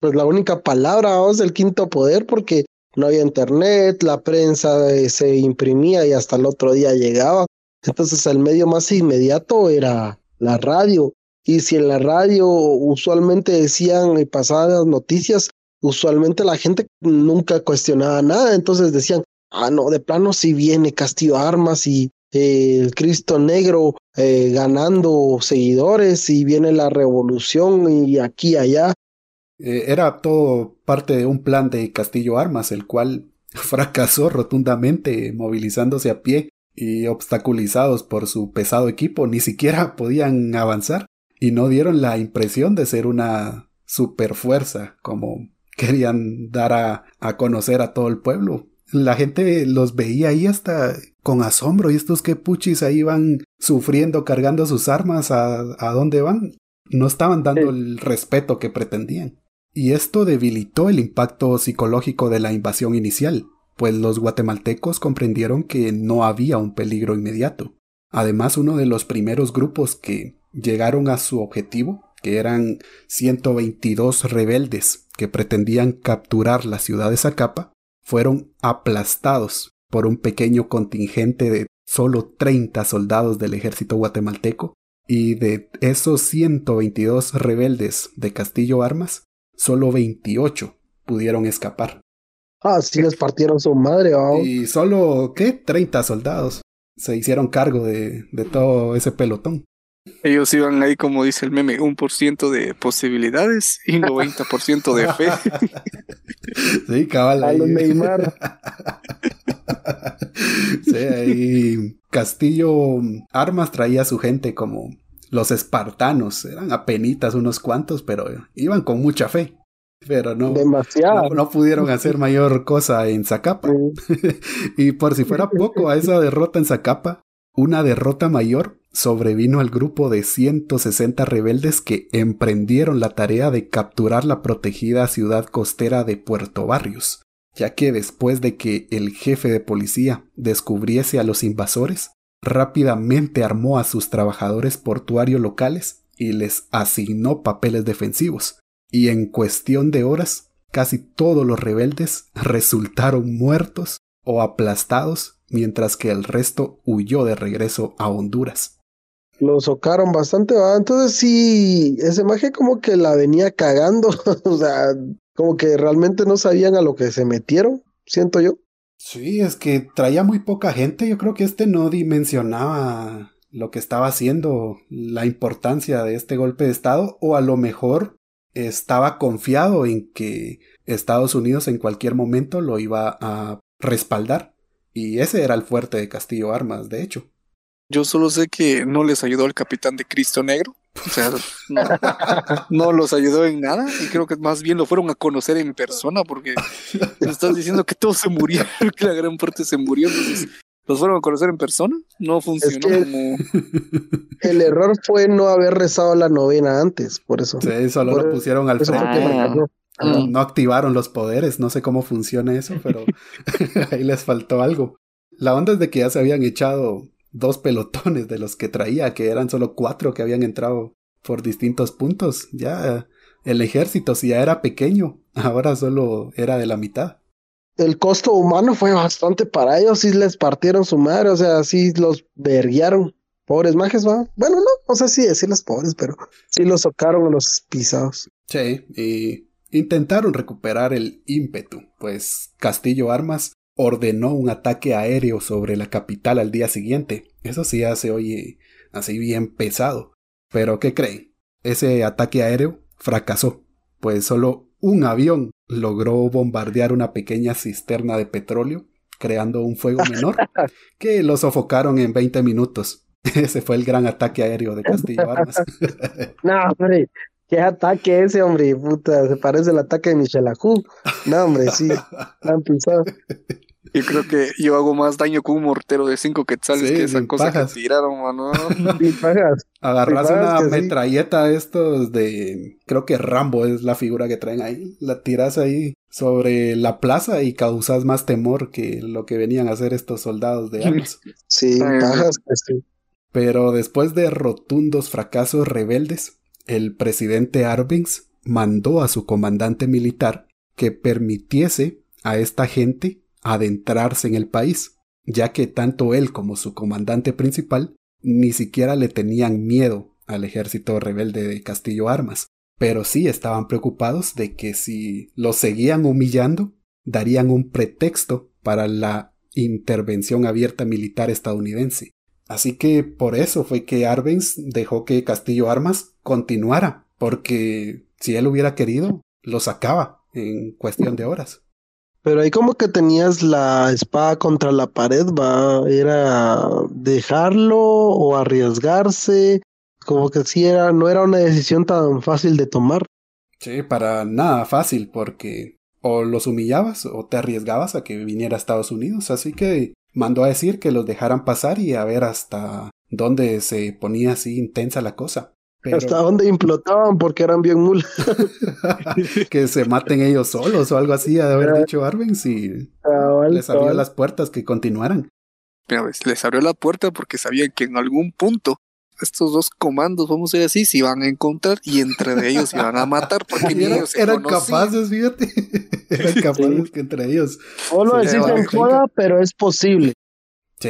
pues la única palabra, vamos, del quinto poder, porque no había internet, la prensa se imprimía y hasta el otro día llegaba. Entonces el medio más inmediato era la radio. Y si en la radio usualmente decían y pasaban las noticias, usualmente la gente nunca cuestionaba nada. Entonces decían, no, de plano si viene Castillo Armas y el Cristo Negro ganando seguidores y viene la revolución y aquí y allá. Era todo parte de un plan de Castillo Armas, el cual fracasó rotundamente, movilizándose a pie y obstaculizados por su pesado equipo, ni siquiera podían avanzar y no dieron la impresión de ser una superfuerza como querían dar a conocer a todo el pueblo. La gente los veía ahí hasta con asombro, y estos que puchis ahí van sufriendo, cargando sus armas, ¿a dónde van? No estaban dando el respeto que pretendían. Y esto debilitó el impacto psicológico de la invasión inicial, pues los guatemaltecos comprendieron que no había un peligro inmediato. Además, uno de los primeros grupos que llegaron a su objetivo, que eran 122 rebeldes que pretendían capturar la ciudad de Zacapa, fueron aplastados por un pequeño contingente de solo 30 soldados del ejército guatemalteco, y de esos 122 rebeldes de Castillo Armas, solo 28 pudieron escapar. Sí les partieron su madre, vamos. Y solo, 30 soldados se hicieron cargo de todo ese pelotón. Ellos iban ahí, como dice el meme, 1% de posibilidades y 90% de fe. Sí, cabal. A los Neymar. Sí, ahí Castillo Armas traía a su gente como los espartanos. Eran apenitas unos cuantos, pero iban con mucha fe. Pero no pudieron hacer mayor cosa en Zacapa. Y por si fuera poco, a esa derrota en Zacapa, una derrota mayor sobrevino al grupo de 160 rebeldes que emprendieron la tarea de capturar la protegida ciudad costera de Puerto Barrios, ya que después de que el jefe de policía descubriese a los invasores, rápidamente armó a sus trabajadores portuarios locales y les asignó papeles defensivos, y en cuestión de horas casi todos los rebeldes resultaron muertos o aplastados, mientras que el resto huyó de regreso a Honduras. Lo socaron bastante, ¿va? Entonces sí, ese maje como que la venía cagando, o sea, como que realmente no sabían a lo que se metieron, siento yo. Sí, es que traía muy poca gente. Yo creo que no dimensionaba lo que estaba haciendo, la importancia de este golpe de estado, o a lo mejor estaba confiado en que Estados Unidos en cualquier momento lo iba a respaldar, y ese era el fuerte de Castillo Armas, de hecho. Yo solo sé que no les ayudó el capitán de Cristo Negro. O sea, no los ayudó en nada, y creo que más bien lo fueron a conocer en persona, porque me estás diciendo que todos se murieron, que la gran parte se murió. Entonces, los fueron a conocer en persona. No funcionó como... El error fue no haber rezado la novena antes, por eso. Sí, solo lo pusieron al frente. No activaron los poderes, no sé cómo funciona eso, pero ahí les faltó algo. La onda es de que ya se habían echado 2 pelotones de los que traía, que eran solo 4 que habían entrado por distintos puntos. Ya el ejército, si ya era pequeño, ahora solo era de la mitad. El costo humano fue bastante para ellos, sí les partieron su madre, o sea, sí los verguiaron. Pobres majes, ¿va? Bueno, no, o sea, sí decirles pobres, pero sí los socaron a los pisados. Sí, y intentaron recuperar el ímpetu, pues Castillo Armas ordenó un ataque aéreo sobre la capital al día siguiente. Eso sí ya se oye así bien pesado. Pero ¿qué creen? Ese ataque aéreo fracasó, pues solo un avión logró bombardear una pequeña cisterna de petróleo, creando un fuego menor que lo sofocaron en 20 minutos. Ese fue el gran ataque aéreo de Castillo Armas. No, hombre, qué ataque ese, hombre, puta, se parece al ataque de Michel Ajú. No, hombre, sí, han pisado. Yo creo que yo hago más daño con un mortero de 5 quetzales que esa cosa que tiraron, mano. Agarras una metralleta estos de... Creo que Rambo es la figura que traen ahí. La tiras ahí sobre la plaza y causas más temor que lo que venían a hacer estos soldados de armas. Sí, pajas que sí. Pero después de rotundos fracasos rebeldes, el presidente Arbenz mandó a su comandante militar que permitiese a esta gente adentrarse en el país, ya que tanto él como su comandante principal ni siquiera le tenían miedo al ejército rebelde de Castillo Armas, pero sí estaban preocupados de que si los seguían humillando, darían un pretexto para la intervención abierta militar estadounidense. Así que por eso fue que Arbenz dejó que Castillo Armas continuara, porque si él hubiera querido, lo sacaba en cuestión de horas. Pero ahí como que tenías la espada contra la pared, ¿va? ¿Era dejarlo o arriesgarse? Como que sí no era una decisión tan fácil de tomar. Sí, para nada fácil, porque o los humillabas o te arriesgabas a que viniera a Estados Unidos, así que mandó a decir que los dejaran pasar y a ver hasta dónde se ponía así intensa la cosa. Pero... hasta dónde implotaban porque eran bien mulas. Que se maten ellos solos o algo así, ha de haber dicho Arbenz, y les abrió las puertas que continuaran. Pero les abrió la puerta porque sabían que en algún punto estos dos comandos, vamos a decir así, se iban a encontrar y entre ellos se iban a matar porque ni ellos se eran conocían. capaces, fíjate. Eran capaces que entre ellos. Solo decís en joda, pero es posible. Sí,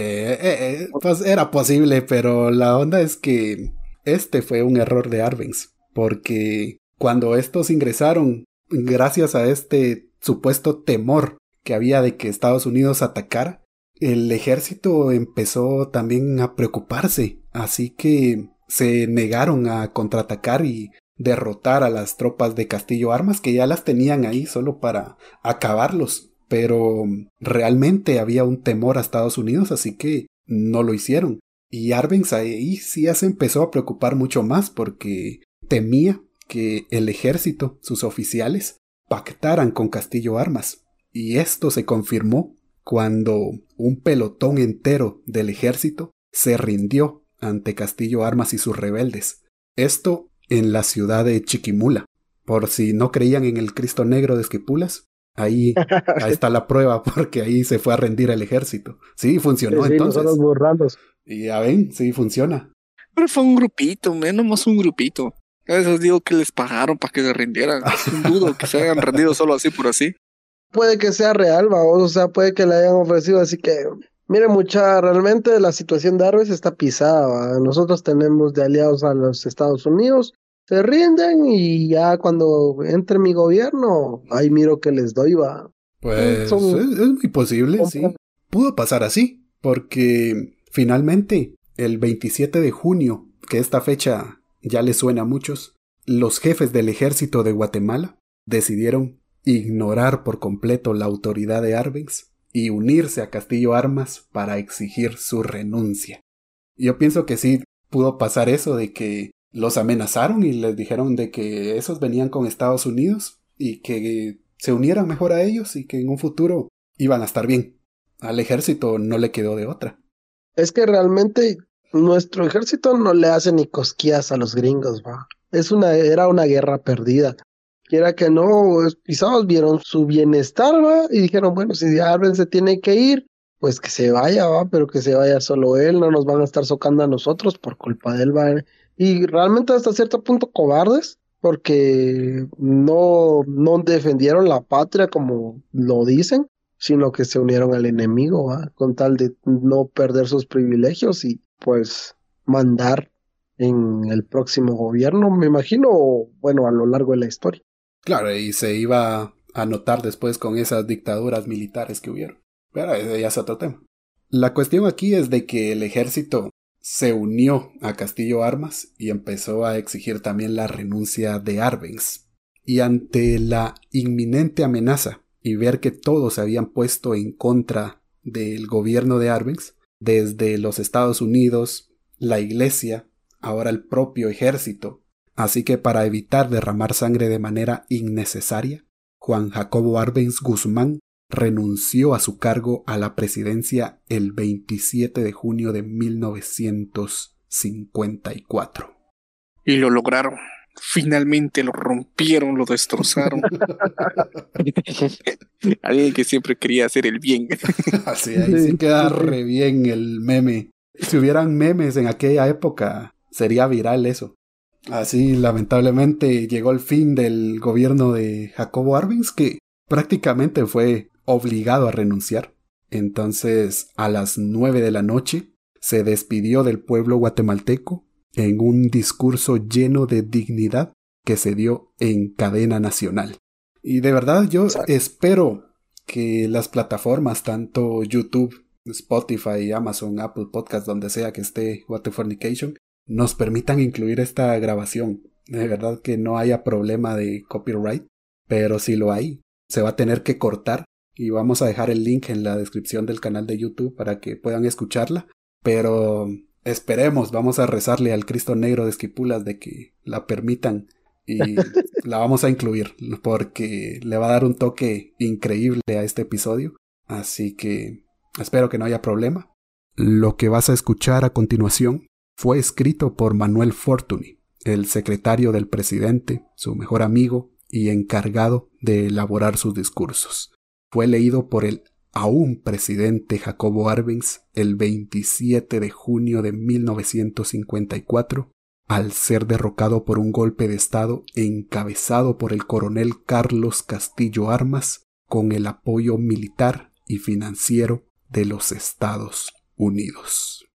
pues era posible, pero la onda es que este fue un error de Arbenz, porque cuando estos ingresaron, gracias a este supuesto temor que había de que Estados Unidos atacara, el ejército empezó también a preocuparse, así que se negaron a contraatacar y derrotar a las tropas de Castillo Armas, que ya las tenían ahí solo para acabarlos, pero realmente había un temor a Estados Unidos, así que no lo hicieron. Y Arbenz ahí sí ya se empezó a preocupar mucho más porque temía que el ejército, sus oficiales, pactaran con Castillo Armas. Y esto se confirmó cuando un pelotón entero del ejército se rindió ante Castillo Armas y sus rebeldes. Esto en la ciudad de Chiquimula. Por si no creían en el Cristo Negro de Esquipulas, ahí está la prueba, porque ahí se fue a rendir el ejército. Sí, funcionó sí, entonces. Nosotros borramos. Y ya ven, sí funciona. Pero fue un grupito, nomás un grupito. A veces digo que les pagaron para que se rindieran. Dudo que se hayan rendido solo así por así. Puede que sea real, vamos, o sea, puede que le hayan ofrecido, así que, mire mucha, realmente la situación de Arbenz está pisada, ¿va? Nosotros tenemos de aliados a los Estados Unidos, se rinden y ya cuando entre mi gobierno, ahí miro que les doy, va. Pues es muy posible, sí. Pudo pasar así, porque finalmente, el 27 de junio, que esta fecha ya le suena a muchos, los jefes del ejército de Guatemala decidieron ignorar por completo la autoridad de Arbenz y unirse a Castillo Armas para exigir su renuncia. Yo pienso que sí pudo pasar eso de que los amenazaron y les dijeron de que esos venían con Estados Unidos y que se unieran mejor a ellos y que en un futuro iban a estar bien. Al ejército no le quedó de otra. Es que realmente nuestro ejército no le hace ni cosquillas a los gringos, va. Era una guerra perdida. Quiera que no, pisados vieron su bienestar, va, y dijeron, bueno, si Arbenz se tiene que ir, pues que se vaya, va, pero que se vaya solo él, no nos van a estar socando a nosotros por culpa de él, va. Y realmente hasta cierto punto cobardes, porque no defendieron la patria como lo dicen, sino que se unieron al enemigo, ¿va? Con tal de no perder sus privilegios y pues mandar en el próximo gobierno, me imagino, bueno, a lo largo de la historia. Claro, y se iba a notar después con esas dictaduras militares que hubieron. Pero ese ya es otro tema. La cuestión aquí es de que el ejército se unió a Castillo Armas y empezó a exigir también la renuncia de Arbenz. Y ante la inminente amenaza y ver que todos se habían puesto en contra del gobierno de Arbenz, desde los Estados Unidos, la iglesia, ahora el propio ejército. Así que para evitar derramar sangre de manera innecesaria, Juan Jacobo Arbenz Guzmán renunció a su cargo a la presidencia el 27 de junio de 1954. Y lo lograron. Finalmente lo rompieron, lo destrozaron. Alguien que siempre quería hacer el bien. Así, ahí sí queda re bien el meme. Si hubieran memes en aquella época, sería viral eso. Así, lamentablemente, llegó el fin del gobierno de Jacobo Arbenz, que prácticamente fue obligado a renunciar. Entonces, a las 9 de la noche, se despidió del pueblo guatemalteco en un discurso lleno de dignidad que se dio en cadena nacional. Y de verdad yo espero que las plataformas, tanto YouTube, Spotify, Amazon, Apple Podcast, donde sea que esté What the Fornication, nos permitan incluir esta grabación. De verdad que no haya problema de copyright, pero si lo hay, se va a tener que cortar y vamos a dejar el link en la descripción del canal de YouTube para que puedan escucharla. Pero esperemos, vamos a rezarle al Cristo Negro de Esquipulas de que la permitan y la vamos a incluir porque le va a dar un toque increíble a este episodio. Así que espero que no haya problema. Lo que vas a escuchar a continuación fue escrito por Manuel Fortuny, el secretario del presidente, su mejor amigo y encargado de elaborar sus discursos. Fue leído por el aún presidente Jacobo Arbenz el 27 de junio de 1954, al ser derrocado por un golpe de estado encabezado por el coronel Carlos Castillo Armas con el apoyo militar y financiero de los Estados Unidos.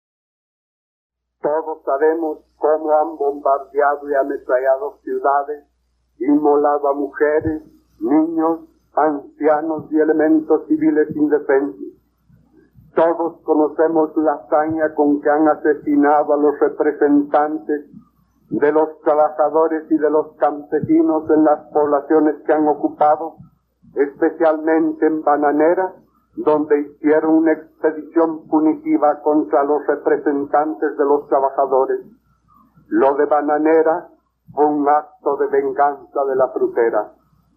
Todos sabemos cómo han bombardeado y ametrallado ciudades, inmolado a mujeres, niños, ancianos y elementos civiles indefensos. Todos conocemos la hazaña con que han asesinado a los representantes de los trabajadores y de los campesinos en las poblaciones que han ocupado, especialmente en Bananera, donde hicieron una expedición punitiva contra los representantes de los trabajadores. Lo de Bananera fue un acto de venganza de la frutera.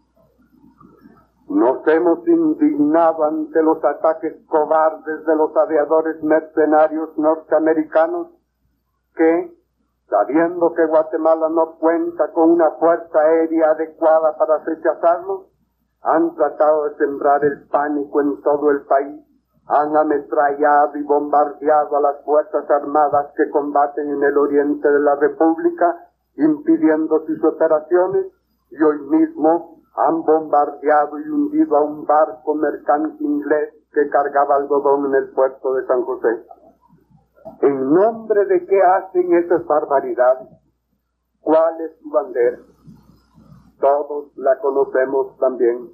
Nos hemos indignado ante los ataques cobardes de los aviadores mercenarios norteamericanos que, sabiendo que Guatemala no cuenta con una fuerza aérea adecuada para rechazarlos, han tratado de sembrar el pánico en todo el país, han ametrallado y bombardeado a las fuerzas armadas que combaten en el oriente de la República, impidiendo sus operaciones, y hoy mismo han bombardeado y hundido a un barco mercante inglés que cargaba algodón en el puerto de San José. ¿En nombre de qué hacen esas barbaridades? ¿Cuál es su bandera? Todos la conocemos también.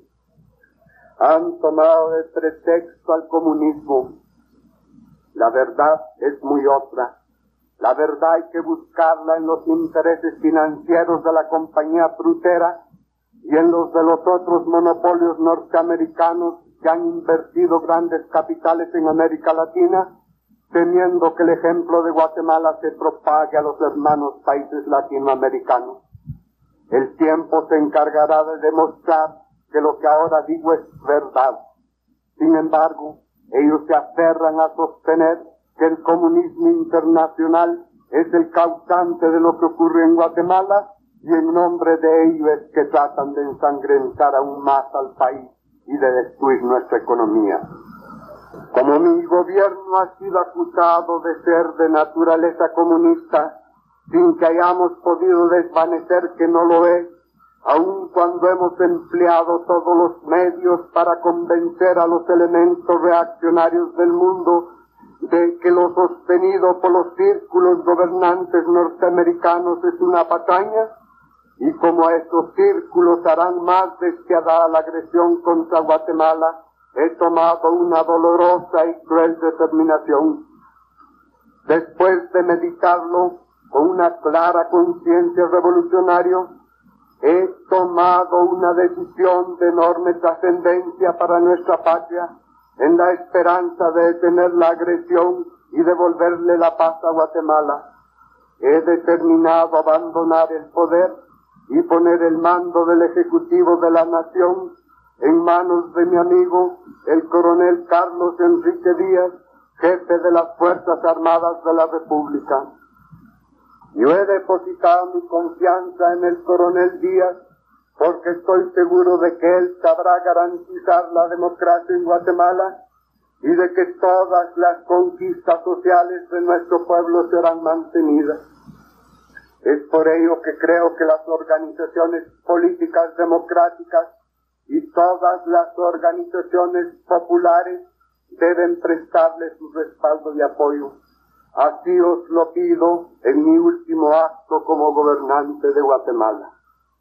Han tomado de pretexto al comunismo. La verdad es muy otra. La verdad hay que buscarla en los intereses financieros de la compañía frutera y en los de los otros monopolios norteamericanos que han invertido grandes capitales en América Latina, temiendo que el ejemplo de Guatemala se propague a los hermanos países latinoamericanos. El tiempo se encargará de demostrar que lo que ahora digo es verdad. Sin embargo, ellos se aferran a sostener que el comunismo internacional es el causante de lo que ocurre en Guatemala, y en nombre de ello es que tratan de ensangrentar aún más al país y de destruir nuestra economía. Como mi gobierno ha sido acusado de ser de naturaleza comunista, sin que hayamos podido desvanecer que no lo es, aun cuando hemos empleado todos los medios para convencer a los elementos reaccionarios del mundo de que lo sostenido por los círculos gobernantes norteamericanos es una patraña, y como estos círculos harán más despiadada la agresión contra Guatemala, he tomado una dolorosa y cruel determinación. Después de meditarlo con una clara conciencia revolucionaria, he tomado una decisión de enorme trascendencia para nuestra patria, en la esperanza de detener la agresión y devolverle la paz a Guatemala. He determinado abandonar el poder y poner el mando del Ejecutivo de la Nación en manos de mi amigo, el coronel Carlos Enrique Díaz, jefe de las Fuerzas Armadas de la República. Yo he depositado mi confianza en el coronel Díaz porque estoy seguro de que él sabrá garantizar la democracia en Guatemala y de que todas las conquistas sociales de nuestro pueblo serán mantenidas. Es por ello que creo que las organizaciones políticas democráticas y todas las organizaciones populares deben prestarle su respaldo y apoyo. Así os lo pido en mi último acto como gobernante de Guatemala.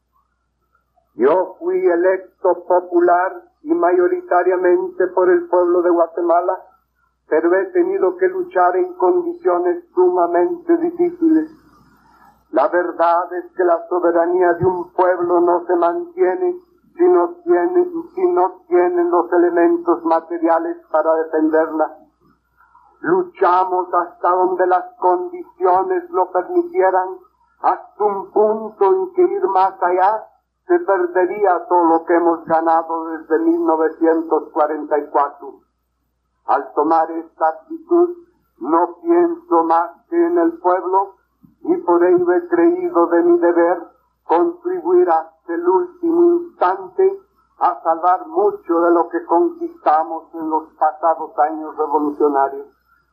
Yo fui electo popular y mayoritariamente por el pueblo de Guatemala, pero he tenido que luchar en condiciones sumamente difíciles. La verdad es que la soberanía de un pueblo no se mantiene si no tienen los elementos materiales para defenderla. Luchamos hasta donde las condiciones lo permitieran, hasta un punto en que ir más allá se perdería todo lo que hemos ganado desde 1944. Al tomar esta actitud, no pienso más que en el pueblo, y por ello he creído de mi deber contribuir hasta el último instante a salvar mucho de lo que conquistamos en los pasados años revolucionarios.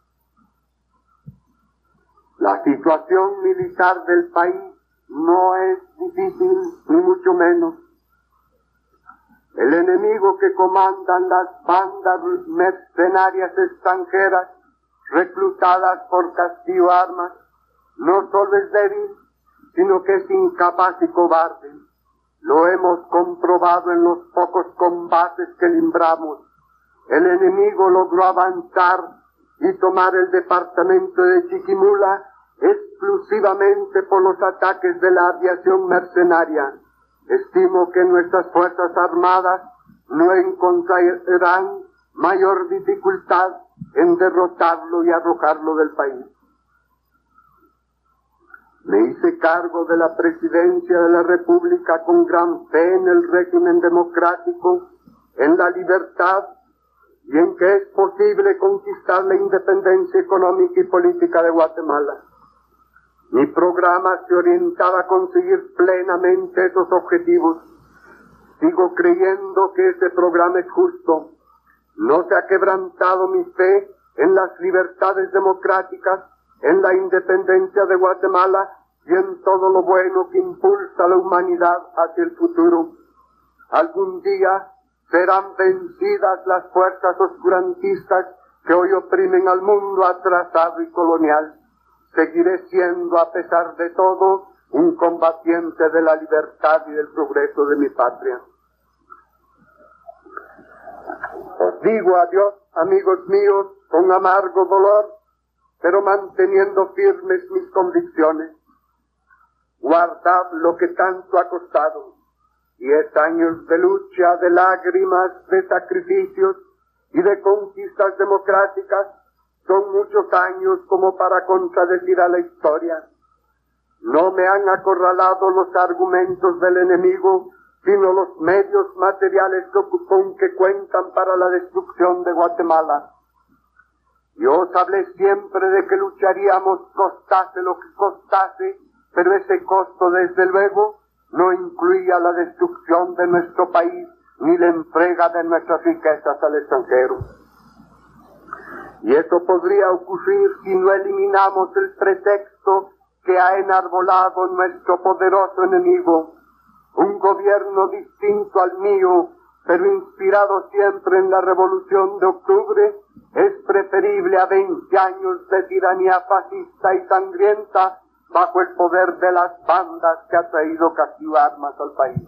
La situación militar del país no es difícil, ni mucho menos. El enemigo que comandan las bandas mercenarias extranjeras reclutadas por Castillo Armas no solo es débil, sino que es incapaz y cobarde. Lo hemos comprobado en los pocos combates que libramos. El enemigo logró avanzar y tomar el departamento de Chiquimula exclusivamente por los ataques de la aviación mercenaria. Estimo que nuestras Fuerzas Armadas no encontrarán mayor dificultad en derrotarlo y arrojarlo del país. Me hice cargo de la presidencia de la República con gran fe en el régimen democrático, en la libertad y en que es posible conquistar la independencia económica y política de Guatemala. Mi programa se orientaba a conseguir plenamente esos objetivos. Sigo creyendo que ese programa es justo. No se ha quebrantado mi fe en las libertades democráticas, en la independencia de Guatemala y en todo lo bueno que impulsa a la humanidad hacia el futuro. Algún día serán vencidas las fuerzas oscurantistas que hoy oprimen al mundo atrasado y colonial. Seguiré siendo, a pesar de todo, un combatiente de la libertad y del progreso de mi patria. Os digo adiós, amigos míos, con amargo dolor, pero manteniendo firmes mis convicciones. Guardad lo que tanto ha costado. 10 años de lucha, de lágrimas, de sacrificios y de conquistas democráticas son muchos años como para contradecir a la historia. No me han acorralado los argumentos del enemigo, sino los medios materiales con que cuentan para la destrucción de Guatemala. Yo os hablé siempre de que lucharíamos costase lo que costase, pero ese costo, desde luego, no incluía la destrucción de nuestro país ni la entrega de nuestras riquezas al extranjero. Y eso podría ocurrir si no eliminamos el pretexto que ha enarbolado nuestro poderoso enemigo. Un gobierno distinto al mío, pero inspirado siempre en la Revolución de Octubre, es preferible a 20 años de tiranía fascista y sangrienta bajo el poder de las bandas que ha traído Castillo Armas al país.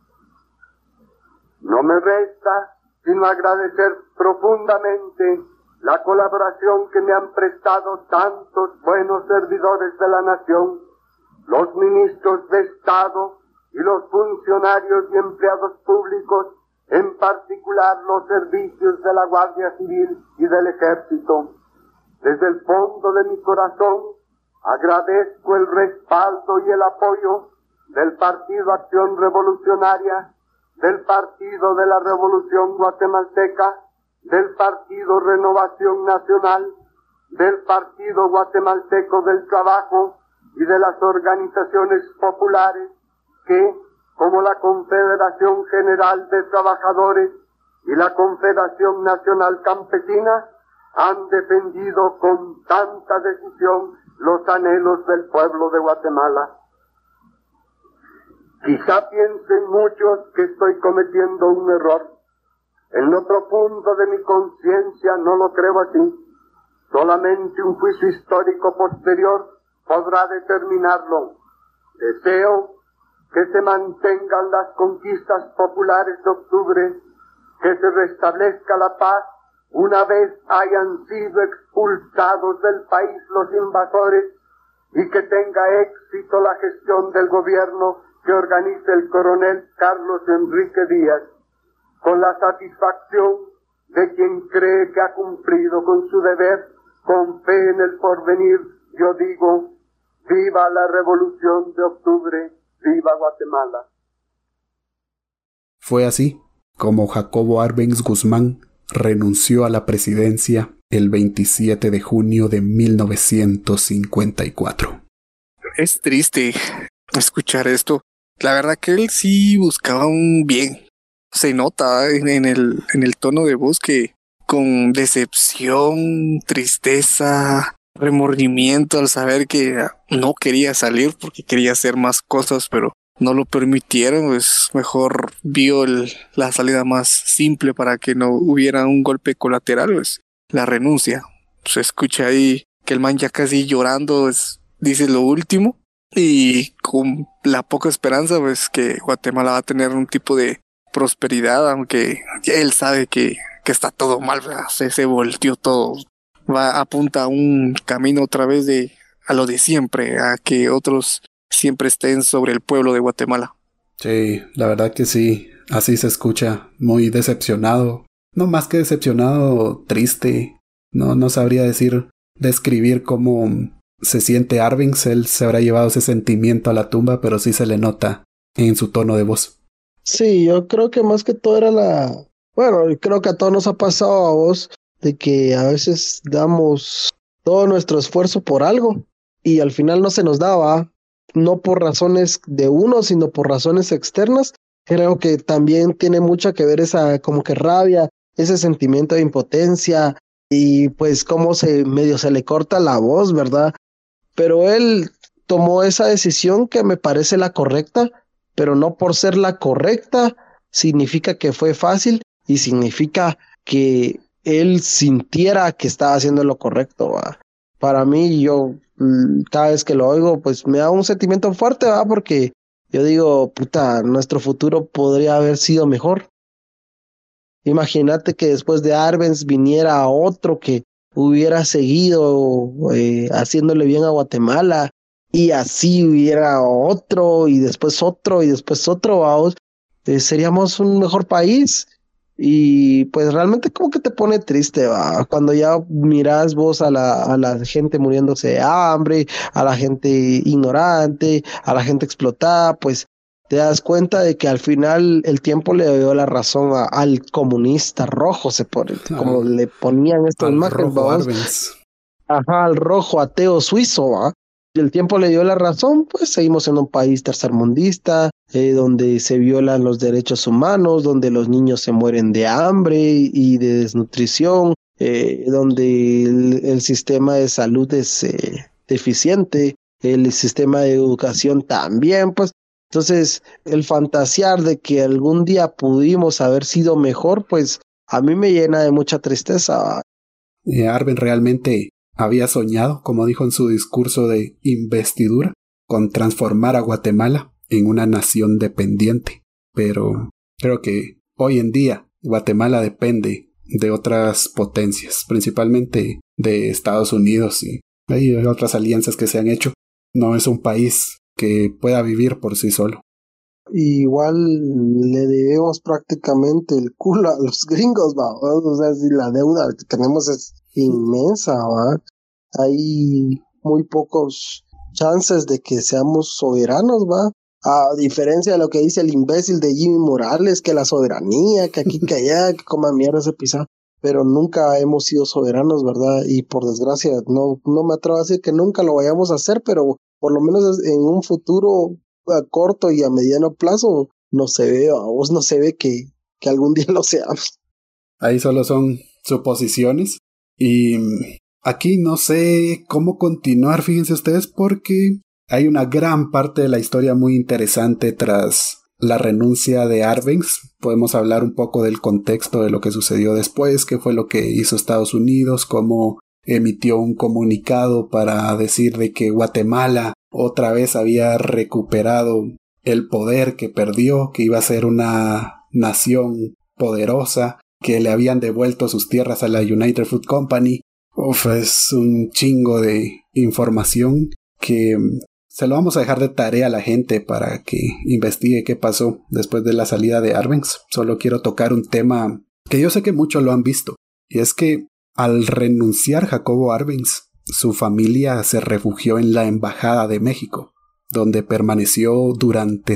No me resta sino agradecer profundamente la colaboración que me han prestado tantos buenos servidores de la nación, los ministros de Estado y los funcionarios y empleados públicos, en particular los servicios de la Guardia Civil y del Ejército. Desde el fondo de mi corazón agradezco el respaldo y el apoyo del Partido Acción Revolucionaria, del Partido de la Revolución Guatemalteca, del Partido Renovación Nacional, del Partido Guatemalteco del Trabajo y de las organizaciones populares que, como la Confederación General de Trabajadores y la Confederación Nacional Campesina, han defendido con tanta decisión los anhelos del pueblo de Guatemala. Quizá piensen muchos que estoy cometiendo un error. En lo profundo de mi conciencia no lo creo así. Solamente un juicio histórico posterior podrá determinarlo. Deseo que se mantengan las conquistas populares de octubre, que se restablezca la paz una vez hayan sido expulsados del país los invasores y que tenga éxito la gestión del gobierno que organiza el coronel Carlos Enrique Díaz, con la satisfacción de quien cree que ha cumplido con su deber, con fe en el porvenir. Yo digo, viva la Revolución de Octubre, viva Guatemala. Fue así como Jacobo Arbenz Guzmán renunció a la presidencia el 27 de junio de 1954. Es triste escuchar esto. La verdad que él sí buscaba un bien. Se nota en el tono de voz que con decepción, tristeza, remordimiento al saber que no quería salir porque quería hacer más cosas, pero no lo permitieron, pues mejor vio la salida más simple para que no hubiera un golpe colateral, pues la renuncia. Se escucha ahí que el man ya casi llorando dice lo último, y con la poca esperanza pues que Guatemala va a tener un tipo de prosperidad, aunque ya él sabe que está todo mal, ¿verdad? Se volteó todo, apunta a un camino otra vez a lo de siempre, a que otros siempre estén sobre el pueblo de Guatemala. Sí, la verdad que sí, así se escucha, muy decepcionado, no más que decepcionado, triste, no sabría describir cómo se siente Arbenz. Él se habrá llevado ese sentimiento a la tumba, pero sí se le nota en su tono de voz. Sí, yo creo que más que todo era bueno, creo que a todos nos ha pasado a vos, de que a veces damos todo nuestro esfuerzo por algo y al final no se nos daba, no por razones de uno, sino por razones externas. Creo que también tiene mucho que ver esa como que rabia, ese sentimiento de impotencia y pues cómo medio se le corta la voz, ¿verdad? Pero él tomó esa decisión que me parece la correcta, pero no por ser la correcta significa que fue fácil y significa que él sintiera que estaba haciendo lo correcto, ¿va? Para mí, yo cada vez que lo oigo, pues me da un sentimiento fuerte, ¿va? Porque yo digo, puta, nuestro futuro podría haber sido mejor. Imagínate que después de Arbenz viniera otro que hubiera seguido haciéndole bien a Guatemala, y así hubiera otro y después otro y después otro, vamos, seríamos un mejor país. Y pues realmente como que te pone triste, va, cuando ya miras vos a la gente muriéndose de hambre, a la gente ignorante, a la gente explotada, pues te das cuenta de que al final el tiempo le dio la razón al comunista rojo, como le ponían estos imágenes, ajá, al rojo ateo suizo, ¿va? Y el tiempo le dio la razón, pues seguimos siendo un país tercermundista, donde se violan los derechos humanos, donde los niños se mueren de hambre y de desnutrición, donde el sistema de salud es deficiente, el sistema de educación también, pues. Entonces, el fantasear de que algún día pudimos haber sido mejor, pues a mí me llena de mucha tristeza. Arbenz realmente había soñado, como dijo en su discurso de investidura, con transformar a Guatemala en una nación dependiente. Pero creo que hoy en día Guatemala depende de otras potencias, principalmente de Estados Unidos, y hay otras alianzas que se han hecho. No es un país que pueda vivir por sí solo. Igual le debemos prácticamente el culo a los gringos, ¿va? O sea, si la deuda que tenemos es inmensa, ¿va? Hay muy pocos chances de que seamos soberanos, ¿va? A diferencia de lo que dice el imbécil de Jimmy Morales, que la soberanía, que aquí, que allá, que coma mierda ese pisado, pero nunca hemos sido soberanos, ¿verdad? Y por desgracia, no me atrevo a decir que nunca lo vayamos a hacer, pero por lo menos en un futuro a corto y a mediano plazo no se ve, a vos no se ve que algún día lo seamos. Ahí solo son suposiciones y aquí no sé cómo continuar, fíjense ustedes, porque Hay una gran parte de la historia muy interesante tras la renuncia de Arbenz. Podemos hablar un poco del contexto de lo que sucedió después, qué fue lo que hizo Estados Unidos, cómo emitió un comunicado para decir de que Guatemala otra vez había recuperado el poder que perdió, que iba a ser una nación poderosa, que le habían devuelto sus tierras a la United Fruit Company. Es un chingo de información que se lo vamos a dejar de tarea a la gente para que investigue qué pasó después de la salida de Arbenz. Solo quiero tocar un tema que yo sé que muchos lo han visto, y es que al renunciar Jacobo Arbenz, su familia se refugió en la Embajada de México, donde permaneció durante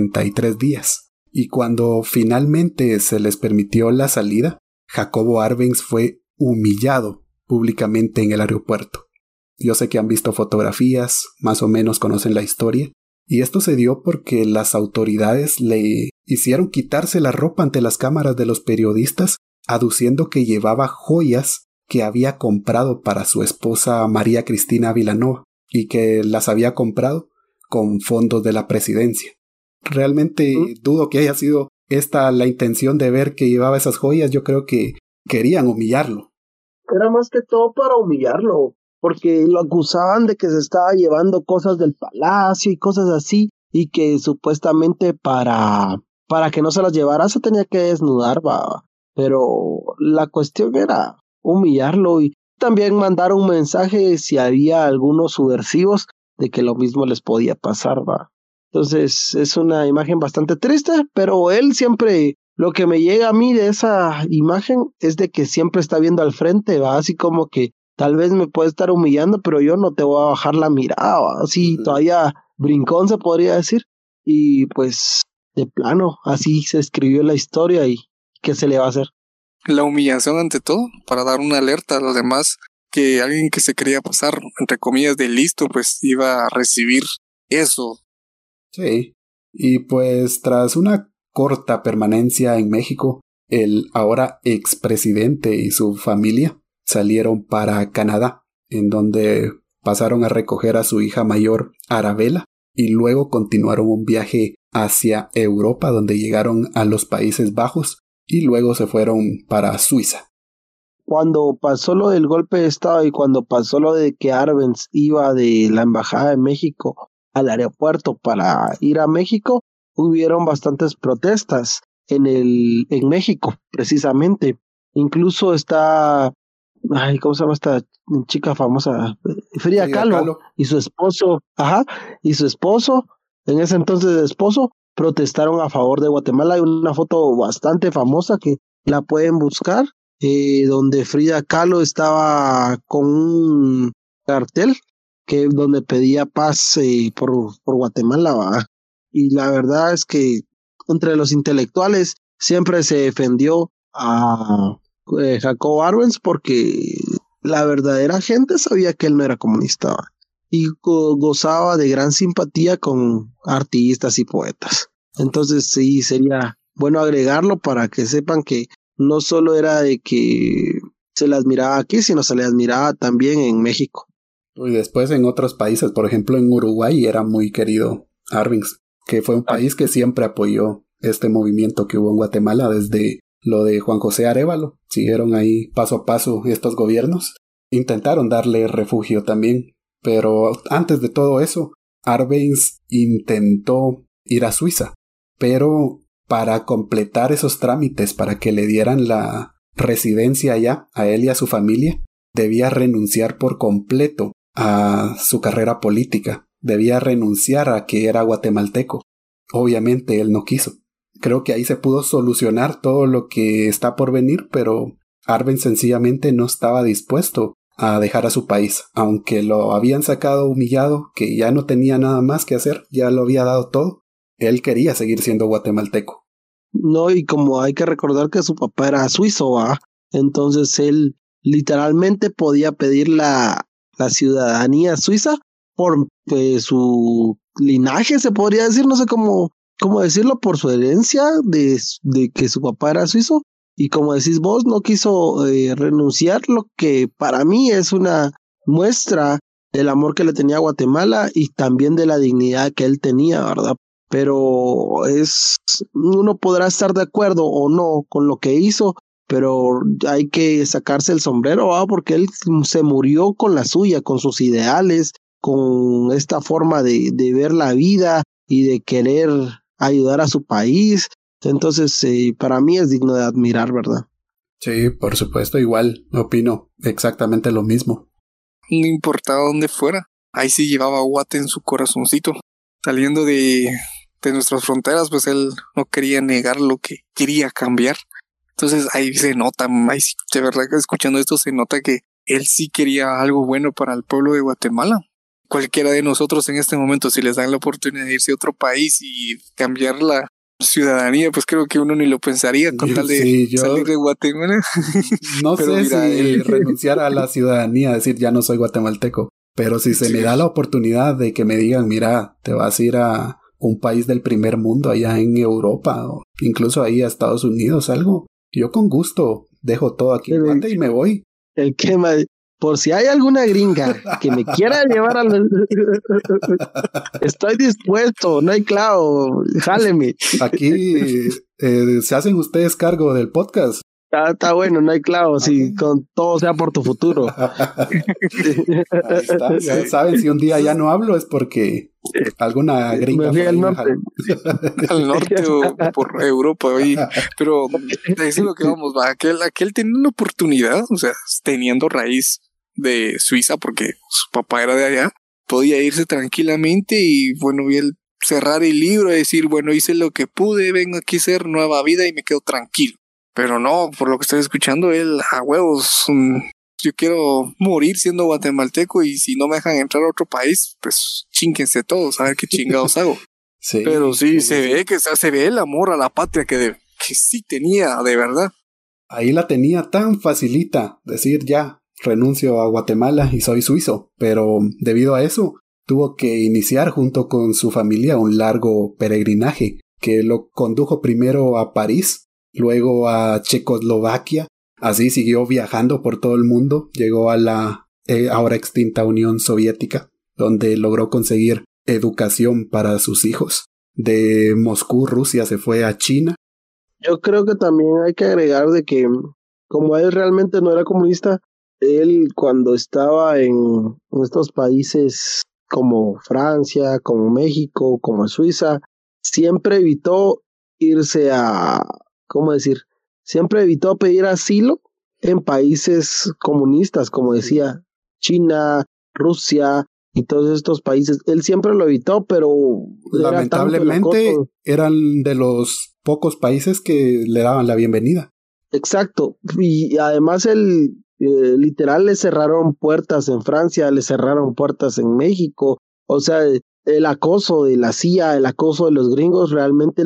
73 días. Y cuando finalmente se les permitió la salida, Jacobo Arbenz fue humillado públicamente en el aeropuerto. Yo sé que han visto fotografías, más o menos conocen la historia, y esto se dio porque las autoridades le hicieron quitarse la ropa ante las cámaras de los periodistas, aduciendo que llevaba joyas que había comprado para su esposa María Cristina Vilanova y que las había comprado con fondos de la presidencia. Realmente dudo que haya sido esta la intención de ver que llevaba esas joyas. Yo creo que querían humillarlo. Era más que todo para humillarlo, porque lo acusaban de que se estaba llevando cosas del palacio y cosas así, y que supuestamente para que no se las llevara se tenía que desnudar, va. Pero la cuestión era humillarlo y también mandar un mensaje si había algunos subversivos de que lo mismo les podía pasar, va. Entonces es una imagen bastante triste, pero él siempre, lo que me llega a mí de esa imagen es de que siempre está viendo al frente, va, así como que tal vez me puede estar humillando, pero yo no te voy a bajar la mirada, va, así todavía brincón se podría decir, y pues de plano, así se escribió la historia y ¿qué se le va a hacer? La humillación ante todo, para dar una alerta a los demás que alguien que se quería pasar, entre comillas, de listo, pues iba a recibir eso. Sí, y pues tras una corta permanencia en México, el ahora expresidente y su familia salieron para Canadá, en donde pasaron a recoger a su hija mayor, Arabella, y luego continuaron un viaje hacia Europa, donde llegaron a los Países Bajos, y luego se fueron para Suiza. Cuando pasó lo del golpe de Estado y cuando pasó lo de que Arbenz iba de la Embajada de México al aeropuerto para ir a México, hubieron bastantes protestas en México, precisamente. Incluso está, ¿cómo se llama esta chica famosa? Frida Kahlo y su esposo, en ese entonces esposo, protestaron a favor de Guatemala. Hay una foto bastante famosa que la pueden buscar, donde Frida Kahlo estaba con un cartel donde pedía paz por Guatemala, ¿va? Y la verdad es que entre los intelectuales siempre se defendió a Jacobo Arbenz porque la verdadera gente sabía que él no era comunista, ¿va? Y gozaba de gran simpatía con artistas y poetas. Entonces sí, sería bueno agregarlo para que sepan que no solo era de que se las miraba aquí, sino se las miraba también en México. Y después en otros países, por ejemplo en Uruguay era muy querido Arbenz, que fue un país que siempre apoyó este movimiento que hubo en Guatemala desde lo de Juan José Arévalo. Siguieron ahí paso a paso estos gobiernos, intentaron darle refugio también, pero antes de todo eso, Arbenz intentó ir a Suiza, pero para completar esos trámites, para que le dieran la residencia allá, a él y a su familia, debía renunciar por completo a su carrera política, debía renunciar a que era guatemalteco. Obviamente él no quiso. Creo que ahí se pudo solucionar todo lo que está por venir, pero Arbenz sencillamente no estaba dispuesto a dejar a su país, aunque lo habían sacado humillado, que ya no tenía nada más que hacer, ya lo había dado todo. Él quería seguir siendo guatemalteco. No, y como hay que recordar que su papá era suizo, ¿va? Entonces él literalmente podía pedir la ciudadanía suiza por su linaje, se podría decir, no sé cómo decirlo, por su herencia de que su papá era suizo. Y como decís vos, no quiso renunciar, lo que para mí es una muestra el amor que le tenía a Guatemala y también de la dignidad que él tenía, ¿verdad? Pero uno podrá estar de acuerdo o no con lo que hizo, pero hay que sacarse el sombrero, ¿verdad? Porque él se murió con la suya, con sus ideales, con esta forma de ver la vida y de querer ayudar a su país. Entonces, para mí es digno de admirar, ¿verdad? Sí, por supuesto, igual opino exactamente lo mismo. No importaba dónde fuera, ahí sí llevaba Guate en su corazoncito. Saliendo de nuestras fronteras, pues él no quería negar lo que quería cambiar. Entonces ahí se nota, ahí sí, de verdad que escuchando esto se nota que él sí quería algo bueno para el pueblo de Guatemala. Cualquiera de nosotros en este momento, si les dan la oportunidad de irse a otro país y cambiar la ciudadanía, pues creo que uno ni lo pensaría con tal de salir de Guatemala. No sé si renunciar a la ciudadanía, decir ya no soy guatemalteco, pero si se me da la oportunidad de que me digan, mira, te vas a ir a un país del primer mundo allá en Europa o incluso ahí a Estados Unidos, algo, yo con gusto dejo todo aquí en Guate y me voy. El quema, por si hay alguna gringa que me quiera llevar estoy dispuesto, no hay clavo, jáleme. Aquí se hacen ustedes cargo del podcast. Está bueno, no hay clavo, sí, con todo sea por tu futuro. Ahí está, ya saben, si un día ya no hablo es porque alguna gringa me fui al norte. Al norte o por Europa, oye. Pero eso es lo que vamos, va. Aquel tenía una oportunidad, o sea, teniendo raíz de Suiza, porque su papá era de allá, podía irse tranquilamente y bueno, y él cerrar el libro y decir, bueno, hice lo que pude, vengo aquí a hacer nueva vida y me quedo tranquilo. Pero no, por lo que estoy escuchando, él a huevos, yo quiero morir siendo guatemalteco y si no me dejan entrar a otro país, pues chínquense todos, a ver qué chingados hago. Sí, pero sí, se ve que se ve el amor a la patria que sí tenía, de verdad. Ahí la tenía tan facilita, decir ya, renuncio a Guatemala y soy suizo, pero debido a eso, tuvo que iniciar junto con su familia un largo peregrinaje que lo condujo primero a París, luego a Checoslovaquia, así siguió viajando por todo el mundo, llegó a la ahora extinta Unión Soviética, donde logró conseguir educación para sus hijos. De Moscú, Rusia, se fue a China. Yo creo que también hay que agregar de que, como él realmente no era comunista, él cuando estaba en estos países como Francia, como México, como Suiza, siempre evitó irse a, ¿cómo decir? Siempre evitó pedir asilo en países comunistas, como decía, China, Rusia y todos estos países. Él siempre lo evitó, pero lamentablemente eran de los pocos países que le daban la bienvenida. Exacto, y además él literal le cerraron puertas en Francia, le cerraron puertas en México, o sea, el acoso de la CIA, el acoso de los gringos realmente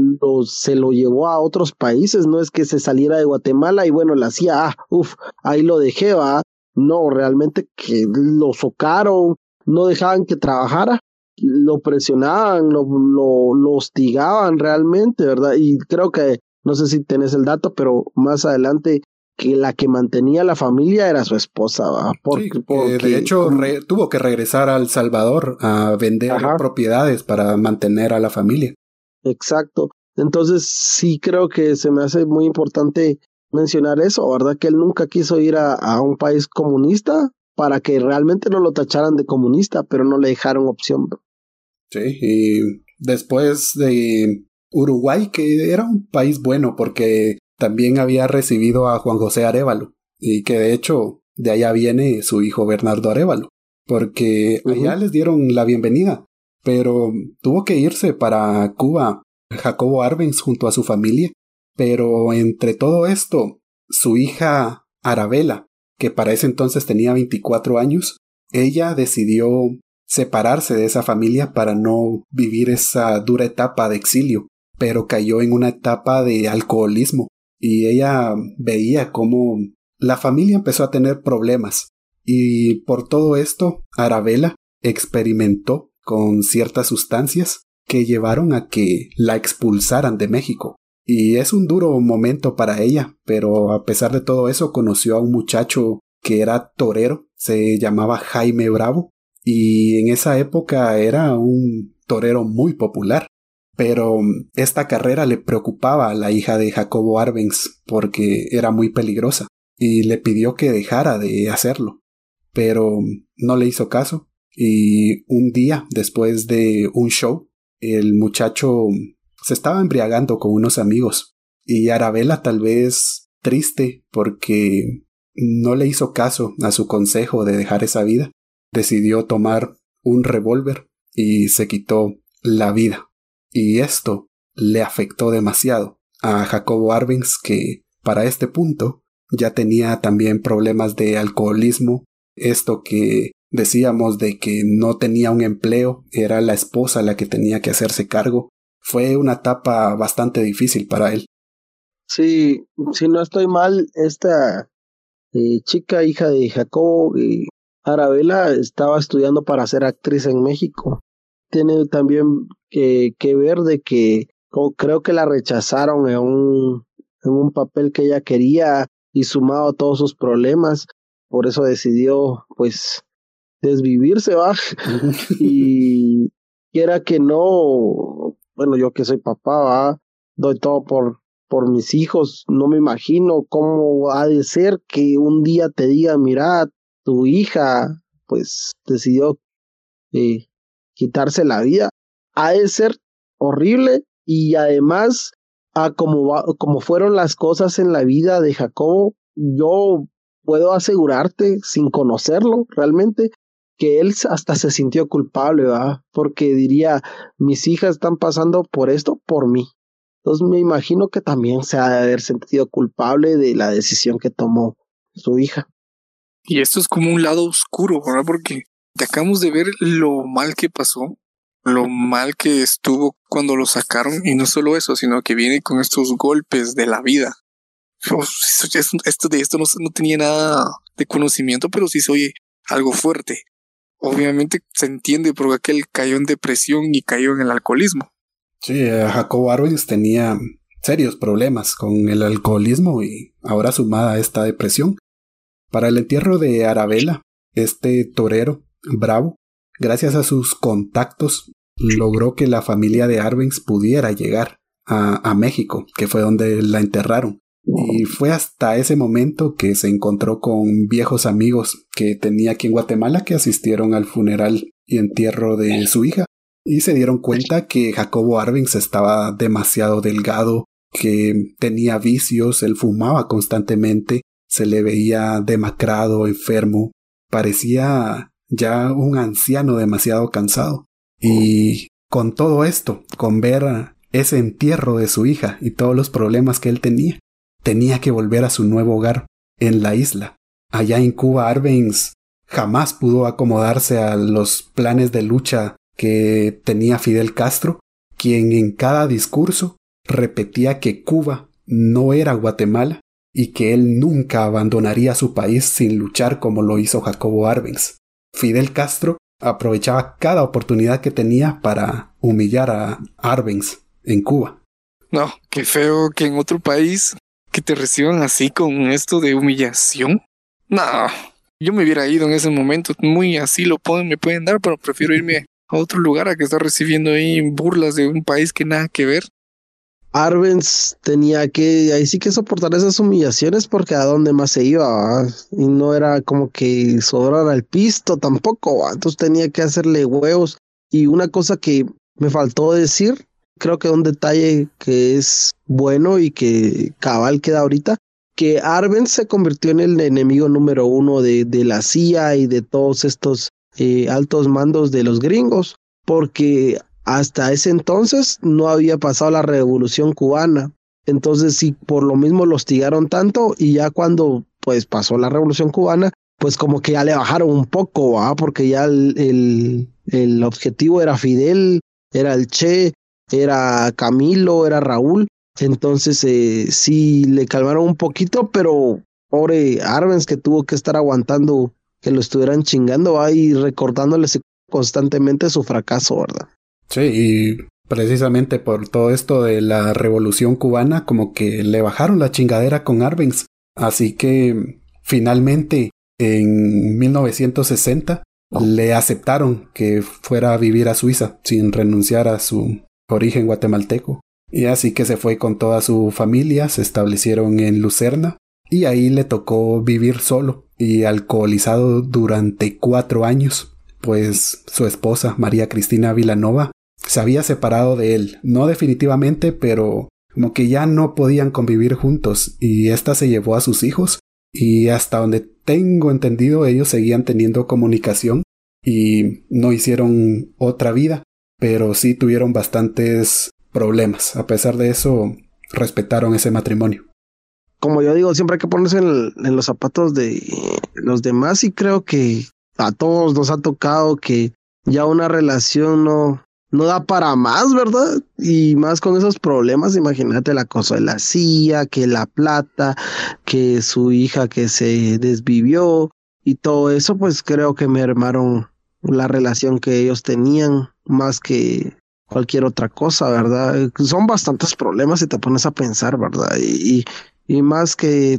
se lo llevó a otros países, no es que se saliera de Guatemala y bueno, la CIA, ahí lo dejé, va, no, realmente que lo socaron, no dejaban que trabajara, lo presionaban, lo hostigaban realmente, ¿verdad? Y creo que, no sé si tenés el dato, pero más adelante que la que mantenía la familia era su esposa, ¿va? Porque de hecho tuvo que regresar a El Salvador a vender propiedades para mantener a la familia. Exacto. Entonces sí creo que se me hace muy importante mencionar eso, ¿verdad? Que él nunca quiso ir a un país comunista para que realmente no lo tacharan de comunista, pero no le dejaron opción, ¿no? Sí, y después de Uruguay, que era un país bueno porque también había recibido a Juan José Arévalo, y que de hecho de allá viene su hijo Bernardo Arévalo, porque allá les dieron la bienvenida, pero tuvo que irse para Cuba Jacobo Arbenz junto a su familia, pero entre todo esto, su hija Arabela, que para ese entonces tenía 24 años, ella decidió separarse de esa familia para no vivir esa dura etapa de exilio, pero cayó en una etapa de alcoholismo y ella veía cómo la familia empezó a tener problemas y por todo esto Arabela experimentó con ciertas sustancias que llevaron a que la expulsaran de México. Y es un duro momento para ella, pero a pesar de todo eso conoció a un muchacho que era torero, se llamaba Jaime Bravo, y en esa época era un torero muy popular. Pero esta carrera le preocupaba a la hija de Jacobo Arbenz porque era muy peligrosa y le pidió que dejara de hacerlo. Pero no le hizo caso y un día después de un show el muchacho se estaba embriagando con unos amigos y Arabella, tal vez triste porque no le hizo caso a su consejo de dejar esa vida, decidió tomar un revólver y se quitó la vida. Y esto le afectó demasiado a Jacobo Arbenz, que para este punto ya tenía también problemas de alcoholismo. Esto que decíamos de que no tenía un empleo, era la esposa la que tenía que hacerse cargo. Fue una etapa bastante difícil para él. Sí, si no estoy mal, esta chica, hija de Jacobo, Arabella, estaba estudiando para ser actriz en México. Tiene también que ver de que creo que la rechazaron en un papel que ella quería y sumado a todos sus problemas, por eso decidió pues desvivirse, ¿va? Y quiera que no, bueno, yo que soy papá, ¿va? Doy todo por mis hijos, no me imagino cómo ha de ser que un día te diga, mira, tu hija pues decidió quitarse la vida. Ha de ser horrible y además como fueron las cosas en la vida de Jacobo, yo puedo asegurarte sin conocerlo realmente que él hasta se sintió culpable, ¿verdad? Porque diría, mis hijas están pasando por esto por mí. Entonces me imagino que también se ha de haber sentido culpable de la decisión que tomó su hija. Y esto es como un lado oscuro, ¿verdad? Porque acabamos de ver lo mal que pasó, lo mal que estuvo cuando lo sacaron, y no solo eso, sino que viene con estos golpes de la vida. De esto no tenía nada de conocimiento, pero sí se oye algo fuerte. Obviamente se entiende por qué él cayó en depresión y cayó en el alcoholismo. Sí, Jacobo Arbenz tenía serios problemas con el alcoholismo y ahora sumada a esta depresión. Para el entierro de Arabella, este torero bravo, gracias a sus contactos, logró que la familia de Arbenz pudiera llegar a México, que fue donde la enterraron. Y fue hasta ese momento que se encontró con viejos amigos que tenía aquí en Guatemala que asistieron al funeral y entierro de su hija y se dieron cuenta que Jacobo Arbenz estaba demasiado delgado, que tenía vicios, él fumaba constantemente, se le veía demacrado, enfermo, parecía ya un anciano demasiado cansado. Y con todo esto, con ver ese entierro de su hija y todos los problemas que él tenía que volver a su nuevo hogar en la isla. Allá en Cuba, Arbenz jamás pudo acomodarse a los planes de lucha que tenía Fidel Castro, quien en cada discurso repetía que Cuba no era Guatemala y que él nunca abandonaría su país sin luchar como lo hizo Jacobo Arbenz. Fidel Castro aprovechaba cada oportunidad que tenía para humillar a Arbenz en Cuba. No, qué feo que en otro país que te reciban así con esto de humillación. No, yo me hubiera ido en ese momento, muy así me pueden dar, pero prefiero irme a otro lugar a que estar recibiendo ahí burlas de un país que nada que ver. Arbenz tenía que, ahí sí que soportar esas humillaciones porque a dónde más se iba, ¿va? Y no era como que sobrara el pisto tampoco, ¿va? Entonces tenía que hacerle huevos. Y una cosa que me faltó decir, creo que un detalle que es bueno y que cabal queda ahorita, que Arbenz se convirtió en el enemigo número uno de la CIA y de todos estos altos mandos de los gringos, porque hasta ese entonces no había pasado la revolución cubana. Entonces sí, por lo mismo lo hostigaron tanto y ya cuando pues pasó la revolución cubana, pues como que ya le bajaron un poco, ¿va? Porque ya el objetivo era Fidel, era el Che, era Camilo, era Raúl. Entonces sí le calmaron un poquito, pero pobre Arbenz que tuvo que estar aguantando que lo estuvieran chingando, ¿va? Y recordándole constantemente su fracaso, ¿verdad? Sí, y precisamente por todo esto de la revolución cubana, como que le bajaron la chingadera con Arbenz. Así que finalmente en 1960 le aceptaron que fuera a vivir a Suiza sin renunciar a su origen guatemalteco. Y así que se fue con toda su familia, se establecieron en Lucerna y ahí le tocó vivir solo y alcoholizado durante 4 años, pues su esposa, María Cristina Vilanova, se había separado de él, no definitivamente, pero como que ya no podían convivir juntos y esta se llevó a sus hijos y hasta donde tengo entendido ellos seguían teniendo comunicación y no hicieron otra vida, pero sí tuvieron bastantes problemas. A pesar de eso, respetaron ese matrimonio. Como yo digo, siempre hay que ponerse en los zapatos de los demás y creo que a todos nos ha tocado que ya una relación no da para más, ¿verdad? Y más con esos problemas, imagínate la cosa de la CIA, que la plata, que su hija que se desvivió y todo eso, pues creo que mermaron la relación que ellos tenían más que cualquier otra cosa, ¿verdad? Son bastantes problemas si te pones a pensar, ¿verdad? Y más que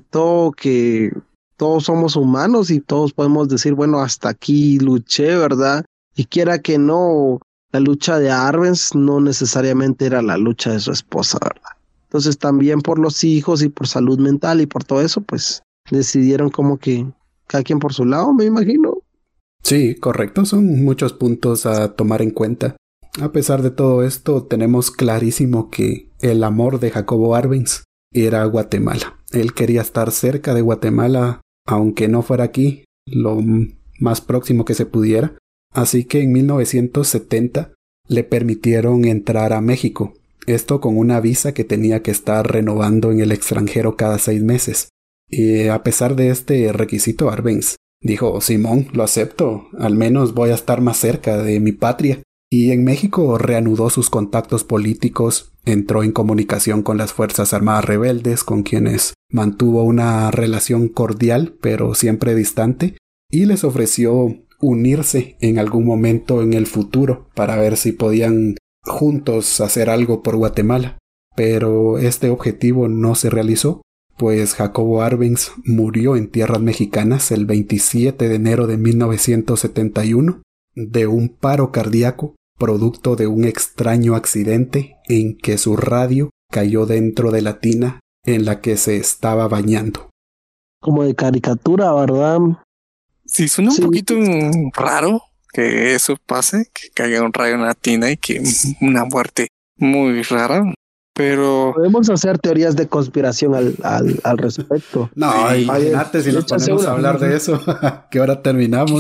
todos somos humanos y todos podemos decir, bueno, hasta aquí luché, ¿verdad? Y quiera que no, la lucha de Arbenz no necesariamente era la lucha de su esposa, ¿verdad? Entonces también por los hijos y por salud mental y por todo eso, pues decidieron como que cada quien por su lado, me imagino. Sí, correcto, son muchos puntos a tomar en cuenta. A pesar de todo esto, tenemos clarísimo que el amor de Jacobo Arbenz era Guatemala. Él quería estar cerca de Guatemala, aunque no fuera aquí, lo más próximo que se pudiera. Así que en 1970 le permitieron entrar a México. Esto con una visa que tenía que estar renovando en el extranjero cada 6 meses. Y a pesar de este requisito, Arbenz dijo, Simón, lo acepto, al menos voy a estar más cerca de mi patria. Y en México reanudó sus contactos políticos, entró en comunicación con las Fuerzas Armadas Rebeldes, con quienes mantuvo una relación cordial, pero siempre distante, y les ofreció unirse en algún momento en el futuro para ver si podían juntos hacer algo por Guatemala. Pero este objetivo no se realizó, pues Jacobo Arbenz murió en tierras mexicanas el 27 de enero de 1971 de un paro cardíaco producto de un extraño accidente en que su radio cayó dentro de la tina en la que se estaba bañando. Como de caricatura, ¿verdad? Sí, suena un poquito raro que eso pase, que caiga un rayo en la tina y que una muerte muy rara, pero... Podemos hacer teorías de conspiración al respecto. No, sí, imagínate si nos ponemos a hablar de eso, que ahora terminamos.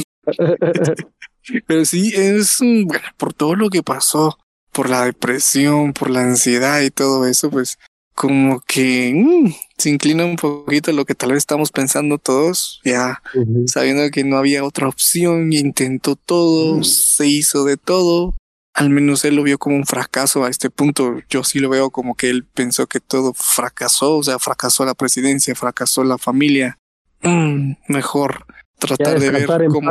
Pero sí, es bueno, por todo lo que pasó, por la depresión, por la ansiedad y todo eso, pues como que se inclina un poquito a lo que tal vez estamos pensando todos, ya sabiendo que no había otra opción, intentó todo, se hizo de todo. Al menos él lo vio como un fracaso a este punto. Yo sí lo veo como que él pensó que todo fracasó, o sea, fracasó la presidencia, fracasó la familia. Mejor tratar de ver cómo...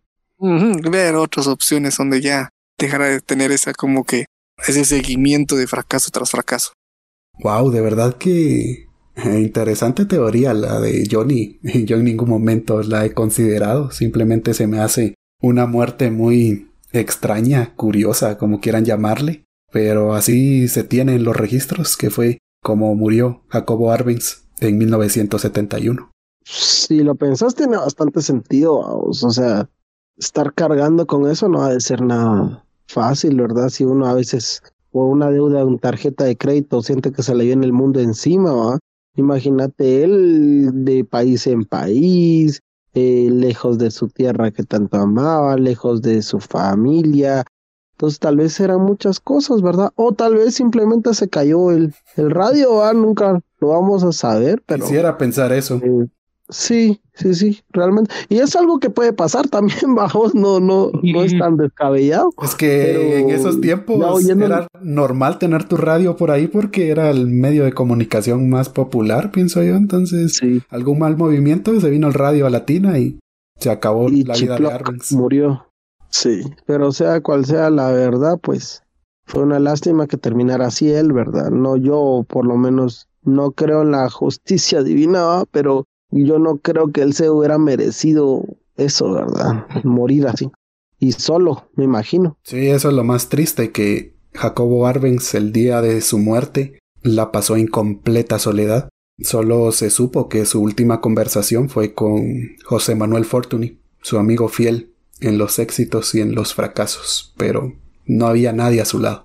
ver otras opciones donde ya dejara de tener esa como que ese seguimiento de fracaso tras fracaso. Wow, de verdad que interesante teoría la de Johnny. Yo en ningún momento la he considerado. Simplemente se me hace una muerte muy extraña, curiosa, como quieran llamarle. Pero así se tiene en los registros, que fue como murió Jacobo Arbenz en 1971. Si lo pensás, tiene bastante sentido, vamos. O sea, estar cargando con eso no ha de ser nada fácil, ¿verdad? Si uno a veces por una deuda de una tarjeta de crédito siente que se le viene el mundo encima, ¿va? Imagínate él de país en país, lejos de su tierra que tanto amaba, lejos de su familia. Entonces tal vez eran muchas cosas, ¿verdad? O tal vez simplemente se cayó el radio, ¿va? Nunca lo vamos a saber, pero... Quisiera pensar eso. Sí, realmente. Y es algo que puede pasar también, bajos, no es tan descabellado. Es que en esos tiempos era normal tener tu radio por ahí porque era el medio de comunicación más popular, pienso yo. Entonces, algún mal movimiento, se vino el radio a la tina y se acabó la vida de Arbenz. Murió. Sí, pero sea cual sea la verdad, pues fue una lástima que terminara así él, ¿verdad? No, yo por lo menos no creo en la justicia divina, ¿va? Pero yo no creo que él se hubiera merecido eso, ¿verdad? Morir así. y solo, me imagino. Sí, eso es lo más triste, que Jacobo Arbenz el día de su muerte la pasó en completa soledad. Solo se supo que su última conversación fue con José Manuel Fortuny, su amigo fiel en los éxitos y en los fracasos, pero no había nadie a su lado.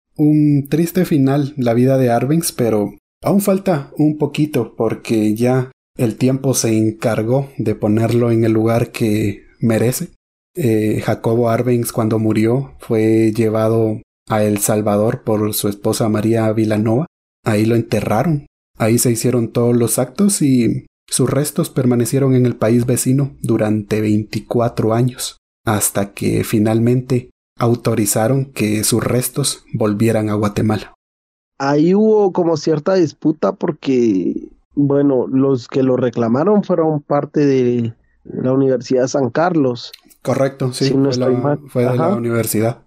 Un triste final la vida de Arbenz, pero aún falta un poquito porque ya el tiempo se encargó de ponerlo en el lugar que merece. Jacobo Arbenz, cuando murió, fue llevado a El Salvador por su esposa María Vilanova. Ahí lo enterraron. Ahí se hicieron todos los actos y sus restos permanecieron en el país vecino durante 24 años, hasta que finalmente autorizaron que sus restos volvieran a Guatemala. Ahí hubo como cierta disputa porque, bueno, los que lo reclamaron fueron parte de la Universidad de San Carlos. Correcto, sí, Si no estoy mal. fue de la Ajá. universidad.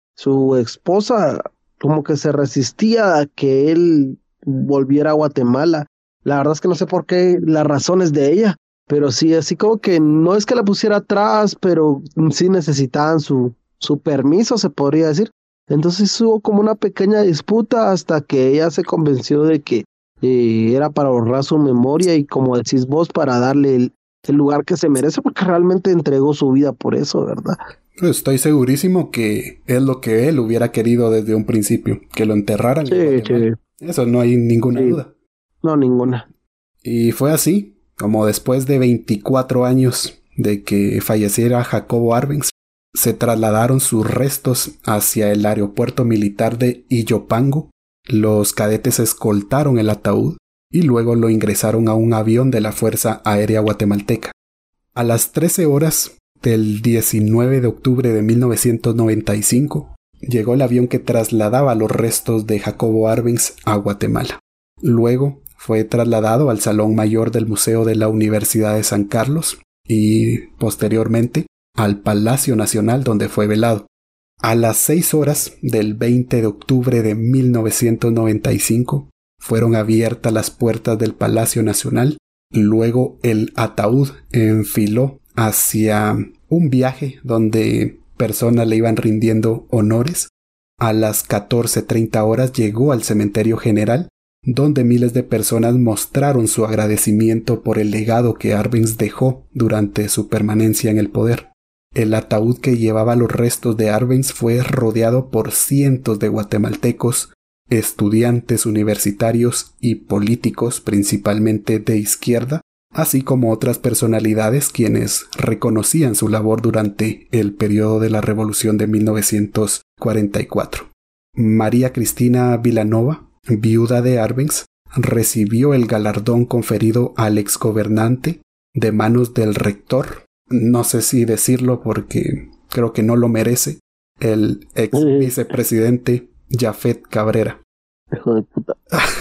Su esposa como que se resistía a que él volviera a Guatemala. La verdad es que no sé por qué, las razones de ella, pero sí, así como que no es que la pusiera atrás, pero sí necesitaban su permiso, se podría decir. Entonces hubo como una pequeña disputa hasta que ella se convenció de que era para honrar su memoria y, como decís vos, para darle el lugar que se merece, porque realmente entregó su vida por eso, ¿verdad? Estoy segurísimo que es lo que él hubiera querido desde un principio, que lo enterraran en Guatemala. Eso no hay ninguna duda. No, ninguna. Y fue así, como después de 24 años de que falleciera Jacobo Arbenz, se trasladaron sus restos hacia el aeropuerto militar de Illopango. Los cadetes escoltaron el ataúd y luego lo ingresaron a un avión de la Fuerza Aérea Guatemalteca. A las 13 horas del 19 de octubre de 1995, llegó el avión que trasladaba los restos de Jacobo Arbenz a Guatemala. Luego fue trasladado al Salón Mayor del Museo de la Universidad de San Carlos y, posteriormente, al Palacio Nacional, donde fue velado. A las 6 horas del 20 de octubre de 1995, fueron abiertas las puertas del Palacio Nacional. Luego el ataúd enfiló hacia un viaje donde personas le iban rindiendo honores. A las 14:30 horas llegó al Cementerio General, donde miles de personas mostraron su agradecimiento por el legado que Arbenz dejó durante su permanencia en el poder. El ataúd que llevaba los restos de Arbenz fue rodeado por cientos de guatemaltecos, estudiantes universitarios y políticos, principalmente de izquierda, así como otras personalidades quienes reconocían su labor durante el periodo de la Revolución de 1944. María Cristina Vilanova, viuda de Arbenz, recibió el galardón conferido al exgobernante de manos del rector, no sé si decirlo porque creo que no lo merece, el ex vicepresidente Jafet Cabrera. Hijo de puta.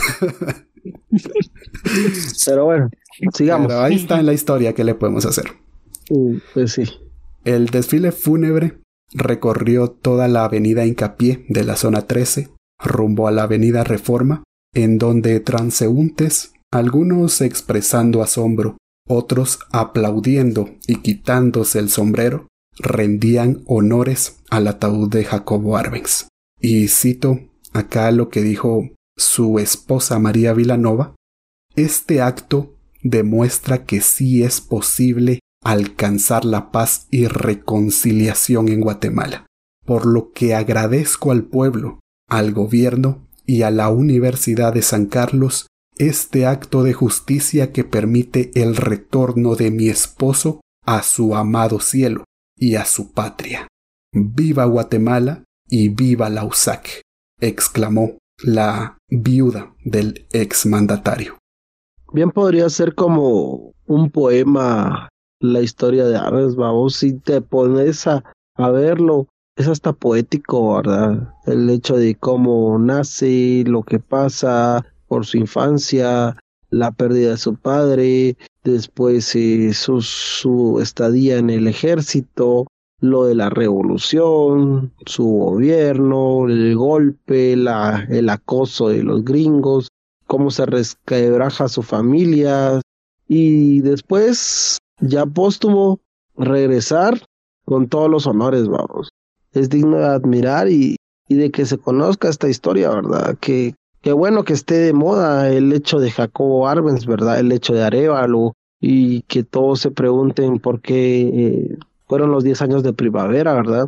Pero bueno, sigamos. Pero ahí está en la historia, ¿qué le podemos hacer? Pues sí. El desfile fúnebre recorrió toda la avenida Hincapié de la zona 13, rumbo a la avenida Reforma, en donde transeúntes, algunos expresando asombro, otros aplaudiendo y quitándose el sombrero, rendían honores al ataúd de Jacobo Arbenz. Y cito acá lo que dijo su esposa María Vilanova: este acto demuestra que sí es posible alcanzar la paz y reconciliación en Guatemala, por lo que agradezco al pueblo, al gobierno y a la Universidad de San Carlos este acto de justicia que permite el retorno de mi esposo a su amado cielo y a su patria. ¡Viva Guatemala y viva la USAC!, exclamó la viuda del exmandatario. Bien podría ser como un poema la historia de Arbenz, vamos, si te pones a verlo, es hasta poético, ¿verdad? El hecho de cómo nace, lo que pasa por su infancia, la pérdida de su padre, después su estadía en el ejército, lo de la revolución, su gobierno, el golpe, el acoso de los gringos, cómo se resquebraja su familia, y después, ya póstumo, regresar con todos los honores, vamos. Es digno de admirar y de que se conozca esta historia, ¿verdad? Que bueno que esté de moda el hecho de Jacobo Arbenz, ¿verdad? El hecho de Arévalo, y que todos se pregunten por qué fueron los 10 años de primavera, ¿verdad?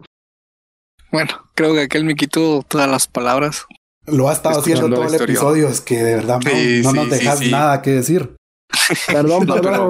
Bueno, creo que aquel me quitó todas las palabras. Lo ha estado haciendo todo el episodio, es que de verdad no nos dejas nada que decir. Perdón.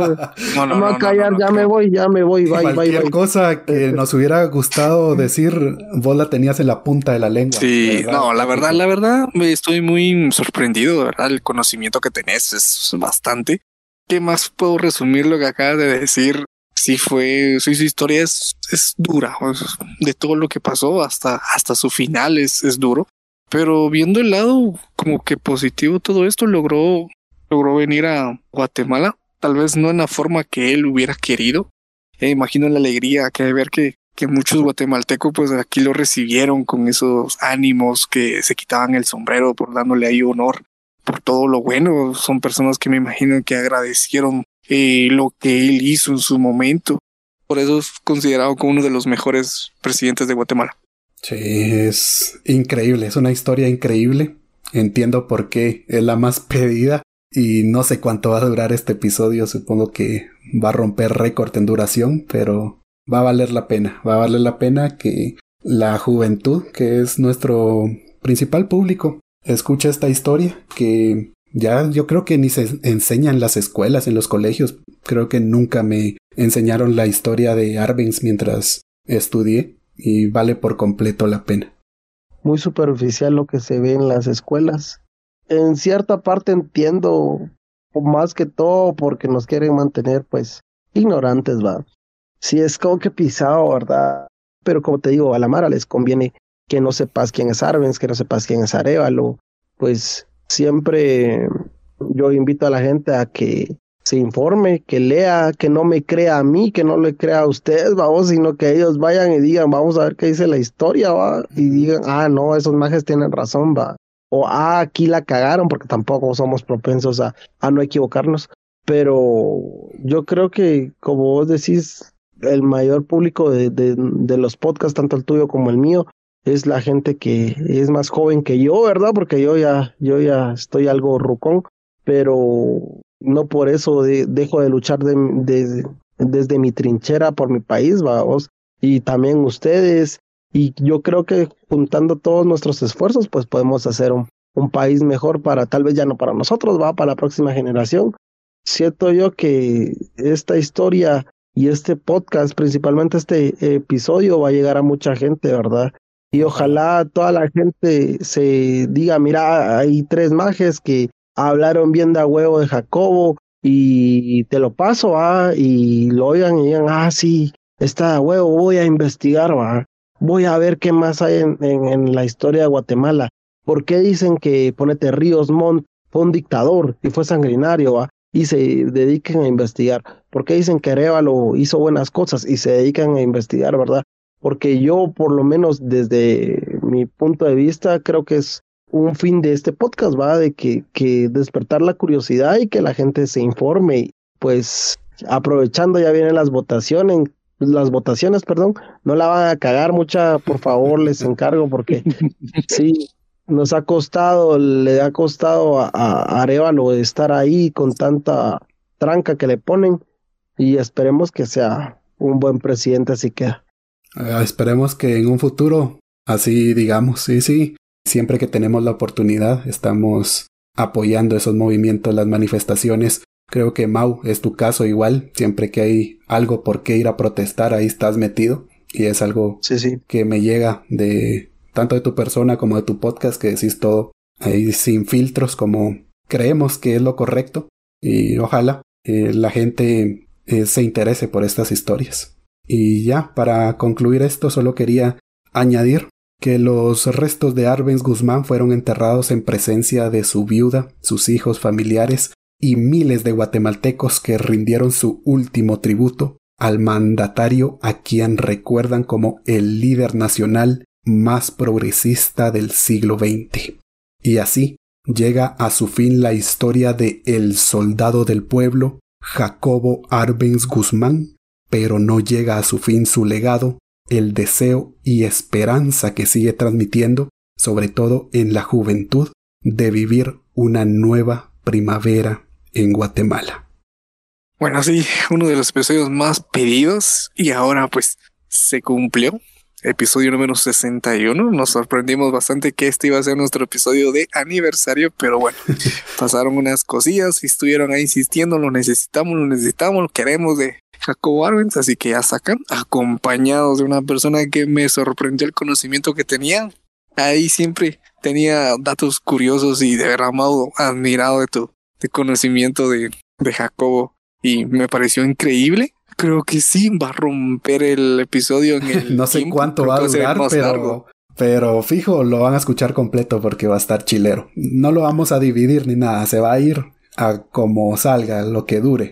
No, me voy a callar, ya me voy, bye. Cualquier cosa que nos hubiera gustado decir, vos la tenías en la punta de la lengua. Sí, no, la verdad, me estoy muy sorprendido, de verdad, el conocimiento que tenés es bastante. ¿Qué más puedo resumir lo que acabas de decir? Sí su historia es dura, de todo lo que pasó hasta su final es duro. Pero viendo el lado como que positivo todo esto, logró venir a Guatemala, tal vez no en la forma que él hubiera querido. Imagino la alegría que ver que muchos guatemaltecos pues aquí lo recibieron con esos ánimos, que se quitaban el sombrero por dándole ahí honor por todo lo bueno. Son personas que me imagino que agradecieron lo que él hizo en su momento. Por eso es considerado como uno de los mejores presidentes de Guatemala. Sí, es increíble, es una historia increíble. Entiendo por qué es la más pedida y no sé cuánto va a durar este episodio. Supongo que va a romper récord en duración, pero va a valer la pena. Va a valer la pena que la juventud, que es nuestro principal público, escuche esta historia que ya yo creo que ni se enseña en las escuelas, en los colegios. Creo que nunca me enseñaron la historia de Arbenz mientras estudié. Y vale por completo la pena. Muy superficial lo que se ve en las escuelas. En cierta parte entiendo, más que todo porque nos quieren mantener pues ignorantes, va. Sí, es como que pisado, ¿verdad? Pero como te digo, a la Mara les conviene que no sepas quién es Arbenz, que no sepas quién es Arévalo. Pues siempre yo invito a la gente a que se informe, que lea, que no me crea a mí, que no le crea a ustedes, vamos, sino que ellos vayan y digan, vamos a ver qué dice la historia, va, y digan, no, esos majes tienen razón, va, o aquí la cagaron, porque tampoco somos propensos a no equivocarnos, pero yo creo que, como vos decís, el mayor público de los podcasts, tanto el tuyo como el mío, es la gente que es más joven que yo, ¿verdad? Porque yo ya estoy algo rucón, pero no por eso dejo de luchar desde mi trinchera por mi país, vamos, y también ustedes, y yo creo que juntando todos nuestros esfuerzos, pues podemos hacer un país mejor para, tal vez ya no para nosotros, va, para la próxima generación. Siento yo que esta historia y este podcast, principalmente este episodio, va a llegar a mucha gente, ¿verdad? Y ojalá toda la gente se diga, mira, hay 3 majes que hablaron bien de a huevo de Jacobo y te lo paso, y lo oigan y digan, sí, está a huevo, voy a investigar, voy a ver qué más hay en la historia de Guatemala. ¿Por qué dicen que, ponete, Ríos Montt fue un dictador y fue sanguinario, y se dediquen a investigar? ¿Por qué dicen que Arévalo hizo buenas cosas y se dedican a investigar, verdad? Porque yo, por lo menos desde mi punto de vista, creo que es un fin de este podcast, va, de que despertar la curiosidad y que la gente se informe. Y pues aprovechando, ya vienen las votaciones, no la van a cagar mucha, por favor, les encargo, porque sí, le ha costado a Arévalo estar ahí con tanta tranca que le ponen, y esperemos que sea un buen presidente, así que esperemos que en un futuro así digamos, sí, siempre que tenemos la oportunidad estamos apoyando esos movimientos, las manifestaciones. Creo que Mau, es tu caso igual, siempre que hay algo por qué ir a protestar, ahí estás metido, y es algo que me llega de tanto de tu persona como de tu podcast, que decís todo ahí sin filtros, como creemos que es lo correcto, y ojalá la gente se interese por estas historias. Y ya, para concluir esto, solo quería añadir que los restos de Arbenz Guzmán fueron enterrados en presencia de su viuda, sus hijos, familiares y miles de guatemaltecos que rindieron su último tributo al mandatario a quien recuerdan como el líder nacional más progresista del siglo XX. Y así llega a su fin la historia de el soldado del pueblo, Jacobo Arbenz Guzmán, pero no llega a su fin su legado, el deseo y esperanza que sigue transmitiendo, sobre todo en la juventud, de vivir una nueva primavera en Guatemala. Bueno, sí, uno de los episodios más pedidos y ahora pues se cumplió. Episodio número 61. Nos sorprendimos bastante que este iba a ser nuestro episodio de aniversario, pero bueno, pasaron unas cosillas y estuvieron ahí insistiendo, lo necesitamos, lo queremos de Jacobo Arbenz, así que ya sacan, acompañados de una persona que me sorprendió el conocimiento que tenía. Ahí siempre tenía datos curiosos y de verdad, Mau, admirado de tu conocimiento de Jacobo y me pareció increíble. Creo que sí, va a romper el episodio en el no sé tiempo, cuánto va a durar, pero fijo, lo van a escuchar completo porque va a estar chilero. No lo vamos a dividir ni nada, se va a ir a como salga, lo que dure.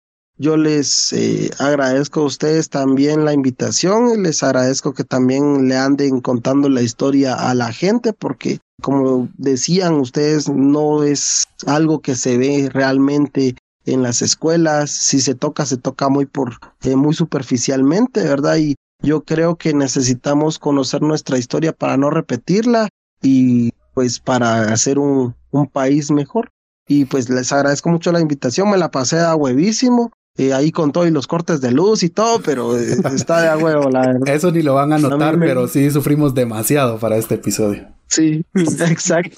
Yo les agradezco a ustedes también la invitación y les agradezco que también le anden contando la historia a la gente porque, como decían ustedes, no es algo que se ve realmente en las escuelas. Si se toca muy superficialmente, ¿verdad? Y yo creo que necesitamos conocer nuestra historia para no repetirla y pues para hacer un país mejor. Y pues les agradezco mucho la invitación, me la pasé a huevísimo. Ahí con todo y los cortes de luz y todo, pero está de a huevo, la verdad. Eso ni lo van a notar, pero sí sufrimos demasiado para este episodio. Sí, exacto.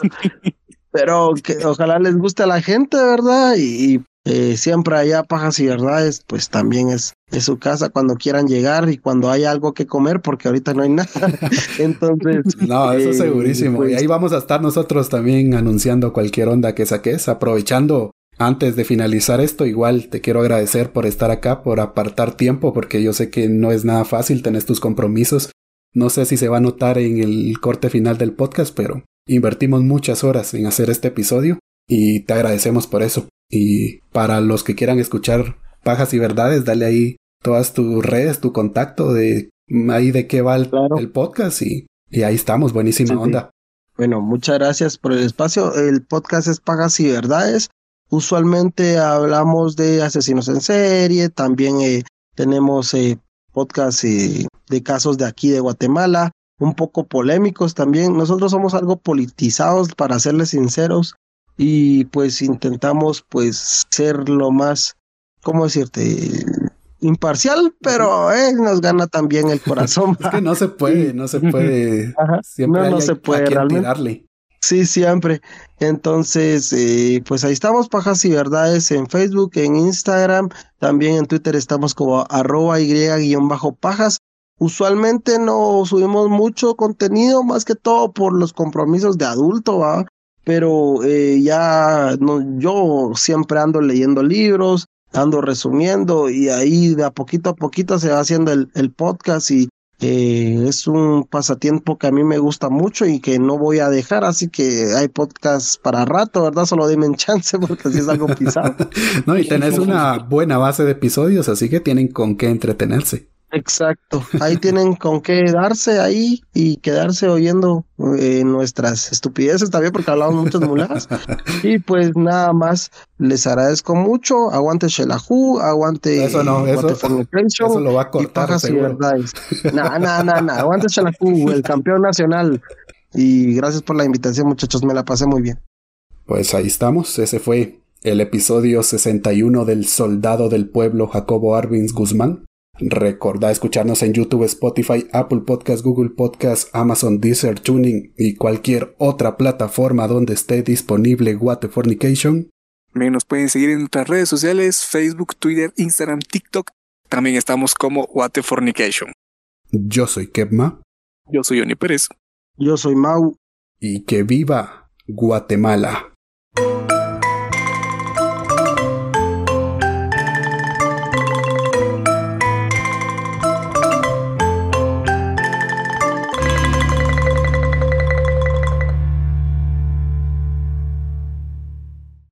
Pero que ojalá les guste a la gente, ¿verdad? Y siempre allá Pajas y Verdades, pues también es su casa cuando quieran llegar y cuando haya algo que comer, porque ahorita no hay nada. Entonces... No, eso segurísimo. Pues, y ahí vamos a estar nosotros también anunciando cualquier onda que saques, aprovechando. Antes de finalizar esto, igual te quiero agradecer por estar acá, por apartar tiempo, porque yo sé que no es nada fácil, tenés tus compromisos. No sé si se va a notar en el corte final del podcast, pero invertimos muchas horas en hacer este episodio y te agradecemos por eso. Y para los que quieran escuchar Pajas y Verdades, dale ahí todas tus redes, tu contacto de ahí de qué va el podcast y ahí estamos, buenísima onda. Bueno, muchas gracias por el espacio. El podcast es Pajas y Verdades. Usualmente hablamos de asesinos en serie, también tenemos podcasts de casos de aquí de Guatemala, un poco polémicos también. Nosotros somos algo politizados, para serles sinceros, y pues intentamos pues ser lo más, ¿cómo decirte? Imparcial, pero nos gana también el corazón. Es que no se puede. Ajá. Siempre no se puede realmente. Tirarle. Sí, siempre. Entonces, pues ahí estamos, Pajas y Verdades, en Facebook, en Instagram, también en Twitter estamos como @y_pajas. Usualmente no subimos mucho contenido, más que todo por los compromisos de adulto, ¿va? Pero yo siempre ando leyendo libros, ando resumiendo y ahí de a poquito se va haciendo el podcast y es un pasatiempo que a mí me gusta mucho y que no voy a dejar, así que hay podcast para rato, ¿verdad? Solo dime chance porque así es algo pisado. No, y tenés una buena base de episodios, así que tienen con qué entretenerse. Exacto, ahí tienen con qué darse ahí y quedarse oyendo nuestras estupideces también porque hablamos muchas muladas. Y pues nada más, les agradezco mucho, aguante Shelahu, aguante eso lo va a cortar, Pajas y Verdades. Aguante Shelahu, el campeón nacional. Y gracias por la invitación, muchachos, me la pasé muy bien. Pues ahí estamos, ese fue el episodio 61 del Soldado del Pueblo Jacobo Arbenz Guzmán. Recordá escucharnos en YouTube, Spotify, Apple Podcast, Google Podcast, Amazon, Deezer, Tuning y cualquier otra plataforma donde esté disponible Guatefornication. También nos pueden seguir en nuestras redes sociales, Facebook, Twitter, Instagram, TikTok. También estamos como Guatefornication. Yo soy Kebma. Yo soy Johnny Pérez. Yo soy Mau. Y que viva Guatemala.